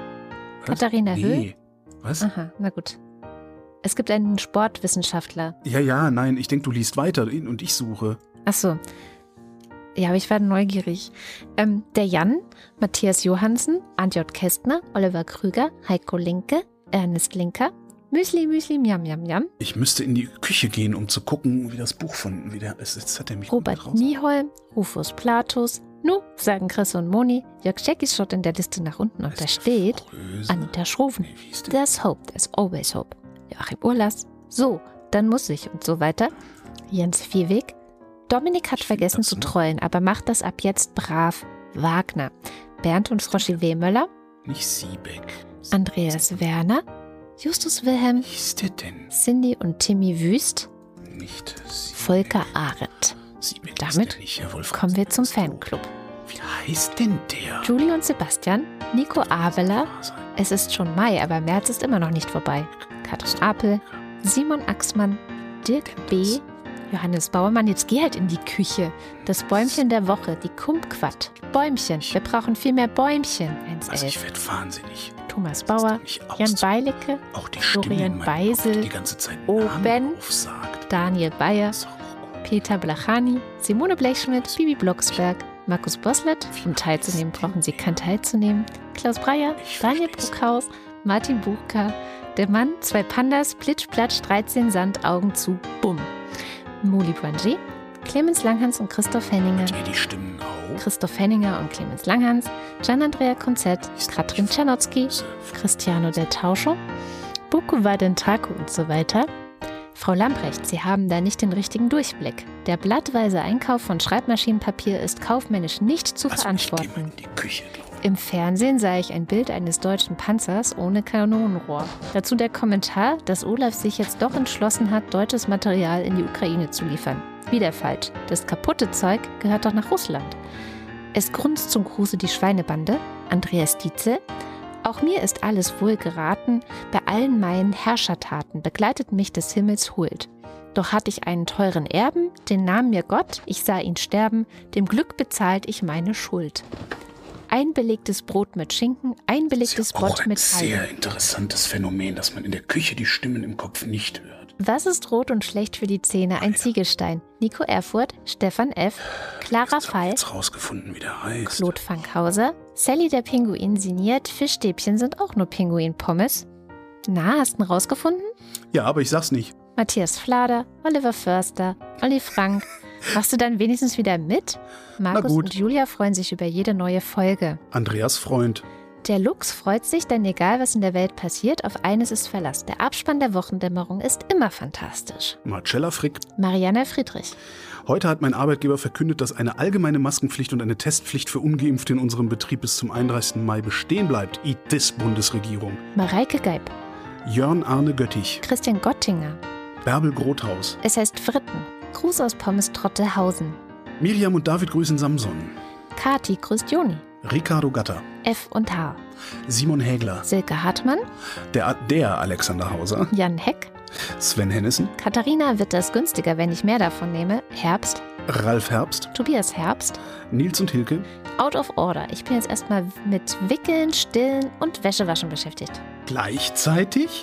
was? Katharina nee. Höhl. Was? Aha, na gut. Es gibt einen Sportwissenschaftler. Ja, ja, nein, ich denke, du liest weiter und ich suche. Ach so. Ja, aber ich war neugierig. Ähm, der Jan, Matthias Johansen, Arndt J. Kästner, Oliver Krüger, Heiko Linke, Ernest Linker, Müsli, Müsli, Miam, Miam, Miam. Ich müsste in die Küche gehen, um zu gucken, wie das Buch von, wie der ist. Jetzt hat er mich Robert Nieholm, Rufus Platus, Nu, sagen Chris und Moni. Jörg Scheckis schaut in der Liste nach unten und da steht Fröse. Anita Schroven. Nee, there's hope, there's always hope. Joachim Urlas. So, dann muss ich und so weiter. Jens Viehweg. Dominik hat vergessen zu trollen, aber macht das ab jetzt brav. Wagner. Bernd und Froschi Wehmöller. Nicht Siebeck. Andreas Werner. Justus Wilhelm. Wie ist der denn? Cindy und Timmy Wüst. Nicht Siebeck. Volker Arendt. Siebeck Damit nicht. Ja, kommen wir zum Fanclub. Wie heißt denn der? Julie und Sebastian. Nico Aveler. Es ist schon Mai, aber März ist immer noch nicht vorbei. Katrin Apel. Simon Axmann. Dirk B. Johannes Bauermann, jetzt geh halt in die Küche. Das Bäumchen der Woche, die Kumquat. Bäumchen, wir brauchen viel mehr Bäumchen. eins elf. Also ich werde wahnsinnig. Thomas Bauer, Jan Beilecke, Florian Beisel, die ganze Zeit Oben, Daniel Bayer, Peter Blachani, Simone Blechschmidt, Bibi Blocksberg, Markus Boslett, um teilzunehmen brauchen Sie kein teilzunehmen, Klaus Breyer, Daniel Bruckhaus, Martin Buchka, der Mann, zwei Pandas, Plitsch, Platsch, dreizehn Sand, Augen zu, bumm. Moli Brangy, Clemens Langhans und Christoph Henninger. Die stimmen auch. Christoph Henninger und Clemens Langhans, Gian-Andrea Konzett, Katrin Czernotzki, Cristiano del Tauscho, Buko Wadentraku und so weiter. Frau Lamprecht, Sie haben da nicht den richtigen Durchblick. Der blattweise Einkauf von Schreibmaschinenpapier ist kaufmännisch nicht zu also verantworten. Ich gehe mal in die Küche, glaube ich. Im Fernsehen sah ich ein Bild eines deutschen Panzers ohne Kanonenrohr. Dazu der Kommentar, dass Olaf sich jetzt doch entschlossen hat, deutsches Material in die Ukraine zu liefern. Wieder falsch. Das kaputte Zeug gehört doch nach Russland. Es grunzt zum Gruße die Schweinebande. Andreas Dietzel. Auch mir ist alles wohl geraten. Bei allen meinen Herrschertaten begleitet mich des Himmels Huld. Doch hatte ich einen teuren Erben, den nahm mir Gott, ich sah ihn sterben, dem Glück bezahlt ich meine Schuld. Ein belegtes Brot mit Schinken, ein belegtes Brot mit Eiern. Sehr interessantes Phänomen, dass man in der Küche die Stimmen im Kopf nicht hört. Was ist rot und schlecht für die Zähne? Ein Ziegelstein. Nico Erfurt, Stefan F., Clara Fall, jetzt rausgefunden, wie der heißt. Claude Fankhauser, Sally der Pinguin sinniert, Fischstäbchen sind auch nur Pinguin-Pommes. Na, hast du ihn rausgefunden? Ja, aber ich sag's nicht. Matthias Flader, Oliver Förster, Olli Frank. Machst du dann wenigstens wieder mit? Markus und Julia freuen sich über jede neue Folge. Andreas Freund. Der Lux freut sich, denn egal was in der Welt passiert, auf eines ist Verlass. Der Abspann der Wochendämmerung ist immer fantastisch. Marcella Frick. Marianne Friedrich. Heute hat mein Arbeitgeber verkündet, dass eine allgemeine Maskenpflicht und eine Testpflicht für Ungeimpfte in unserem Betrieb bis zum einunddreißigsten Mai bestehen bleibt. I D I S Bundesregierung. Mareike Geib. Jörn Arne Göttich. Christian Gottinger. Bärbel Grothaus. Es heißt Fritten. Gruß aus Pommes Trottelhausen. Miriam und David grüßen Samson. Kati grüßt Joni. Ricardo Gatter. F und H. Simon Hägler. Silke Hartmann. Der, der Alexander Hauser. Jan Heck. Sven Hennissen. Katharina wird das günstiger, wenn ich mehr davon nehme. Herbst. Ralf Herbst. Tobias Herbst. Nils und Hilke. Out of Order. Ich bin jetzt erstmal mit Wickeln, Stillen und Wäschewaschen beschäftigt. Gleichzeitig?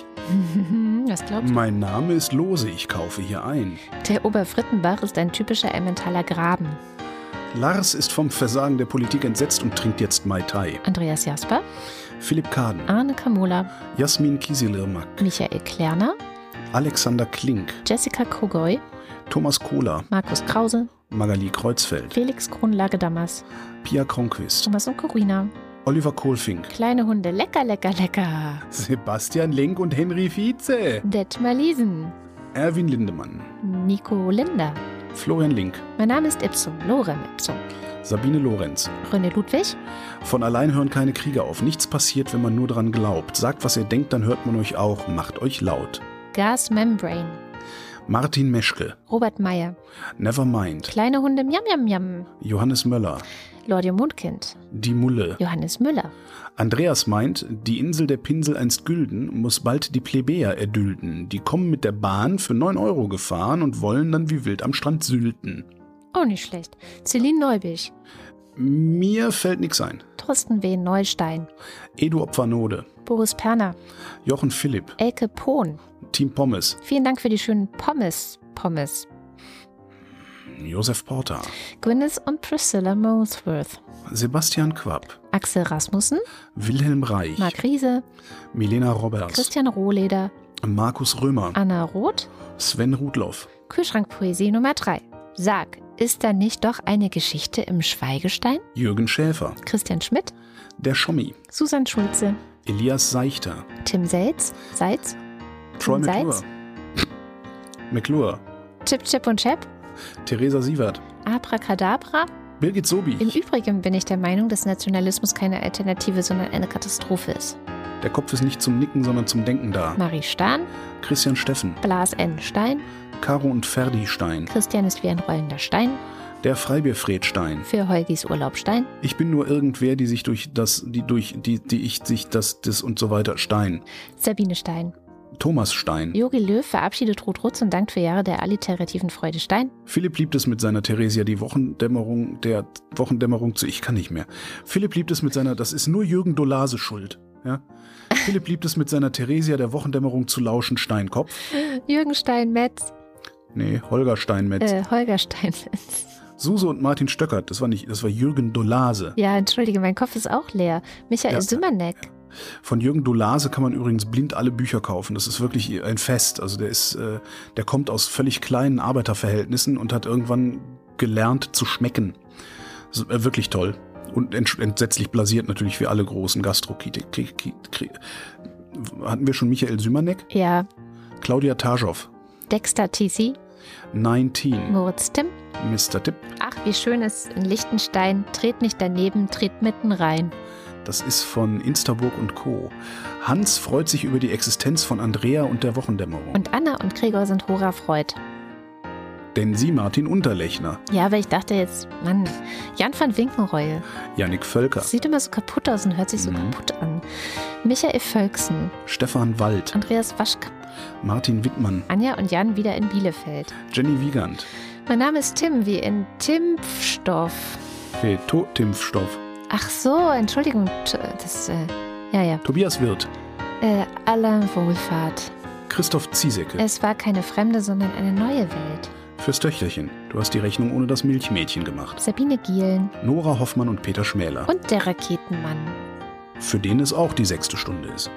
Was glaubst du? Mein Name ist Lose, ich kaufe hier ein. Der Oberfrittenbach ist ein typischer Emmentaler Graben. Lars ist vom Versagen der Politik entsetzt und trinkt jetzt Mai Tai. Andreas Jasper. Philipp Kaden. Arne Kamola. Jasmin Kieselirmak. Michael Klerner. Alexander Klink. Jessica Krogoy. Thomas Kohler. Markus Krause. Magali Kreuzfeld. Felix Kronlage-Dammers. Pia Kronquist. Thomas und Corina. Oliver Kohlfink. Kleine Hunde, lecker, lecker, lecker. Sebastian Link und Henry Vize. Detmar Liesen. Erwin Lindemann. Nico Linder. Florian Link. Mein Name ist Ipsum, Lorem Ipsum. Sabine Lorenz. René Ludwig. Von allein hören keine Kriege auf. Nichts passiert, wenn man nur dran glaubt. Sagt, was ihr denkt, dann hört man euch auch. Macht euch laut. Gas Membrane. Martin Meschke. Robert Meyer. Nevermind. Kleine Hunde, miam, miam, miam. Johannes Möller. Lordia Mundkind. Die Mulle. Johannes Müller. Andreas meint, die Insel der Pinsel einst gülden, muss bald die Plebejer erdulden. Die kommen mit der Bahn für neun Euro gefahren und wollen dann wie wild am Strand sülten. Oh, nicht schlecht. Celine Neubich. Mir fällt nix ein. Thorsten W. Neustein. Edu Opfanode. Boris Perner. Jochen Philipp. Elke Pohn. Team Pommes. Vielen Dank für die schönen Pommes. Pommes. Josef Porter. Gwyneth und Priscilla Molesworth. Sebastian Quapp. Axel Rasmussen. Wilhelm Reich. Marc Riese. Milena Roberts. Christian Rohleder. Markus Römer. Anna Roth. Sven Rudloff. Kühlschrankpoesie Nummer drei. Sag, ist da nicht doch eine Geschichte im Schweigestein? Jürgen Schäfer. Christian Schmidt. Der Schommi. Susan Schulze. Elias Seichter. Tim Selz. Seitz. Troy Tim McClure. McClure. Chip, Chip und Chap. Theresa Sievert. Abracadabra. Birgit Sobi. Im Übrigen bin ich der Meinung, dass Nationalismus keine Alternative, sondern eine Katastrophe ist. Der Kopf ist nicht zum Nicken, sondern zum Denken da. Marie Stahn. Christian Steffen. Blas N. Stein. Caro und Ferdi Stein. Christian ist wie ein rollender Stein. Der Freibierfred Stein. Für Holgis Urlaub Stein. Ich bin nur irgendwer, die sich durch das, die durch, die, die ich sich das, das und so weiter Stein. Sabine Stein. Thomas Stein. Jogi Löw verabschiedet Ruth Rutz und dankt für Jahre der alliterativen Freude Stein. Philipp liebt es mit seiner Theresia die Wochendämmerung, der Wochendämmerung zu, ich kann nicht mehr. Philipp liebt es mit seiner, das ist nur Jürgen Dolase schuld. Ja? Philipp liebt es mit seiner Theresia der Wochendämmerung zu lauschen, Steinkopf. Jürgen Steinmetz. Nee, Holger Steinmetz. Äh, Holger Steinmetz. Suse und Martin Stöckert, das war nicht, das war Jürgen Dolase. Ja, entschuldige, mein Kopf ist auch leer. Michael ja, Sümmerneck. Ja. Von Jürgen Dolase kann man übrigens blind alle Bücher kaufen. Das ist wirklich ein Fest. Also der ist, äh, der kommt aus völlig kleinen Arbeiterverhältnissen und hat irgendwann gelernt zu schmecken. Also, äh, wirklich toll. Und ent- entsetzlich blasiert natürlich wie alle großen Gastro-Kritiker. Hatten wir schon Michael Sümmerneck? Ja. Claudia Taschow. Dexter T C. neunzehn. Moritz Timm. Mister Tipp. Ach, wie schön ist in Liechtenstein. Tret nicht daneben, tret mitten rein. Das ist von Instaburg und Co. Hans freut sich über die Existenz von Andrea und der Wochendämmerung. Und Anna und Gregor sind Hora Freud. Denn sie Martin Unterlechner. Ja, aber ich dachte jetzt, Mann, Jan van Winkenreue. Jannik Völker. Das sieht immer so kaputt aus und hört sich so mhm. kaputt an. Michael Völksen. Stefan Wald. Andreas Waschke. Martin Wittmann. Anja und Jan wieder in Bielefeld. Jenny Wiegand. Mein Name ist Tim, wie in Timpfstoff. Hey, to- Timpfstoff. Ach so, Entschuldigung, das, äh, ja, ja. Tobias Wirth. Äh, Alain Wohlfahrt. Christoph Ziesecke. Es war keine fremde, sondern eine neue Welt. Fürs Töchterchen. Du hast die Rechnung ohne das Milchmädchen gemacht. Sabine Gielen. Nora Hoffmann und Peter Schmäler. Und der Raketenmann. Für den es auch die sechste Stunde ist.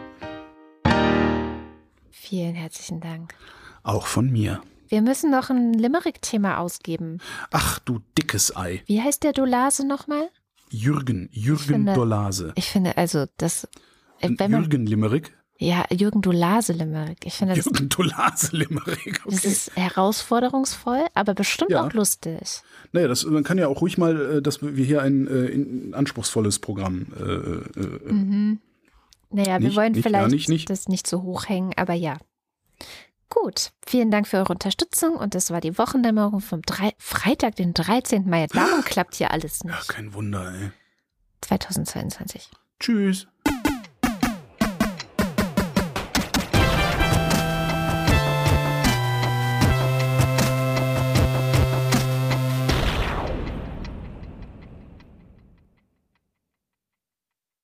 Vielen herzlichen Dank. Auch von mir. Wir müssen noch ein Limerick-Thema ausgeben. Ach, du dickes Ei. Wie heißt der Dolase nochmal? Jürgen, Jürgen finde, Dolase. Ich finde, also das... Wenn man, Jürgen Limerick? Ja, Jürgen Dolase Limerick. Ich finde, Jürgen Dolase Limerick, okay. Das ist herausforderungsvoll, aber bestimmt ja. auch lustig. Naja, das, man kann ja auch ruhig mal, dass wir hier ein, ein anspruchsvolles Programm... Äh, äh, mhm. Naja, nicht, wir wollen nicht, vielleicht nicht, nicht. das nicht so hoch hängen, aber ja. Gut, vielen Dank für eure Unterstützung und das war die Wochendämmerung vom drei, Freitag, den dreizehnten Mai. Warum klappt hier alles nicht? Ja, kein Wunder, ey. zweitausendzweiundzwanzig. Tschüss.